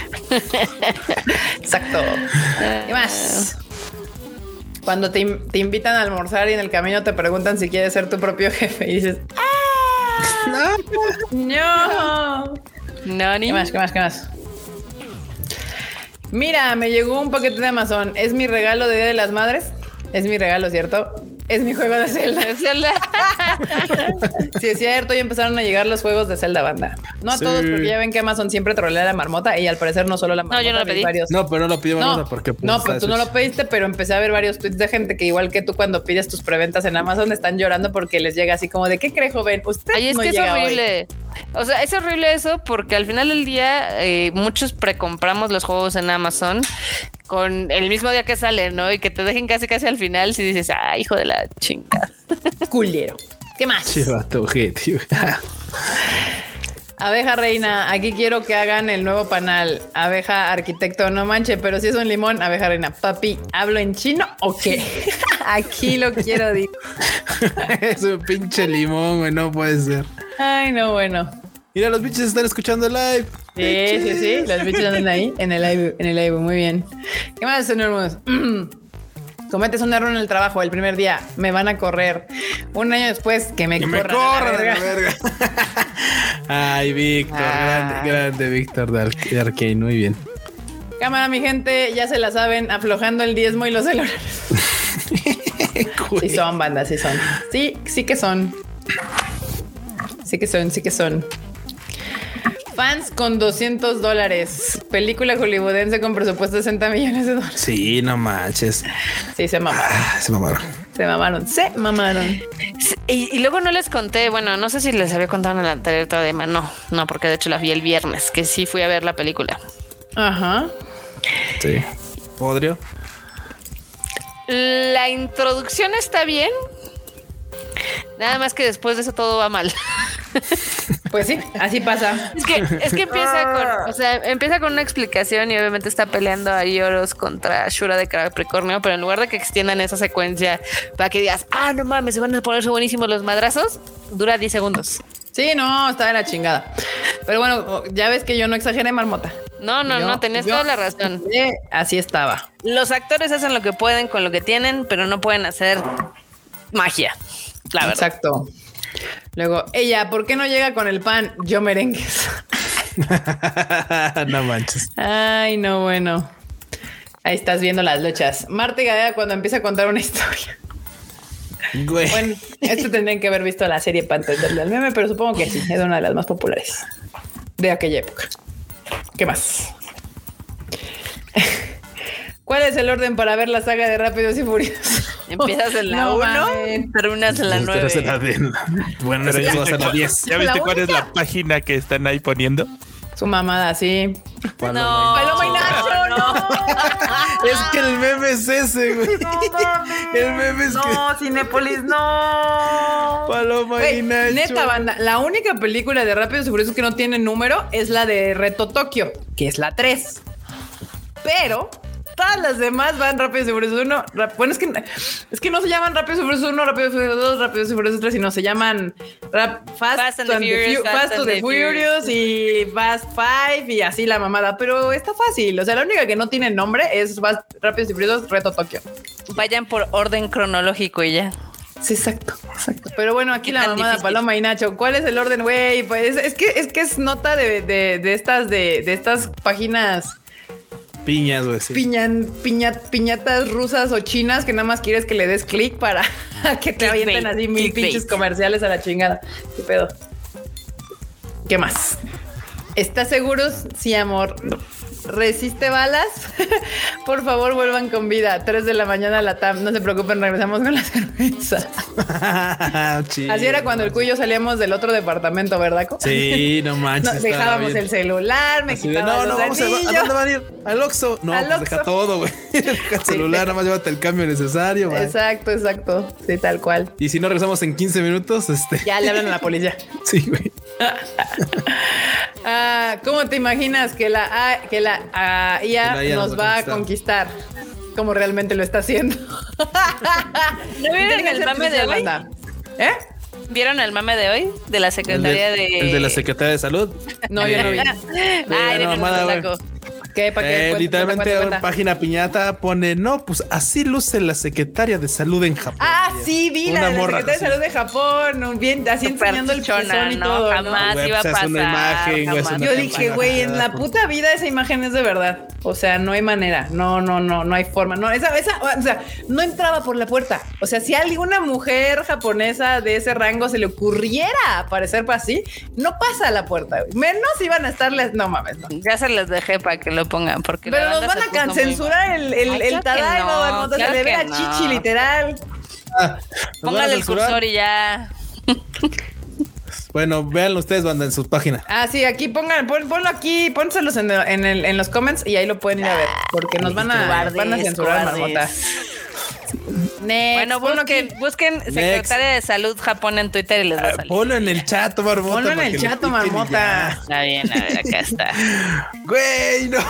Exacto. ¿Qué más? Cuando te, te invitan a almorzar y en el camino te preguntan si quieres ser tu propio jefe y dices ¡ah! ¡No! No, ni ¿Qué más? ¿Qué más? ¿Qué más? Mira, me llegó un paquete de Amazon. ¿Es mi regalo de Día de las Madres? Es mi regalo, ¿cierto? Es mi juego de Zelda. De Zelda. Sí, es cierto, y empezaron a llegar los juegos de Zelda, banda. No a sí. todos, porque ya ven que Amazon siempre trolea la marmota y al parecer no solo la marmota. No, yo no lo pedí. Varios... No, pero no lo pidió no, Marmota porque... Pues, no, pues tú no lo pediste, pero empecé a ver varios tweets de gente que igual que tú cuando pides tus preventas en Amazon están llorando porque les llega así como de ¿qué cree, joven? Usted Ay, es no que llega es horrible. Hoy. O sea, es horrible eso porque al final del día eh, muchos precompramos los juegos en Amazon con el mismo día que salen, ¿no? Y que te dejen casi casi al final si dices, ah, hijo de la chingada. Culero. ¿Qué más? Chivato, tío. Abeja reina, aquí quiero que hagan el nuevo panal. Abeja arquitecto, no manche, pero si es un limón, abeja reina. Papi, ¿hablo en chino o qué? Aquí lo quiero decir. Es un pinche limón, güey, no puede ser. Ay, no, bueno. Mira, los bichos están escuchando el live. Sí, bichos. sí, sí, los bichos andan ahí en el live, en el live, muy bien. ¿Qué más, señor? Cometes un error en el trabajo el primer día, me van a correr. Un año después, que me, que corran, me corran a la verga. A la verga. Ay, Víctor, ah. grande, grande Víctor de, Ar de Arcane, muy bien. Cámara, mi gente, ya se la saben, aflojando el diezmo y los celulares. Sí son, bandas, sí son. Sí, sí que son. Sí que son, sí que son. Fans con doscientos dólares. Película hollywoodense con presupuesto de sesenta millones de dólares. Sí, no manches. Sí, se mamaron. Ah, se mamaron. Se mamaron, se mamaron. Y, y luego no les conté, bueno, no sé si les había contado en el anterior tema. No, no, porque de hecho la vi el viernes, que sí fui a ver la película. Ajá. Sí. ¿Podrio? La introducción está bien. Nada más que después de eso todo va mal. Pues sí, así pasa. Es que, es que empieza con, o sea, empieza con una explicación y obviamente está peleando a Ioros contra Shura de Capricornio, pero en lugar de que extiendan esa secuencia para que digas, ah, no mames, se van a ponerse buenísimos los madrazos, dura diez segundos. Sí, no, está de la chingada. Pero bueno, ya ves que yo no exageré, marmota. No, no, yo, no, tenías yo, toda la razón. Así estaba. Los actores hacen lo que pueden con lo que tienen, pero no pueden hacer magia. La verdad. Exacto. Luego, ella, ¿por qué no llega con el pan? Yo merengues. No manches. Ay, no, bueno. Ahí estás viendo las luchas. Marta y Gadea cuando empieza a contar una historia. Güey. Bueno, esto tendrían que haber visto la serie para entenderle al meme, pero supongo que sí, es una de las más populares de aquella época. ¿Qué más? ¿Cuál es el orden para ver la saga de Rápidos y Furiosos? Empiezas en la uno, no, terminas en la nueve. Bueno, eso ya va a ser la diez. ¿Ya viste cuál es la página que están ahí poniendo? Su mamada, sí. No, Paloma y Nacho, no. no. Es que el meme es ese, güey. No, mami. El meme es no, que... No, Cinépolis, no. Paloma wey, y Nacho. Neta, banda, la única película de Rápidos y Furiosos que no tiene número es la de Reto Tokio, que es la tres. Pero... todas las demás van Rápidos y Furiosos uno. Bueno, es que, es que no se llaman Rápidos y Furiosos uno, Rápidos y Furiosos dos, Rápidos y Furiosos tres, sino se llaman Rap, Fast, Fast and, and the Furious, Fast, Fast and the Furious y Fast Five y así la mamada. Pero está fácil. O sea, la única que no tiene nombre es Fast, Rápidos y Furiosos Reto Tokio. Vayan por orden cronológico y ya. Sí, exacto, exacto. Pero bueno, aquí la mamada difícil. Paloma y Nacho. ¿Cuál es el orden, güey? Pues es que es que es nota de, de, de estas de, de estas páginas. Piñas, güey. Sí. Piñan, piña, piñatas rusas o chinas que nada más quieres que le des clic para que te avienten así mil pinches comerciales a la chingada. ¿Qué pedo? ¿Qué más? ¿Estás seguros? Sí, amor. ¿Resiste balas? Por favor, vuelvan con vida. Tres de la mañana la T A M. No se preocupen, regresamos con la cerveza. Así era cuando el cuyo salíamos del otro departamento, ¿verdad? Sí, no manches. No, dejábamos el celular, me quitaba No, no, los vamos a, ¿a dónde van a ir? Al Oxxo. No, Al pues Oxxo. deja todo, güey. Deja el celular, sí, nada más llévate el cambio necesario, güey. Exacto, exacto. Sí, tal cual. Y si no regresamos en quince minutos, este... ya le hablan a la policía. Sí, güey. Ah, ¿cómo te imaginas que la, ah, que la ah, I A, I A nos, nos va a conquistar? Como realmente lo está haciendo. ¿No vieron el mame de hoy? ¿Eh? ¿Vieron el mame de hoy? De la Secretaría el de, de... ¿El de la Secretaría de Salud? No, yo no vi. Ay, de no, mamada, ¿Qué? ¿Para qué? Eh, literalmente en página piñata pone, no, pues así luce la secretaria de salud en Japón. Ah, sí, vi la, la secretaria de salud de Japón, bien, así Super enseñando el chona, pezón y ¿no? todo, Jamás ¿no? iba a pasar. Una imagen, jamás. güey, una Yo dije, güey, en la puta vida esa imagen es de verdad. O sea, no hay manera. No, no, no, no hay forma. No, esa, esa, o sea, no entraba por la puerta. O sea, si a alguna mujer japonesa de ese rango se le ocurriera aparecer para así, no pasa a la puerta. Güey. Menos iban a estarles, no mames, no. Ya se les dejé para que lo pongan, porque pero nos van a censurar el, el, Ay, el claro Tadaima, no, se claro le ve que la no. chichi literal. Ah, Póngale el cursor y ya. Bueno, véanlo ustedes, banda, en sus páginas. Ah, sí, aquí pongan, pon, ponlo aquí, pónselos en, el, en, el, en los comments y ahí lo pueden ir a ver, porque nos van a, Cobardes, van a censurar, cobardes. Marmota. Next, Bueno, ponlo busquen, aquí. busquen Secretaria de Salud Japón en Twitter y les va a Ah, salir. ponlo en el chat, Marmota. Ponlo en para el que lo chat, piquen y Marmota. Está bien, a ver, acá está. ya. Güey, no.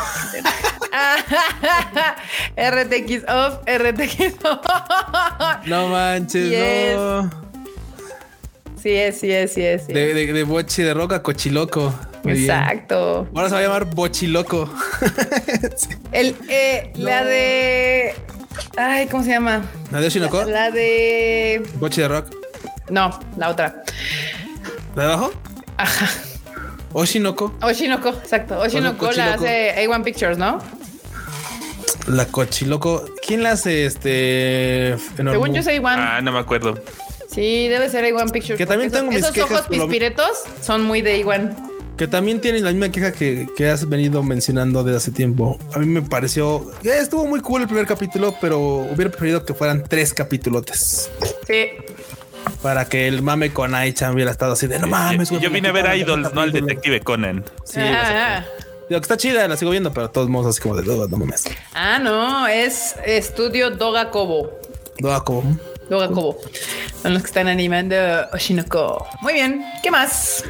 R T X off, R T X off. No manches, Yes. no. Sí es, sí es, sí es. Sí. De, de, de bochi de roca, cochiloco. Muy bien. Exacto. Ahora se va a llamar bochiloco. Sí. El, eh, No. La de... Ay, ¿cómo se llama? ¿La de Oshinoko? La, la de... Bochi de rock. No, la otra. ¿La de abajo? Ajá. Oshinoko. Oshinoko, exacto. Oshinoko Bueno, la Cochiloco. hace A uno Pictures, ¿no? La cochiloco. ¿Quién la hace este? Según yo es A uno. Ah, no me acuerdo. Sí, debe ser A uno Pictures. Que también porque tengo mis esos, esos quejas ojos por lo- pispiretos son muy de A uno. Que también tiene la misma queja que, que has venido mencionando desde hace tiempo. A mí me pareció... eh, estuvo muy cool el primer capítulo, pero hubiera preferido que fueran tres capítulotes. Sí. Para que el mame con Ai-chan hubiera estado así de no mames. Yo, güey, yo vine a ver ¿por qué Idols, tanto no al capítulo? detective Conan. Sí, Ah, o sea, ah. digo que está chida, la sigo viendo, pero de todos modos así como de no, no mames. Ah, no, es Estudio Doga Kobo. No, como... Doga Kobo. Son los que están animando Oshinoko. Muy bien, ¿qué más?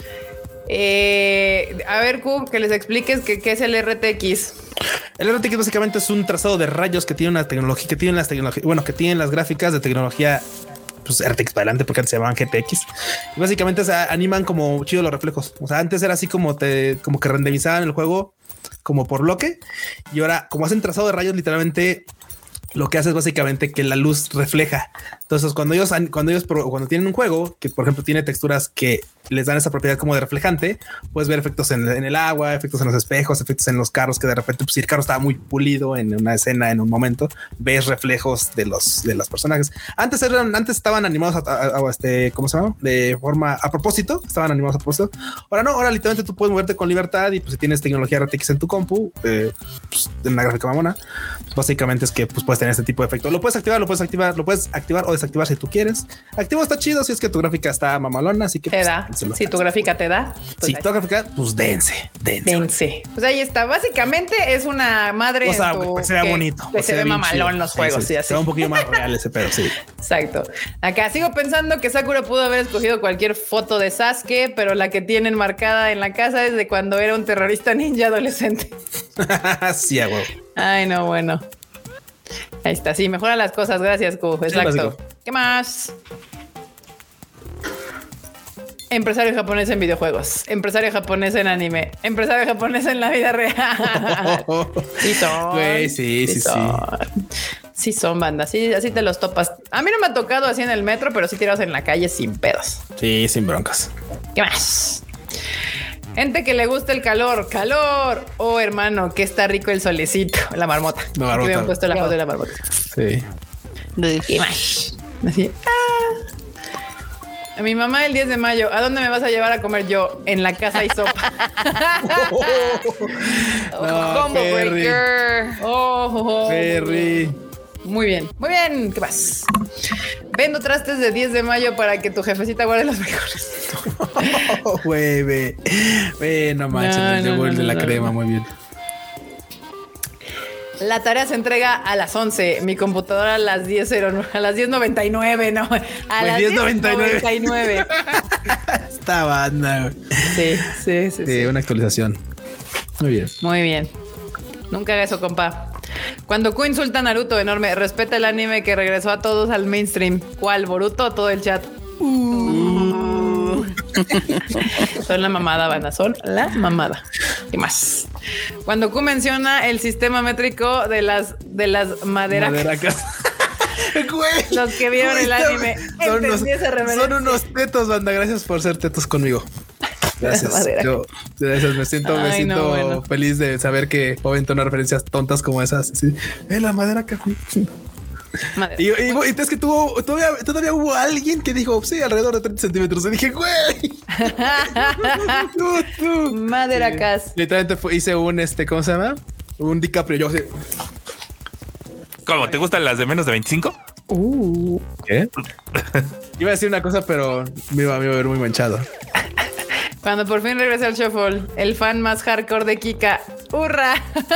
Eh, a ver, Q, que les expliques qué qué es el R T X. El R T X básicamente es un trazado de rayos que tiene una tecnología, que tiene las tecnologías, bueno, que tienen las gráficas de tecnología, pues R T X para adelante, porque antes se llamaban G T X. Y básicamente se animan como chido los reflejos. O sea, antes era así como te, como que renderizaban el juego como por bloque, y ahora, como hacen trazado de rayos, literalmente lo que hace es básicamente que la luz refleja. Entonces, cuando ellos, cuando ellos, cuando tienen un juego que, por ejemplo, tiene texturas que les dan esa propiedad como de reflejante, puedes ver efectos en, en el agua, efectos en los espejos, efectos en los carros, que de repente, pues, si el carro estaba muy pulido en una escena, en un momento, ves reflejos de los, de los personajes. Antes eran, antes estaban animados a, a, a este, ¿cómo se llama? De forma a propósito, estaban animados a propósito. Ahora no, ahora literalmente tú puedes moverte con libertad y pues si tienes tecnología R T X en tu compu, eh, pues, en una gráfica mamona, pues, básicamente es que pues puedes tener este tipo de efecto. Lo puedes activar, lo puedes activar, lo puedes activar o desactivar si tú quieres. Activo está chido si es que tu gráfica está mamalona, así que Te pues, da. se lo Si tu alcanza. gráfica te da. Pues Si ahí. tu gráfica, pues dense, dense. Dense. Pues ahí está. Básicamente es una madre. O sea, en tu- que se vea que- bonito. Que o se sea, ve bien mamalón chido. los Sí, juegos sí, y así. se ve un poquillo más real ese pedo, sí. Exacto. Acá sigo pensando que Sakura pudo haber escogido cualquier foto de Sasuke, pero la que tienen marcada en la casa es de cuando era un terrorista ninja adolescente. Sí, a huevo. Ay, no, bueno. Ahí está. Sí, mejora las cosas. Gracias, Q. Exacto. básico. ¿Qué más? Empresario japonés en videojuegos. Empresario japonés en anime. Empresario japonés en la vida real. Sí son. Güey, sí, sí, sí. son. Sí son, banda. Sí, así te los topas. A mí no me ha tocado así en el metro, pero sí tirados en la calle sin pedos. Sí, sin broncas. ¿Qué más? Gente que le gusta el calor. ¡Calor! Oh, hermano, que está rico el solecito. La marmota. La marmota. Aquí me han puesto la foto de la marmota. Sí. ¿Qué más? Así. Ah. A mi mamá el diez de mayo. ¿A dónde me vas a llevar a comer yo? En la casa y sopa. No, Combo Perry. breaker. Oh, oh, oh. Perry. Muy bien, muy bien. ¿Qué más? Vendo trastes de diez de mayo para que tu jefecita guarde los mejores. Oh, güey, ve. Ve, no manches, No, el no, yogur no, de la no, crema, no. muy bien. La tarea se entrega a las once. Mi computadora a las diez cero nueve, a las diez noventa y nueve, no. A Pues las diez diez noventa y nueve. noventa y nueve. Esta banda, güey. Sí, sí, sí, Sí, sí. una actualización. Muy bien. Muy bien. Nunca haga eso, compa. Cuando Q insulta a Naruto, enorme, respeta el anime que regresó a todos al mainstream. ¿Cuál? ¿Boruto o todo el chat? Uh. Son la mamada, banda. Son la mamada. ¿Qué más? Cuando Q menciona el sistema métrico de las de las maderacas. maderacas. Güey, los que vieron güey, el anime son unos, son unos tetos, banda. Gracias por ser tetos conmigo. Gracias. Yo, gracias. Me siento, Ay, me siento no, bueno. feliz de saber que puedo entonar referencias tontas como esas. Sí. Eh, la madera que y, y, y es que tuvo, todavía, todavía hubo alguien que dijo, sí, alrededor de treinta centímetros. Y dije, güey. tú, tú. Maderacas. Sí. Literalmente fue, hice un, este, ¿cómo se llama? Un DiCaprio. Yo así. ¿Cómo? ¿Te gustan las de menos de veinticinco? Uh. ¿Qué? Iba a decir una cosa, pero me iba, me iba a ver muy manchado. Cuando por fin regresa al Shuffle, el fan más hardcore de Kika. ¡Hurra!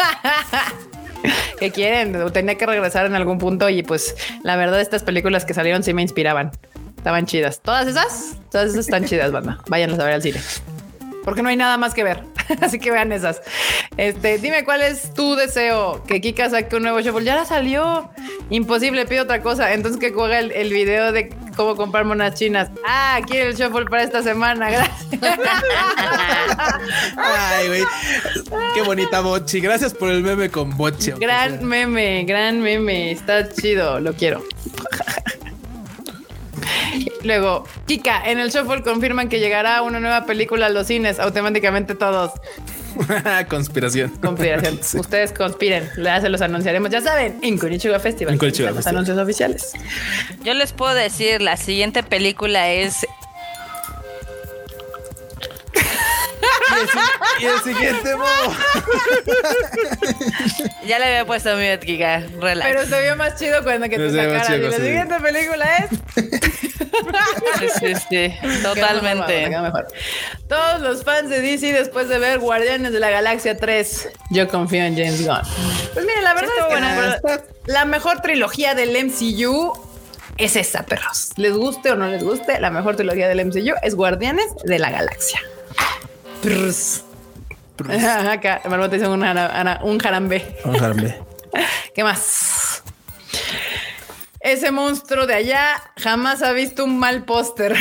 ¿Qué quieren? Tenía que regresar en algún punto y pues la verdad estas películas que salieron sí me inspiraban. Estaban chidas. Todas esas, todas esas están chidas, banda. Váyanlas a ver al cine. Porque no hay nada más que ver. Así que vean esas. Este, dime cuál es tu deseo. Que Kika saque un nuevo Shuffle. Ya la salió. Imposible, pido otra cosa. Entonces que juegue el, el video de cómo comprar monas chinas. Ah, quiero el Shuffle para esta semana. Gracias. Ay, güey. Qué bonita Bochi. Gracias por el meme con Bochi. Gran meme, gran meme. Está chido. Lo quiero. Luego, Kika, en el Shuffle confirman que llegará una nueva película a los cines, automáticamente todos. Conspiración. Conspiración. Sí. Ustedes conspiren, ya se los anunciaremos, ya saben, en Konichiwa Festival. En Konichiwa los Festival. Anuncios oficiales. Yo les puedo decir, la siguiente película es... Y el, y el siguiente modo. Ya le había puesto mi Kika, relax. Pero se vio más chido cuando que te sacaran. Y la sí. siguiente película es. Sí, sí, sí, totalmente. Mejor, mejor. Todos los fans de D C después de ver Guardianes de la Galaxia tres, yo confío en James Gunn. Pues miren, la verdad sí, es que bueno, pero la mejor trilogía del M C U es esa, perros. Les guste o no les guste, la mejor trilogía del M C U es Guardianes de la Galaxia. Prus. Prus. Acá, Marmota dice un, jara, un jarambe. Un jarambe. ¿Qué más? Ese monstruo de allá jamás ha visto un mal póster.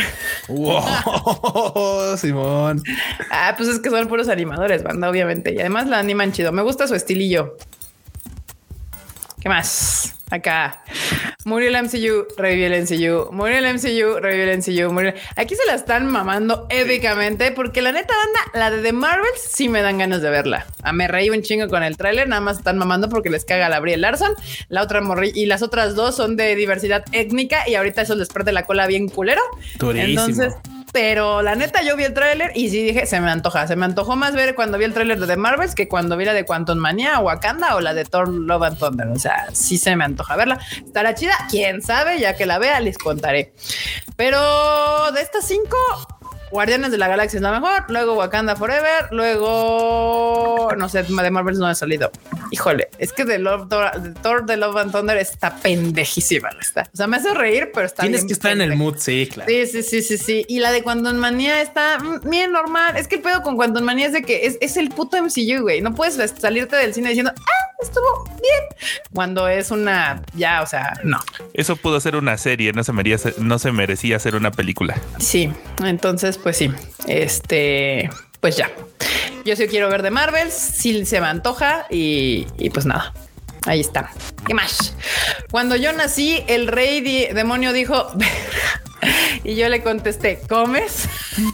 Wow, Simón. Ah, pues es que son puros animadores, banda, obviamente. Y además la animan chido. Me gusta su estilillo. ¿Qué más? Acá. Murió el M C U, revivió el M C U. Murió el M C U, revivió el M C U. Murió... Aquí se la están mamando épicamente porque la neta, banda, la de The Marvels sí me dan ganas de verla. Ah, me reí un chingo con el tráiler. Nada más están mamando porque les caga la Brie Larson. La otra morri y las otras dos son de diversidad étnica y ahorita eso les parte la cola bien culero. Durísimo. Entonces... Pero la neta, yo vi el tráiler y sí dije, se me antoja. Se me antojó más ver cuando vi el tráiler de The Marvels que cuando vi la de Quantum Mania o Wakanda o la de Thor Love and Thunder. O sea, sí se me antoja verla. ¿Estará chida? ¿Quién sabe? Ya que la vea, les contaré. Pero de estas cinco... Guardianes de la Galaxia es la mejor, luego Wakanda Forever, luego no sé, de Marvel no ha salido. Híjole, es que de Love, Thor, Thor de Love and Thunder está pendejísima. Está. O sea, me hace reír, pero está Tienes bien que estar pendeja. En el mood, sí, claro. Sí, sí, sí, sí, sí. Y la de Quantum Manía está bien normal. Es que el pedo con Quantum Manía es de que es, es el puto M C U, güey. No puedes salirte del cine diciendo, ah, estuvo bien. Cuando es una, ya, o sea, no. Eso pudo ser una serie, no se merecía, no se merecía ser una película. Sí, entonces, pues sí, este, pues ya. Yo sí quiero ver de Marvel, sí se me antoja y, y pues nada, ahí está. ¿Qué más? Cuando yo nací, el rey di- demonio dijo... Y yo le contesté, ¿comes?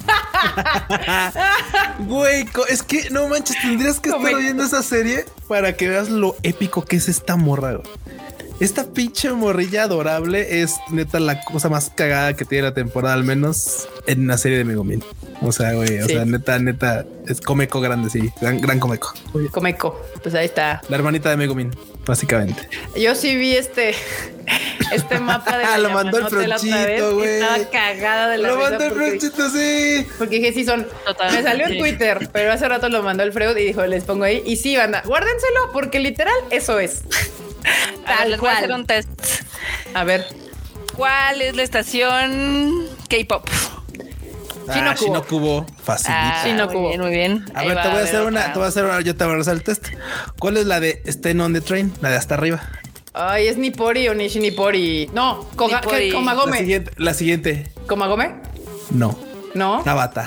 Güey, es que no manches, tendrías que estar viendo esa serie para que veas lo épico que es esta morra. Güey. Esta pinche morrilla adorable es neta la cosa más cagada que tiene la temporada, al menos en una serie de Megumin. O sea, güey, o sí. sea, neta, neta, es Comeco grande, sí, gran, gran Comeco. Comeco, pues ahí está. La hermanita de Megumin, básicamente. Yo sí vi este, este mapa de la lo mandó el Fronchito, güey. Estaba cagada de la Lo mandó el Fronchito, sí. Porque dije, sí son. Totalmente. Me salió en Twitter, pero hace rato lo mandó el Freud y dijo, les pongo ahí. Y sí, banda, guárdenselo porque literal eso es. Tal les voy a hacer un test. A ver. ¿Cuál es la estación K-pop? Ah, Shinokubo. Facilito. Ah, Shinokubo. Muy bien, muy bien. A Ahí ver, va, te voy a hacer una, te voy a hacer una, yo te voy a hacer el test. ¿Cuál es la de Stand on the Train? La de hasta arriba. Ay, es Nippori o Nishi Nippori. No, Koga, Nippori. Komagome. La siguiente, la siguiente. ¿Komagome? No. No. Tabata.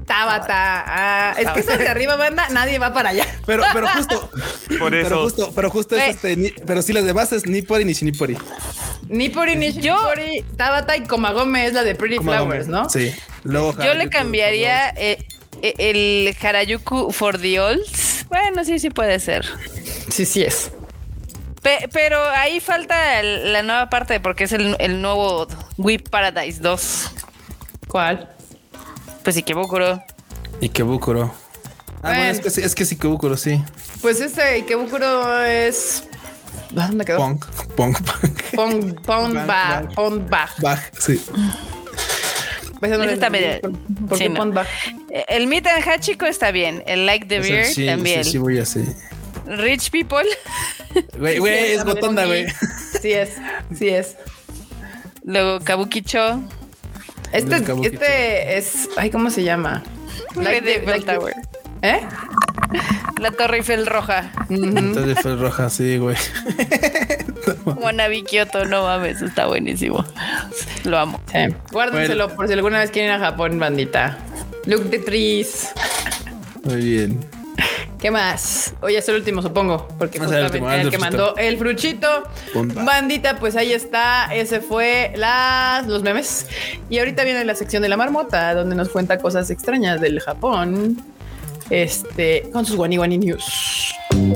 Tabata. Ah, es que eso de arriba, banda, nadie va para allá. Pero, pero justo. Por eso. Pero justo, pero justo es este. Ni, pero sí, las demás es Nippori ni Shinipori. Nippori ni Shinipori, Tabata y Komagome es la de Pretty Komagome, Flowers, ¿no? Sí. Luego Yo le cambiaría eh, eh, el Harajuku for the Olds. Bueno, sí, sí puede ser. Sí, sí es. Pe- pero ahí falta el- la nueva parte porque es el, el nuevo Whip Paradise dos. ¿Cuál? Pues Ikebukuro. Ikebukuro. Ah, bueno, Bueno. es que sí, es que es Ikebukuro, sí. Pues este Ikebukuro es... ¿Dónde quedó? Punk, punk, punk. Pon, pon, Bang, ba, bang. pon, ba. Baj, sí. Ese no Ese le- está medio- ¿Por, por sí, qué no. pon, ba? El Meet and Hachiko está bien. El Like the O sea, Beer sí, también. Sí, sí, voy así. Rich People. Güey, güey, es Gotonda, güey. Sí es, sí es. Luego Kabukicho. Este, Del Kabuki este es... Ay, ¿cómo se llama? Like the the- Eiffel the- Tower. ¿Eh? La Torre Eiffel roja. Entonces fue roja, sí, güey. Wannabe Kyoto, no mames, está buenísimo. Lo amo. Sí. Guárdenselo por si alguna vez quieren ir a Japón, bandita. Look the trees. Muy bien. ¿Qué más? Hoy es el último, supongo, porque Va a ser el justamente último, el, el que fruchito. mandó el fruchito. Bomba. Bandita, pues ahí está. Ese fue las, los memes. Y ahorita viene la sección de la marmota, donde nos cuenta cosas extrañas del Japón. Este, con sus Wani Wani News.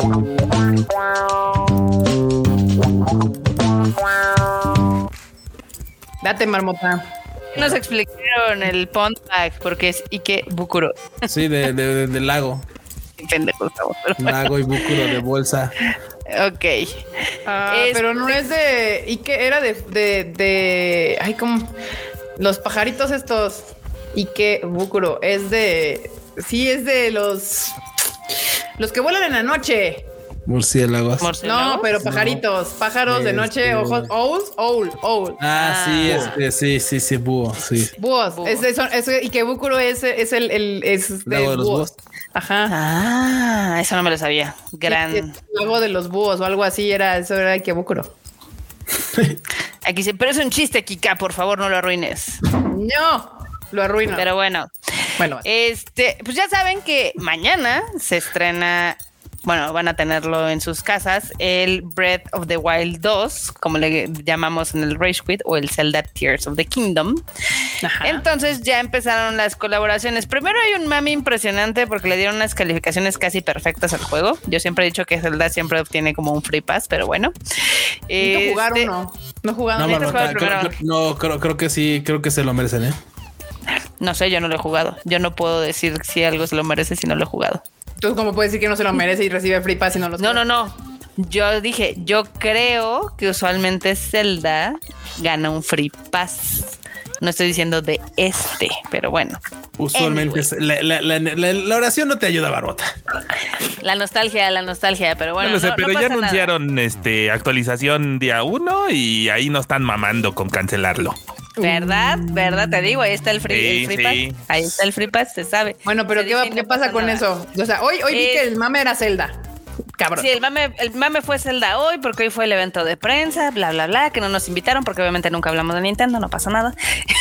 Date, marmota. Nos explicaron el Pond Bag porque es Ikebukuro. Sí, de, de, de- del lago. Pendejo estamos, pero bueno. Lago y Búcuro de bolsa. Ok. Ah, Es- pero no es de. ¿Y qué era de. de, de ay, como. Los pajaritos estos. ¿Y qué? Búcuro. Es de. Sí, es de los. Los que vuelan en la noche. Murciélagos. ¿Murciélagos? No, pero pajaritos. Pájaros de noche, Este- ojos. Owls. Owl. Owl. Ah, sí, Ah. este, sí, sí, sí, búho, sí. Búhos. Búho. Es, es, es- y que Búcuro es, es el. el es de Lago de los búhos. búhos. Ajá. Ah, eso no me lo sabía. Sí, Gran. el lago de los búhos o algo así era. Eso era Ikebukuro. Aquí se, pero es un chiste, Kika, por favor, no lo arruines. No. Lo arruino. Pero bueno, bueno. este, pues ya saben que mañana se estrena, bueno, van a tenerlo en sus casas, el Breath of the Wild dos, como le llamamos en el Rage Quit, o el Zelda Tears of the Kingdom. Ajá. Entonces ya empezaron las colaboraciones. Primero hay un mame impresionante porque le dieron unas calificaciones casi perfectas al juego. Yo siempre he dicho que Zelda siempre obtiene como un free pass, pero bueno. Necesito jugar Este, uno. No he jugado. No, Necesitas Marmota, jugar creo, primero. creo- no, creo, creo que sí, creo que se lo merecen, ¿eh? No sé, yo no lo he jugado. Yo no puedo decir si algo se lo merece si no lo he jugado. ¿Tú cómo puedes decir que no se lo merece y recibe free pass y no los No, no, no. Yo dije, yo creo que usualmente Zelda gana un free pass. No estoy diciendo de este, pero bueno. Usualmente Anyway. es- la, la- la- la- la oración no te ayuda, Barbota. La nostalgia, la nostalgia, pero bueno. no lo sé, no- no pero ya pasa nada. anunciaron este actualización día uno y ahí no están mamando con cancelarlo. ¿Verdad? ¿Verdad? Te digo, ahí está el free, Sí, el free sí. pass. Ahí está el free pass, se sabe. Bueno, pero Se ¿qué, va- dice y qué no pasa con nada. eso? O sea, hoy, hoy vi Eh, que el mame era Zelda. Cabrón. Sí, el mame, el mame fue Zelda hoy porque hoy fue el evento de prensa, bla, bla, bla, que no nos invitaron porque obviamente nunca hablamos de Nintendo, no pasa nada.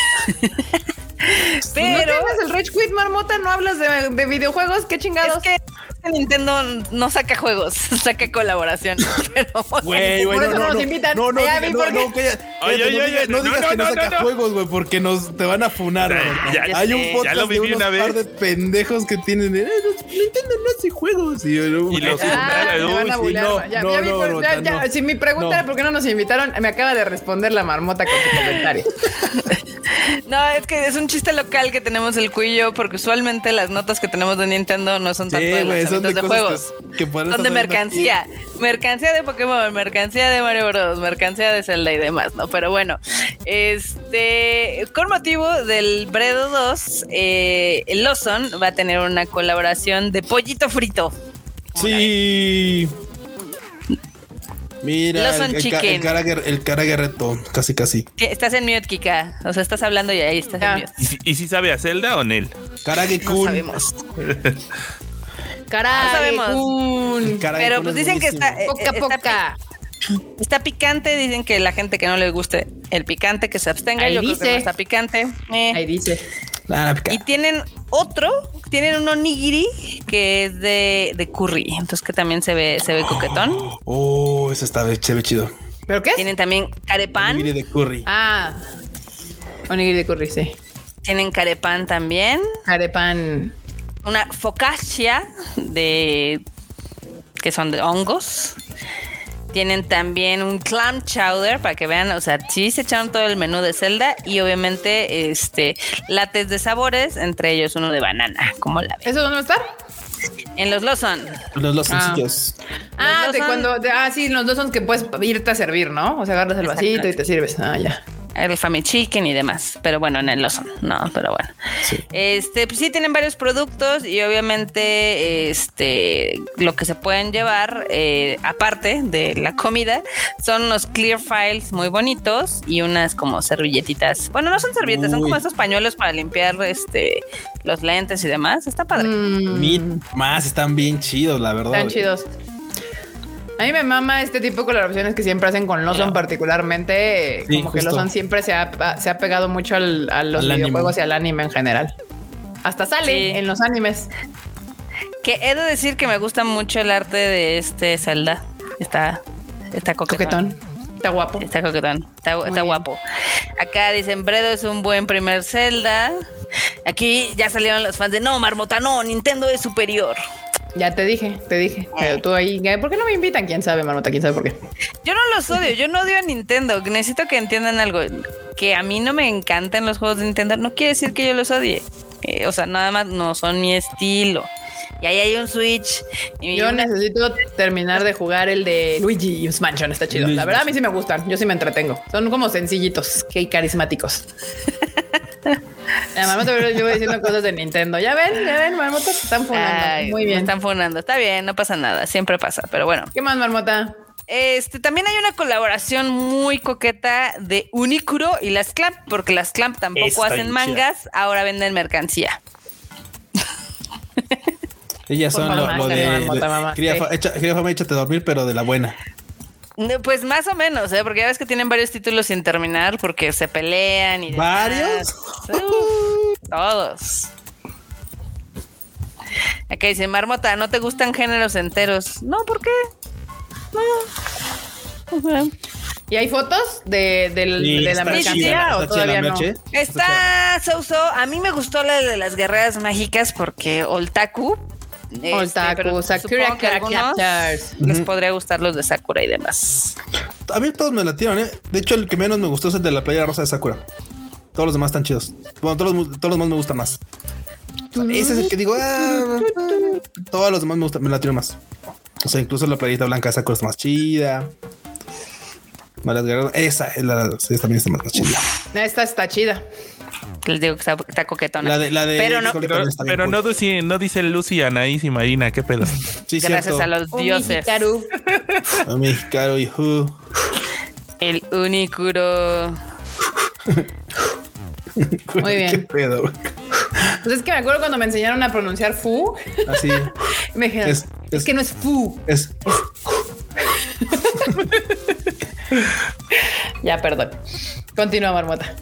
¿No Pero tienes el Rage Quit, marmota? ¿No hablas de, de videojuegos? ¿Qué chingados? es que Nintendo no saca juegos, saca colaboraciones. Pero Güey, güey, Por no, eso no, nos no, invitan. no, no, Ya diga- vi no, por no, qué. calla- Oye, cállate, oye, no, oye, digas- no no, digas no, que no no, saca no, no. juegos, güey, porque nos te van a funar, Ya, güey. ya, Hay ya un sé. podcast Ya lo viví de unos una vez. par de pendejos que tienen, eh, no, Nintendo no hace juegos. Y, yo, Y los- Ah, Uy, me van a sí, bulear. no, ya, no, ya vi no, por- no, ya- ya, no. si mi pregunta No. era por qué no nos invitaron, me acaba de responder la marmota con su comentario. no, es que es un chiste local que tenemos el cuyo, porque usualmente las notas que tenemos de Nintendo no son Sí, tanto de güey, son lanzamientos de de, cosas juegos. que- que pueden Son de estar mercancía. Mercancía de Pokémon, mercancía de Mario Bros, mercancía de Zelda y demás, ¿no? Pero bueno, este, con motivo del Bredo dos, eh, el Lawson va a tener una colaboración de pollito frito. Sí. Mira, Lawson el, el, ca- Chicken. el cara, guer- el cara guerreto, casi, casi. Estás en mute, Kika. O sea, estás hablando y ahí estás Ya. en mute. ¿Y si, y si sabe a Zelda o Nel? Karage No Kun. sabemos. Caray, No sabemos. Kun. Karage Pero Kun pues es dicen que buenísimo. está, eh, Poca, está, poca. está picante. Dicen que la gente que no le guste el picante que se abstenga. Ahí Yo creo dice. que no está picante. Eh. Ahí dice. Ah, la pica. Y tienen otro, tienen un onigiri que es de, de curry, entonces que también se ve, se ve coquetón. Oh, ese está se ve chido. ¿Pero qué es? Tienen también carepan. Onigiri de curry. Ah, onigiri de curry, sí. Tienen carepan también. Carepan. Una focaccia de que son de hongos. Tienen también un clam chowder para que vean, o sea, sí se echaron todo el menú de Zelda y obviamente este lates de sabores, entre ellos uno de banana, como la ven. ¿Eso dónde va a estar? En los Lawson. Los los Ah. sencillos. Ah, Los de dos son- cuando, de- ah, sí, los dos son que puedes irte a servir, ¿no? O sea, agarras el vasito Exacto. y te sirves. Ah, ya. El Family Chicken y demás, pero bueno, en el Lawson, no, pero bueno. Sí. Este, pues sí tienen varios productos y obviamente este lo que se pueden llevar eh, aparte de la comida son unos clear files muy bonitos y unas como servilletitas. Bueno, no son servilletas, son Uy. como esos pañuelos para limpiar este los lentes y demás. Está padre. Mm, Meat más están bien chidos, la verdad. están güey. chidos. A mí me mama este tipo de colaboraciones que siempre hacen con Lawson, particularmente. Sí, como que justo. Lawson siempre se ha, se ha pegado mucho al- a los Al videojuegos anime. y al anime en general. Hasta sale Sí. en los animes. Que he de decir que me gusta mucho el arte de este Zelda. Está, está coquetón. Coquetón. Está guapo. Está coquetón, está, está bien. guapo. Acá dicen, Bredo es un buen primer Zelda. Aquí ya salieron los fans de, no, Marmota, no, Nintendo es superior. Ya te dije, te dije. Pero tú ahí, ¿por qué no me invitan? ¿Quién sabe, Marmota? ¿Quién sabe por qué? Yo no los odio, yo no odio a Nintendo. Necesito que entiendan algo. Que a mí no me encantan los juegos de Nintendo. No quiere decir que yo los odie. Eh, o sea, nada más no son mi estilo. Y ahí hay un Switch. Y Yo una- necesito terminar de jugar el de Luigi's Mansion. Está chido. La verdad, a mí sí me gustan. Yo sí me entretengo. Son como sencillitos que carismáticos. La Marmota yo voy diciendo cosas de Nintendo. Ya ven, ya ven, Marmota, se están funando. Ay, Muy me bien. están funando. Está bien, no pasa nada. Siempre pasa. Pero bueno. ¿Qué más, Marmota? Este, también hay una colaboración muy coqueta de Unicuro y las Clamp, porque las Clamp tampoco Está hacen bien mangas, ahora venden mercancía. Ellas Por son favor, lo, lo mamá, de, mamá, de- mamá, cría sí. fa- echa- cría fama, échate a dormir, pero de la buena. No, pues más o menos, ¿eh? Porque ya ves que tienen varios títulos sin terminar porque se pelean y demás. ¿Varios? Uf, todos. Acá dice, Marmota, ¿no te gustan géneros enteros? No, ¿por qué? No. Ujú. ¿Y hay fotos de, del- Sí, de la está mercancía chida, o está chida la todavía no? merche. Está so-so. A mí me gustó la de las guerreras mágicas porque Oltaku. este, Otaku, pero Sakura supongo que a algunos Characters. les podría gustar los de Sakura y demás. A mí todos me latieron, ¿eh? De hecho, el que menos me gustó es el de la playa rosa de Sakura. Todos los demás están chidos. Bueno, todos los, todos los demás me gustan más. O sea, ese es el que digo, ah, todos los demás me gustan, me latieron más. O sea, incluso la playita blanca de Sakura está más chida. Malas guerreras, esa es la, sí, también está más chida. Esta está chida. Les digo que está, está coquetona. La de, la de, Pero no- Híjole, Pero, está bien pero cool. no, dice, no dice Lucy, Anaís y Marina, qué pedo. Sí, Gracias cierto. a los dioses. Hikaru. A mí, Caro y Who. El Unicuro. Muy bien. Qué pedo, güey. Pues es que me acuerdo cuando me enseñaron a pronunciar Fu. Así Me dijeron, Es- es, es- que no es Fu. es. Ya, perdón. Continúa, Marmota.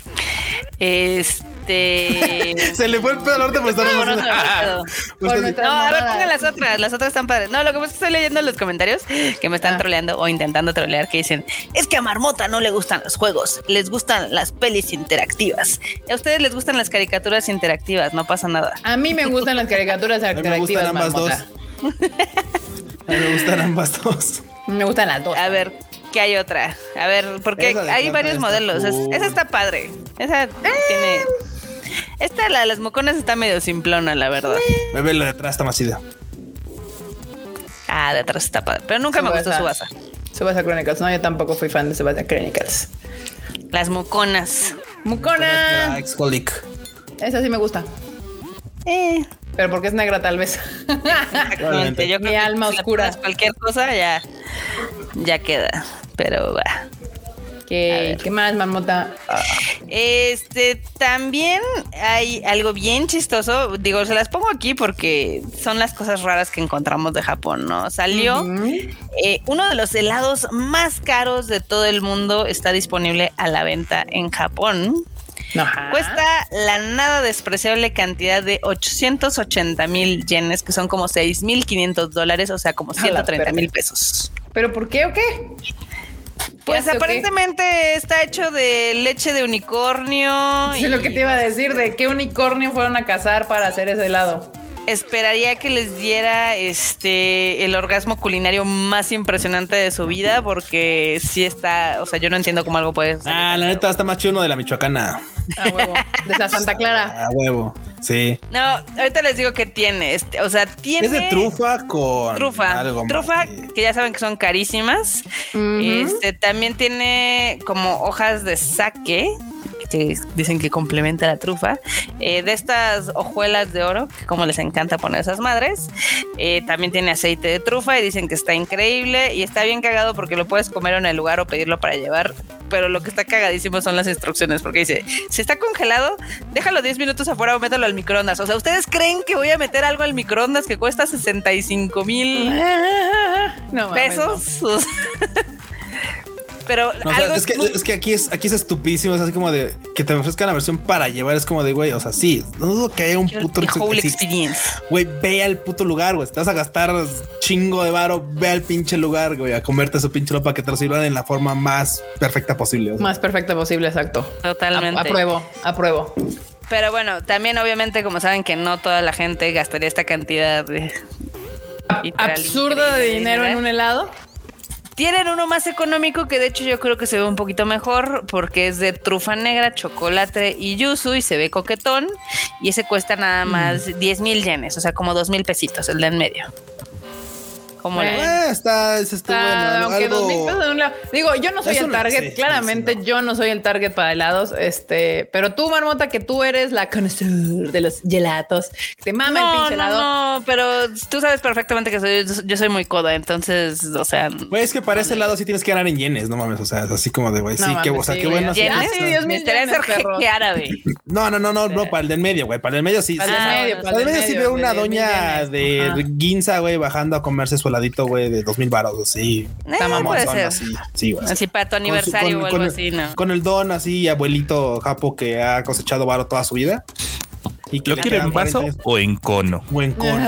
Este. Se le fue el pedo al norte, pues No, estamos no, no, no. Por nuestras No, a ver, mamadas. pongan las otras. Las otras están padres. No, lo que pasa es que estoy leyendo los comentarios que me están Ah. troleando o intentando trolear, que dicen: es que a Marmota no le gustan los juegos, les gustan las pelis interactivas. Y a ustedes les gustan las caricaturas interactivas, no pasa nada. A mí me gustan las caricaturas A mí me gustan interactivas, ambas dos. Marmota. A mí me gustan ambas dos. Me gustan las dos. A ver, ¿qué hay otra? A ver, porque Esa de hay planta varios está modelos. Es- cool. esa está padre. Esa tiene. Esta, la de las moconas, está medio simplona, la verdad. Bebé, la de atrás está más chida. Ah, de atrás está padre. Pero nunca me gustó Subasa. Subasa. Subasa Chronicles. No, yo tampoco fui fan de Subasa Chronicles. Las moconas. Mucona. Exholic. Esa sí me gusta. Eh, Pero porque es negra, tal vez. exactamente. Yo Mi creo que alma si le oscura. pones cualquier cosa ya, ya queda. Pero va. ¿Qué, ¿Qué más, Marmota? Este, también hay algo bien chistoso. Digo, se las pongo aquí porque son las cosas raras que encontramos de Japón, ¿no? Salió Ujú. eh, uno de los helados más caros de todo el mundo. Está disponible a la venta en Japón. Ajá. Cuesta la nada despreciable cantidad de ochocientos ochenta mil yenes, que son como seis mil quinientos dólares, o sea, como ciento treinta mil pesos. ¿Pero por qué o qué? Pues aparentemente está hecho de leche de unicornio. Es y... lo que te iba a decir, ¿de qué unicornio fueron a cazar para hacer ese helado? Esperaría que les diera este el orgasmo culinario más impresionante de su vida, porque sí está, o sea, yo no entiendo cómo algo puede ser. Ah, la neta está más chido uno de la Michoacana. A huevo, de la Santa Clara. A huevo, sí. No, ahorita les digo que tiene, este, o sea, tiene... Es de trufa con trufa, algo más. Trufa, que ya saben que son carísimas. Uh-huh. Este, también tiene como hojas de sake, que dicen que complementa la trufa, eh, de estas hojuelas de oro, que como les encanta poner esas madres. Eh, también tiene aceite de trufa y dicen que está increíble y está bien cagado porque lo puedes comer en el lugar o pedirlo para llevar, pero lo que está cagadísimo son las instrucciones, porque dice, si está congelado, déjalo diez minutos afuera o mételo al microondas. O sea, ¿ustedes creen que voy a meter algo al microondas que cuesta sesenta y cinco mil no, pesos? No. Pero no, o sea, es, que, muy... es que aquí es aquí es estupidísimo, es así como de que te ofrezcan la versión para llevar, es como de güey, o sea, sí, no dudo que haya un puto güey, ve al puto lugar, güey, te vas a gastar chingo de varo, ve al pinche lugar, güey, a comerte su pinche ropa, que te lo sirvan en la forma más perfecta posible. O sea. Más perfecta posible, exacto. Totalmente. A, apruebo, apruebo. Pero bueno, también obviamente, como saben que no toda la gente gastaría esta cantidad de absurda de dinero en un helado. Tienen uno más económico que de hecho yo creo que se ve un poquito mejor porque es de trufa negra, chocolate y yuzu y se ve coquetón, y ese cuesta nada más mm. diez mil yenes, o sea, como dos mil pesitos, el de en medio. Como bueno, la... está, está, está bueno, aunque algo... dos mil pesos de un lado. Digo, yo no soy Eso el target, no, sí, claramente sí, sí, no. yo no soy el target para helados, este, pero tú, Marmota, que tú eres la conocedor de los gelatos, te mama no, el pinche helado. No, no, pero tú sabes perfectamente que soy, yo soy muy coda, entonces, o sea, güey, es que para ese helado sí tienes que ganar en yenes, no mames, o sea, así como de güey, no, sí, mames, qué, o sea, sí, qué bueno. ¿Yenes? Sí, Dios mío, estaría ser jeque árabe. No, no, no, no, no, para el del medio, güey, para el del medio sí. Para el ah, medio, para el medio sí veo una doña de Ginza, güey, bajando a comerse su heladito, güey, de dos mil baros, así. Eh, puede ser. Así, sí, güey. Así para tu aniversario con su, con, o algo con así, ¿no? Con el don así, abuelito japo que ha cosechado varo toda su vida. Y ¿Lo quiere en vaso o en cono? O en cono.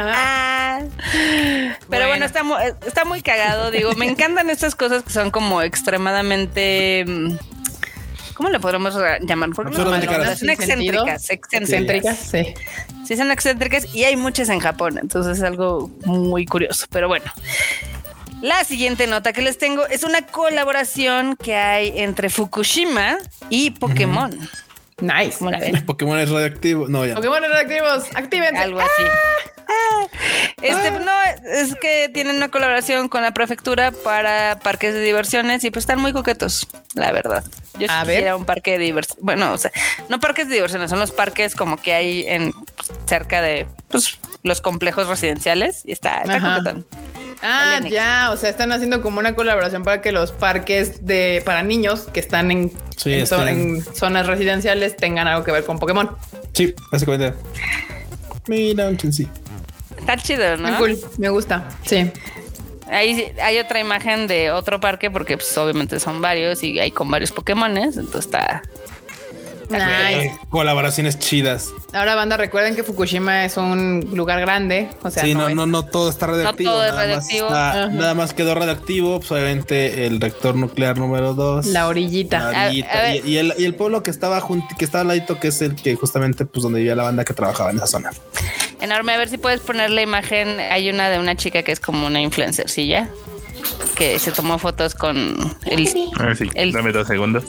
Pero bueno, bueno está, muy, está muy cagado, digo, me encantan estas cosas que son como extremadamente... ¿Cómo le podremos llamar? Porque no, no, son excéntricas, excéntricas. Sí. Sí, son excéntricas y hay muchas en Japón, entonces es algo muy curioso. Pero bueno, la siguiente nota que les tengo es una colaboración que hay entre Fukushima y Pokémon. Mm. Nice. ¿Cómo la ven? Pokémon es radioactivo. No, ya. Pokémon es radioactivos. Actívense. Algo así. Ah, este, ah. no, es que tienen una colaboración con la prefectura para parques de diversiones y pues están muy coquetos, la verdad. Yo si quisiera un parque de diversiones. Bueno, o sea, no parques de diversiones, son los parques como que hay en cerca de pues, los complejos residenciales y está, está coquetón. Ah, Vale, ya, o sea, están haciendo como una colaboración para que los parques de para niños que están en, sí, en, están... en zonas residenciales tengan algo que ver con Pokémon. Sí, básicamente. Mira, un sí. Está chido, ¿no? Muy cool, me gusta, sí. Ahí hay otra imagen de otro parque porque pues obviamente son varios y hay con varios Pokémones, entonces está... Nice. Eh, colaboraciones chidas. Ahora, banda, recuerden que Fukushima es un lugar grande. O sea, sí, no, no, no, no todo está radioactivo. No todo es nada radioactivo. Más está, nada más quedó radioactivo. Pues obviamente el reactor nuclear número dos. La orillita. La orillita. A, a y, y, el, y el pueblo que estaba junto, que estaba al ladito, que es el que justamente, pues donde vivía la banda que trabajaba en esa zona. Enorme. A ver si puedes poner la imagen. Hay una de una chica que es como una influencercilla que se tomó fotos con el. A ver, sí. el dame dos segundos.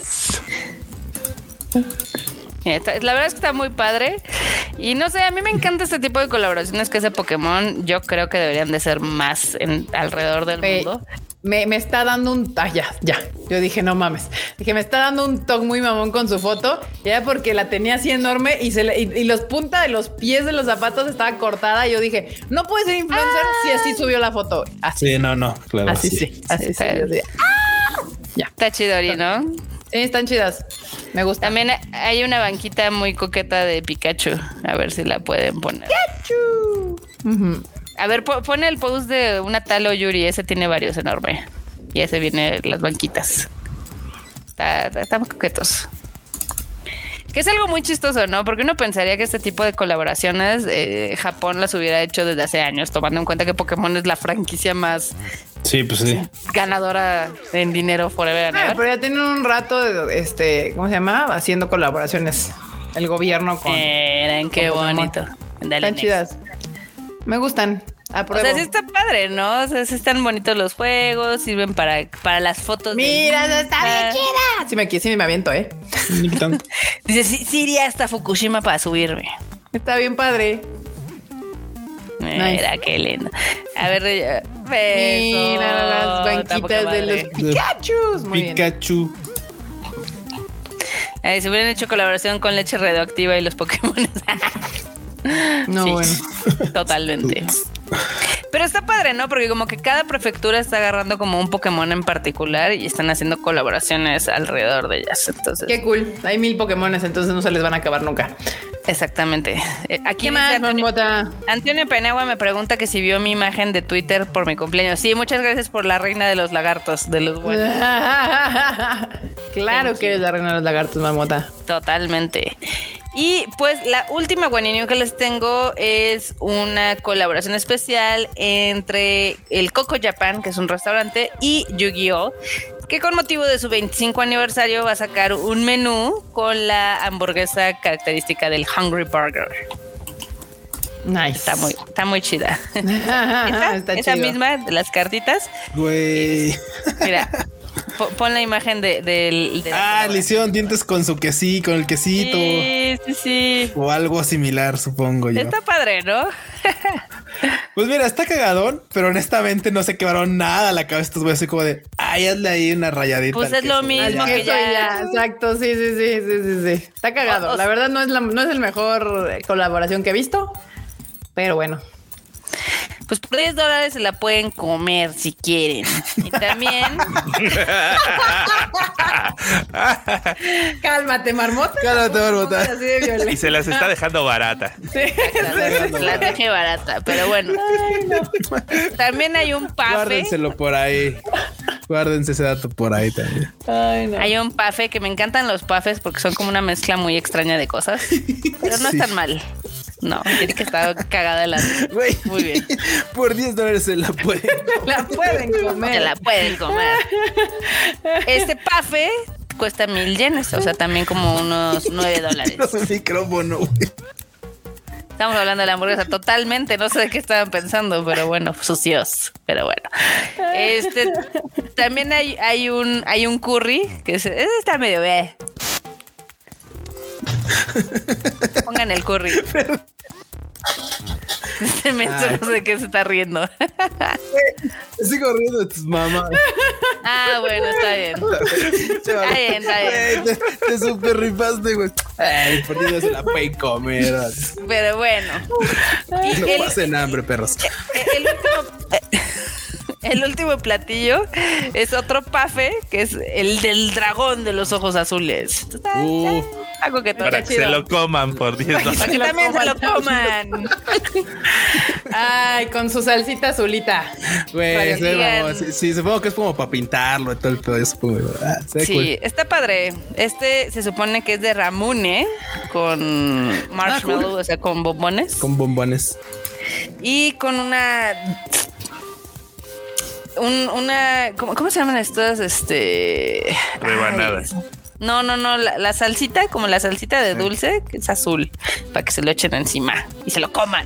La verdad es que está muy padre y no sé, a mí me encanta este tipo de colaboraciones que hace Pokémon. Yo creo que deberían de ser más en, alrededor del me, mundo. Me, me está dando un... Ah, ya, ya. Yo dije, no mames. Dije, me está dando un toque muy mamón con su foto. Ya porque la tenía así enorme y, se le, y, y los punta de los pies de los zapatos estaba cortada. Y yo dije, no puede ser influencer ah. si así subió la foto. Así. Sí, no, no, claro. Así sí. sí, así sí. sí, sí. ¡Ah! Ya. Está chidori, ¿no? Sí, están chidas. Me gusta. También hay una banquita muy coqueta de Pikachu. A ver si la pueden poner. ¡Pikachu! Uh-huh. A ver, po- pone el post de una tal Oyuri. Ese tiene varios enorme. Y ese viene las banquitas. Está, está, están coquetos. Que es algo muy chistoso, ¿no? Porque uno pensaría que este tipo de colaboraciones eh, Japón las hubiera hecho desde hace años, tomando en cuenta que Pokémon es la franquicia más sí, pues sí. ganadora en dinero forever and ever. Ah, pero ya tienen un rato, este, ¿cómo se llama? Haciendo colaboraciones. El gobierno con... Miren, qué con bonito. Dale, Están chidas. Me gustan. Apruebo. O sea, sí está padre, ¿no? O sea, sí están bonitos los juegos, sirven para, para las fotos. Mira, de... está bien chida. Sí me, sí me aviento, ¿eh? Dice, sí, sí iría hasta Fukushima para subirme. Está bien padre. Mira, nice. Qué lindo. A ver, beso. Mira las banquitas de los Pikachus. Muy Pikachu. Bien. Eh, si hubieran hecho colaboración con Leche Radioactiva y los Pokémon. No, sí, bueno. Totalmente. Pero está padre, ¿no? Porque como que cada prefectura está agarrando como un Pokémon en particular y están haciendo colaboraciones alrededor de ellas. Entonces, qué cool. Hay mil Pokémones, entonces no se les van a acabar nunca. Exactamente. Eh, aquí ¿Qué más, Antonio, Marmota? Antonio Penagua me pregunta que si vio mi imagen de Twitter por mi cumpleaños. Sí, muchas gracias por la reina de los lagartos, de los buenos. Claro que eres la reina de los lagartos, Marmota. Totalmente. Y pues la última guaninio que les tengo es una colaboración especial entre el Coco Japan, que es un restaurante, y Yu-Gi-Oh!, que con motivo de su veinticinco aniversario va a sacar un menú con la hamburguesa característica del Hungry Burger. Nice. Está muy, está muy chida. Esa, está esa misma de las cartitas. Güey. Mira. Pon la imagen de, de, de ah, le hicieron dientes con su quesí, con el quesito. Sí, sí, sí. O algo similar, supongo yo. Está padre, ¿no? Pues mira, está cagadón, pero honestamente no se quebraron nada a la cabeza estos güeyes, así como de, ay, hazle ahí una rayadita. Pues es lo mismo que ya. ya. Exacto, sí, sí, sí, sí, sí, sí. Está cagado. O, o, la verdad no es la, no es el mejor colaboración que he visto, pero bueno. Pues por diez dólares se la pueden comer si quieren. Y también... Cálmate, Marmota. Cálmate, Marmota. Y se las está dejando barata. Sí. Se las dejé barata, pero bueno. Ay, no. También hay un pafe. Guárdenselo por ahí. Guárdense ese dato por ahí también. Ay, no. Hay un pafe que me encantan los pafes porque son como una mezcla muy extraña de cosas. Pero no sí. están mal. No, tiene que estar cagada la. Wey, muy bien. Por diez dólares se la pueden comer. La pueden comer. Se la pueden comer. Este pafe cuesta mil yenes, o sea, también como unos nueve dólares. El micrófono, güey. Estamos hablando de la hamburguesa totalmente, no sé de qué estaban pensando, pero bueno, sucios, pero bueno. Este también hay, hay un hay un curry que es, está medio eh. Pongan el curry. Este menso no sé de qué se está riendo. Sigo riendo de tus mamás. Ah, bueno, está bien. Está bien, está bien. Te, te super rifaste, güey. Ay, por Dios, se la pueden comer. Pero bueno. No el, pasen hambre, perros. El último, el último platillo es otro pafe, que es el del dragón de los ojos azules. Uh. Algo que para que chido. se lo coman por diez dólares. Para que también se lo coman. Ay, con su salsita azulita. Güey, sí, sí, supongo que es como para pintarlo y todo el pedo. Es como, ah, sí, cool. Está padre. Este se supone que es de Ramune con marshmallow, ah, cool. O sea, con bombones. Con bombones. Y con una... Un, una... ¿cómo, ¿Cómo se llaman estas? Este... Rebanadas. Ay. No, no, no, la, la salsita, como la salsita de dulce, que es azul, para que se lo echen encima y se lo coman.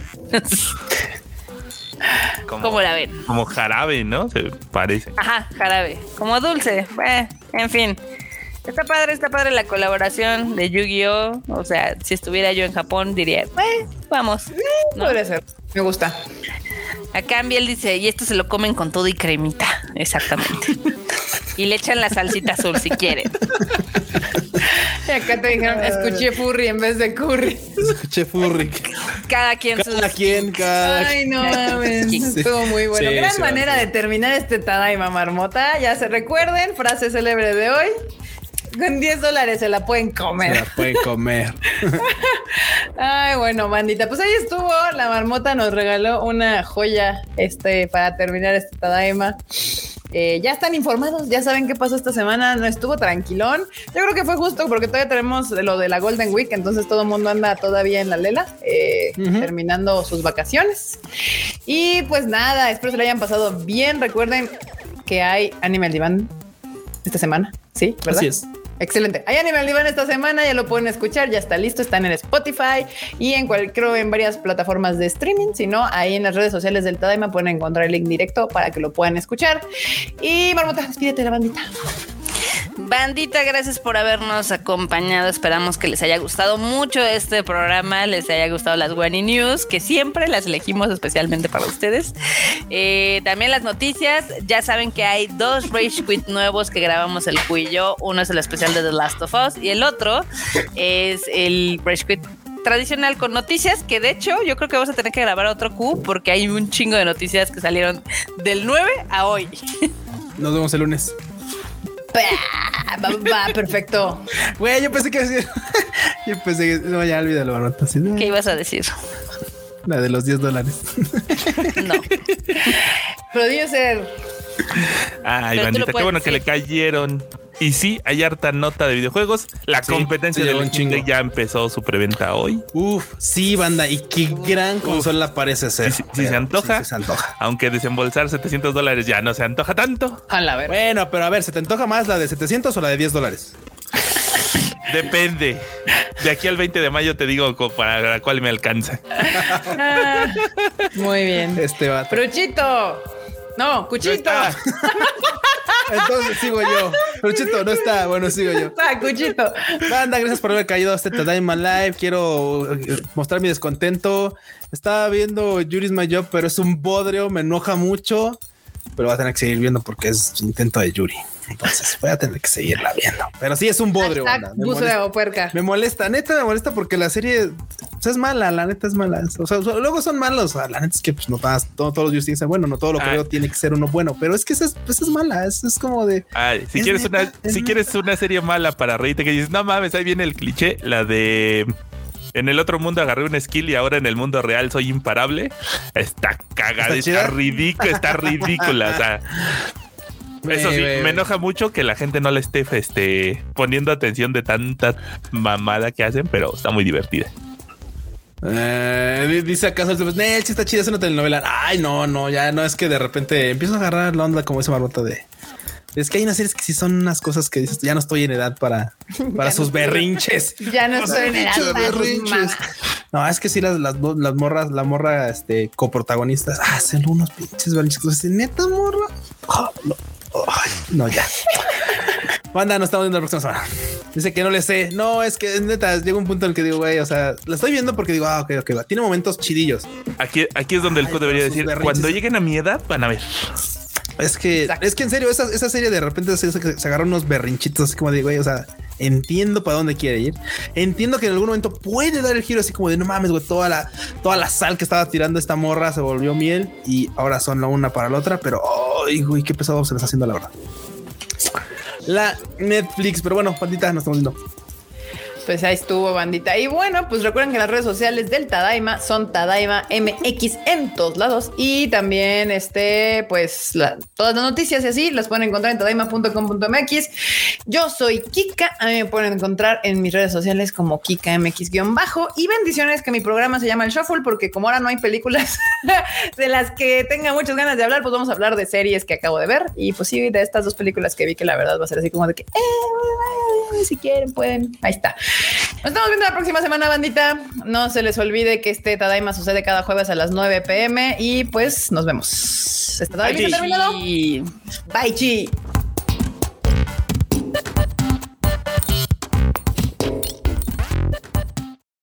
Como, ¿Cómo la ven? Como jarabe, ¿no? Se parece. Ajá, jarabe. Como dulce. Eh, en fin. Está padre, está padre la colaboración de Yu-Gi-Oh! O sea, si estuviera yo en Japón, diría, eh, vamos. ¿No? Podría ser. Me gusta. Acá Biel dice, y esto se lo comen con todo y cremita. Exactamente. Y le echan la salsita azul si quieren. Y acá te dijeron, escuché furry en vez de curry. Escuché furry. Cada quien cada sus... quien, cada Ay, no mames. Sí. Estuvo muy bueno. Sí, Gran sí, manera sí. de terminar este Tadaima Marmota. Ya se recuerden, frase célebre de hoy. Con diez dólares se la pueden comer. Se la pueden comer. Ay, bueno, bandita. Pues ahí estuvo. La Marmota nos regaló una joya este, para terminar este Tadaima. eh, ya están informados, ya saben qué pasó esta semana, no estuvo tranquilón. Yo creo que fue justo porque todavía tenemos lo de la Golden Week, entonces todo el mundo anda todavía en la lela, eh, uh-huh. terminando sus vacaciones. Y pues nada, espero se le hayan pasado bien. Recuerden que hay Anime al Diván esta semana, ¿sí? ¿Verdad? Así es. Excelente. Hay Anime al Diván esta semana, ya lo pueden escuchar, ya está listo, están en Spotify y en cual, creo en varias plataformas de streaming. Si no, ahí en las redes sociales del Tadaima pueden encontrar el link directo para que lo puedan escuchar. Y Marmota, despídete de la bandita. Bandita, gracias por habernos acompañado. Esperamos que les haya gustado mucho este programa, les haya gustado las Wani News, que siempre las elegimos especialmente para ustedes. Eh, también las noticias, ya saben que hay dos Rage Quit nuevos que grabamos el Q y yo. Uno es el especial de The Last of Us y el otro es el Rage Quit tradicional con noticias, que de hecho yo creo que vamos a tener que grabar otro Q porque hay un chingo de noticias que salieron del nueve a hoy. Nos vemos el lunes. Va, va, perfecto. Güey, yo pensé que decir. Yo pensé que. No, ya olvídalo, Marmota. ¿Sí? ¿Qué ibas a decir? La de los diez dólares. No. Producer. Ay, pero bandita, qué bueno decir. Que le cayeron. Y sí, hay harta nota de videojuegos. La sí, competencia de un chingo ya empezó su preventa hoy. Uf, sí, banda. Y qué gran consola parece ser. Si, si se antoja, sí, se antoja. Aunque desembolsar setecientos dólares ya no se antoja tanto. A la ver. Bueno, pero a ver, ¿se te antoja más la de setecientos o la de diez dólares? Depende. De aquí al veinte de mayo te digo para la cual me alcanza. Ah, muy bien. Este va. Fruchito. No, Cuchito. No Entonces sigo yo. Fruchito no está. Bueno, sigo yo. Está, Cuchito. Banda, gracias por haber caído a este Tadaima Live. Quiero mostrar mi descontento. Estaba viendo Yuri's My Job, pero es un bodrio. Me enoja mucho. Pero va a tener que seguir viendo porque es intento de Yuri. Entonces voy a tener que seguirla viendo. Pero sí es un bodrio. Banda. Me molesta, puerca. Me molesta, neta me molesta porque la serie o sea, es mala, la neta es mala. O sea, luego son malos. La neta es que pues, no todas, todo, todos los Yuri dicen bueno, no todo lo que veo tiene que ser uno bueno, pero es que esa es, pues, es mala. Es, es como de. Ay, si quieres neta, una, si neta. quieres una serie mala para reírte que dices no mames, ahí viene el cliché, la de. En el otro mundo agarré un skill y ahora en el mundo real soy imparable. Está cagada, está, está ridícula, está ridícula. O sea, eso sí, me enoja mucho que la gente no le esté este, poniendo atención de tanta mamada que hacen, pero está muy divertida. Eh, dice acaso el eh, sí está chida, es una telenovela. Ay, no, no, ya no es que de repente empiezo a agarrar la onda como ese Marmota de. Es que hay unas series que sí son unas cosas que dices, ya no estoy en edad para, para sus berrinches. Ya no estoy en edad para berrinches. No, es que sí, las, las, las morras, la morra, este, coprotagonistas, hacen unos pinches berrinches. Entonces, neta, morra. Oh, no. Oh, no, ya. Banda, nos estamos viendo la próxima semana. Dice que no le sé. No, es que neta, llega un punto en el que digo, güey, o sea, la estoy viendo porque digo, ah, ok, ok, va. Tiene momentos chidillos. Aquí, aquí es donde el Q debería decir, cuando lleguen a mi edad, van a ver. Es que, Exacto. es que en serio, esa, esa serie de repente se, se agarra unos berrinchitos así como de, güey, o sea, entiendo para dónde quiere ir. Entiendo que en algún momento puede dar el giro así como de, no mames, güey, toda la, toda la sal que estaba tirando esta morra se volvió miel y ahora son la una para la otra, pero, ay, güey, qué pesado se les está haciendo la verdad. La Netflix, pero bueno, pandita, nos estamos viendo. Pues ahí estuvo, bandita. Y bueno, pues recuerden que las redes sociales del Tadaima son Tadaima M X en todos lados. Y también, este, pues la, todas las noticias y así las pueden encontrar en tadaima punto com punto m x. Yo soy Kika. A mí me pueden encontrar en mis redes sociales como Kika M X guión bajo. Y bendiciones que mi programa se llama El Shuffle, porque como ahora no hay películas de las que tenga muchas ganas de hablar, pues vamos a hablar de series que acabo de ver. Y pues sí, de estas dos películas que vi que la verdad va a ser así como de que, eh, si quieren, pueden. Ahí está. Nos estamos viendo la próxima semana, bandita. No se les olvide que este Tadaima sucede cada jueves a las nueve p m y pues nos vemos. Este Tadaima terminado. Bye, chi.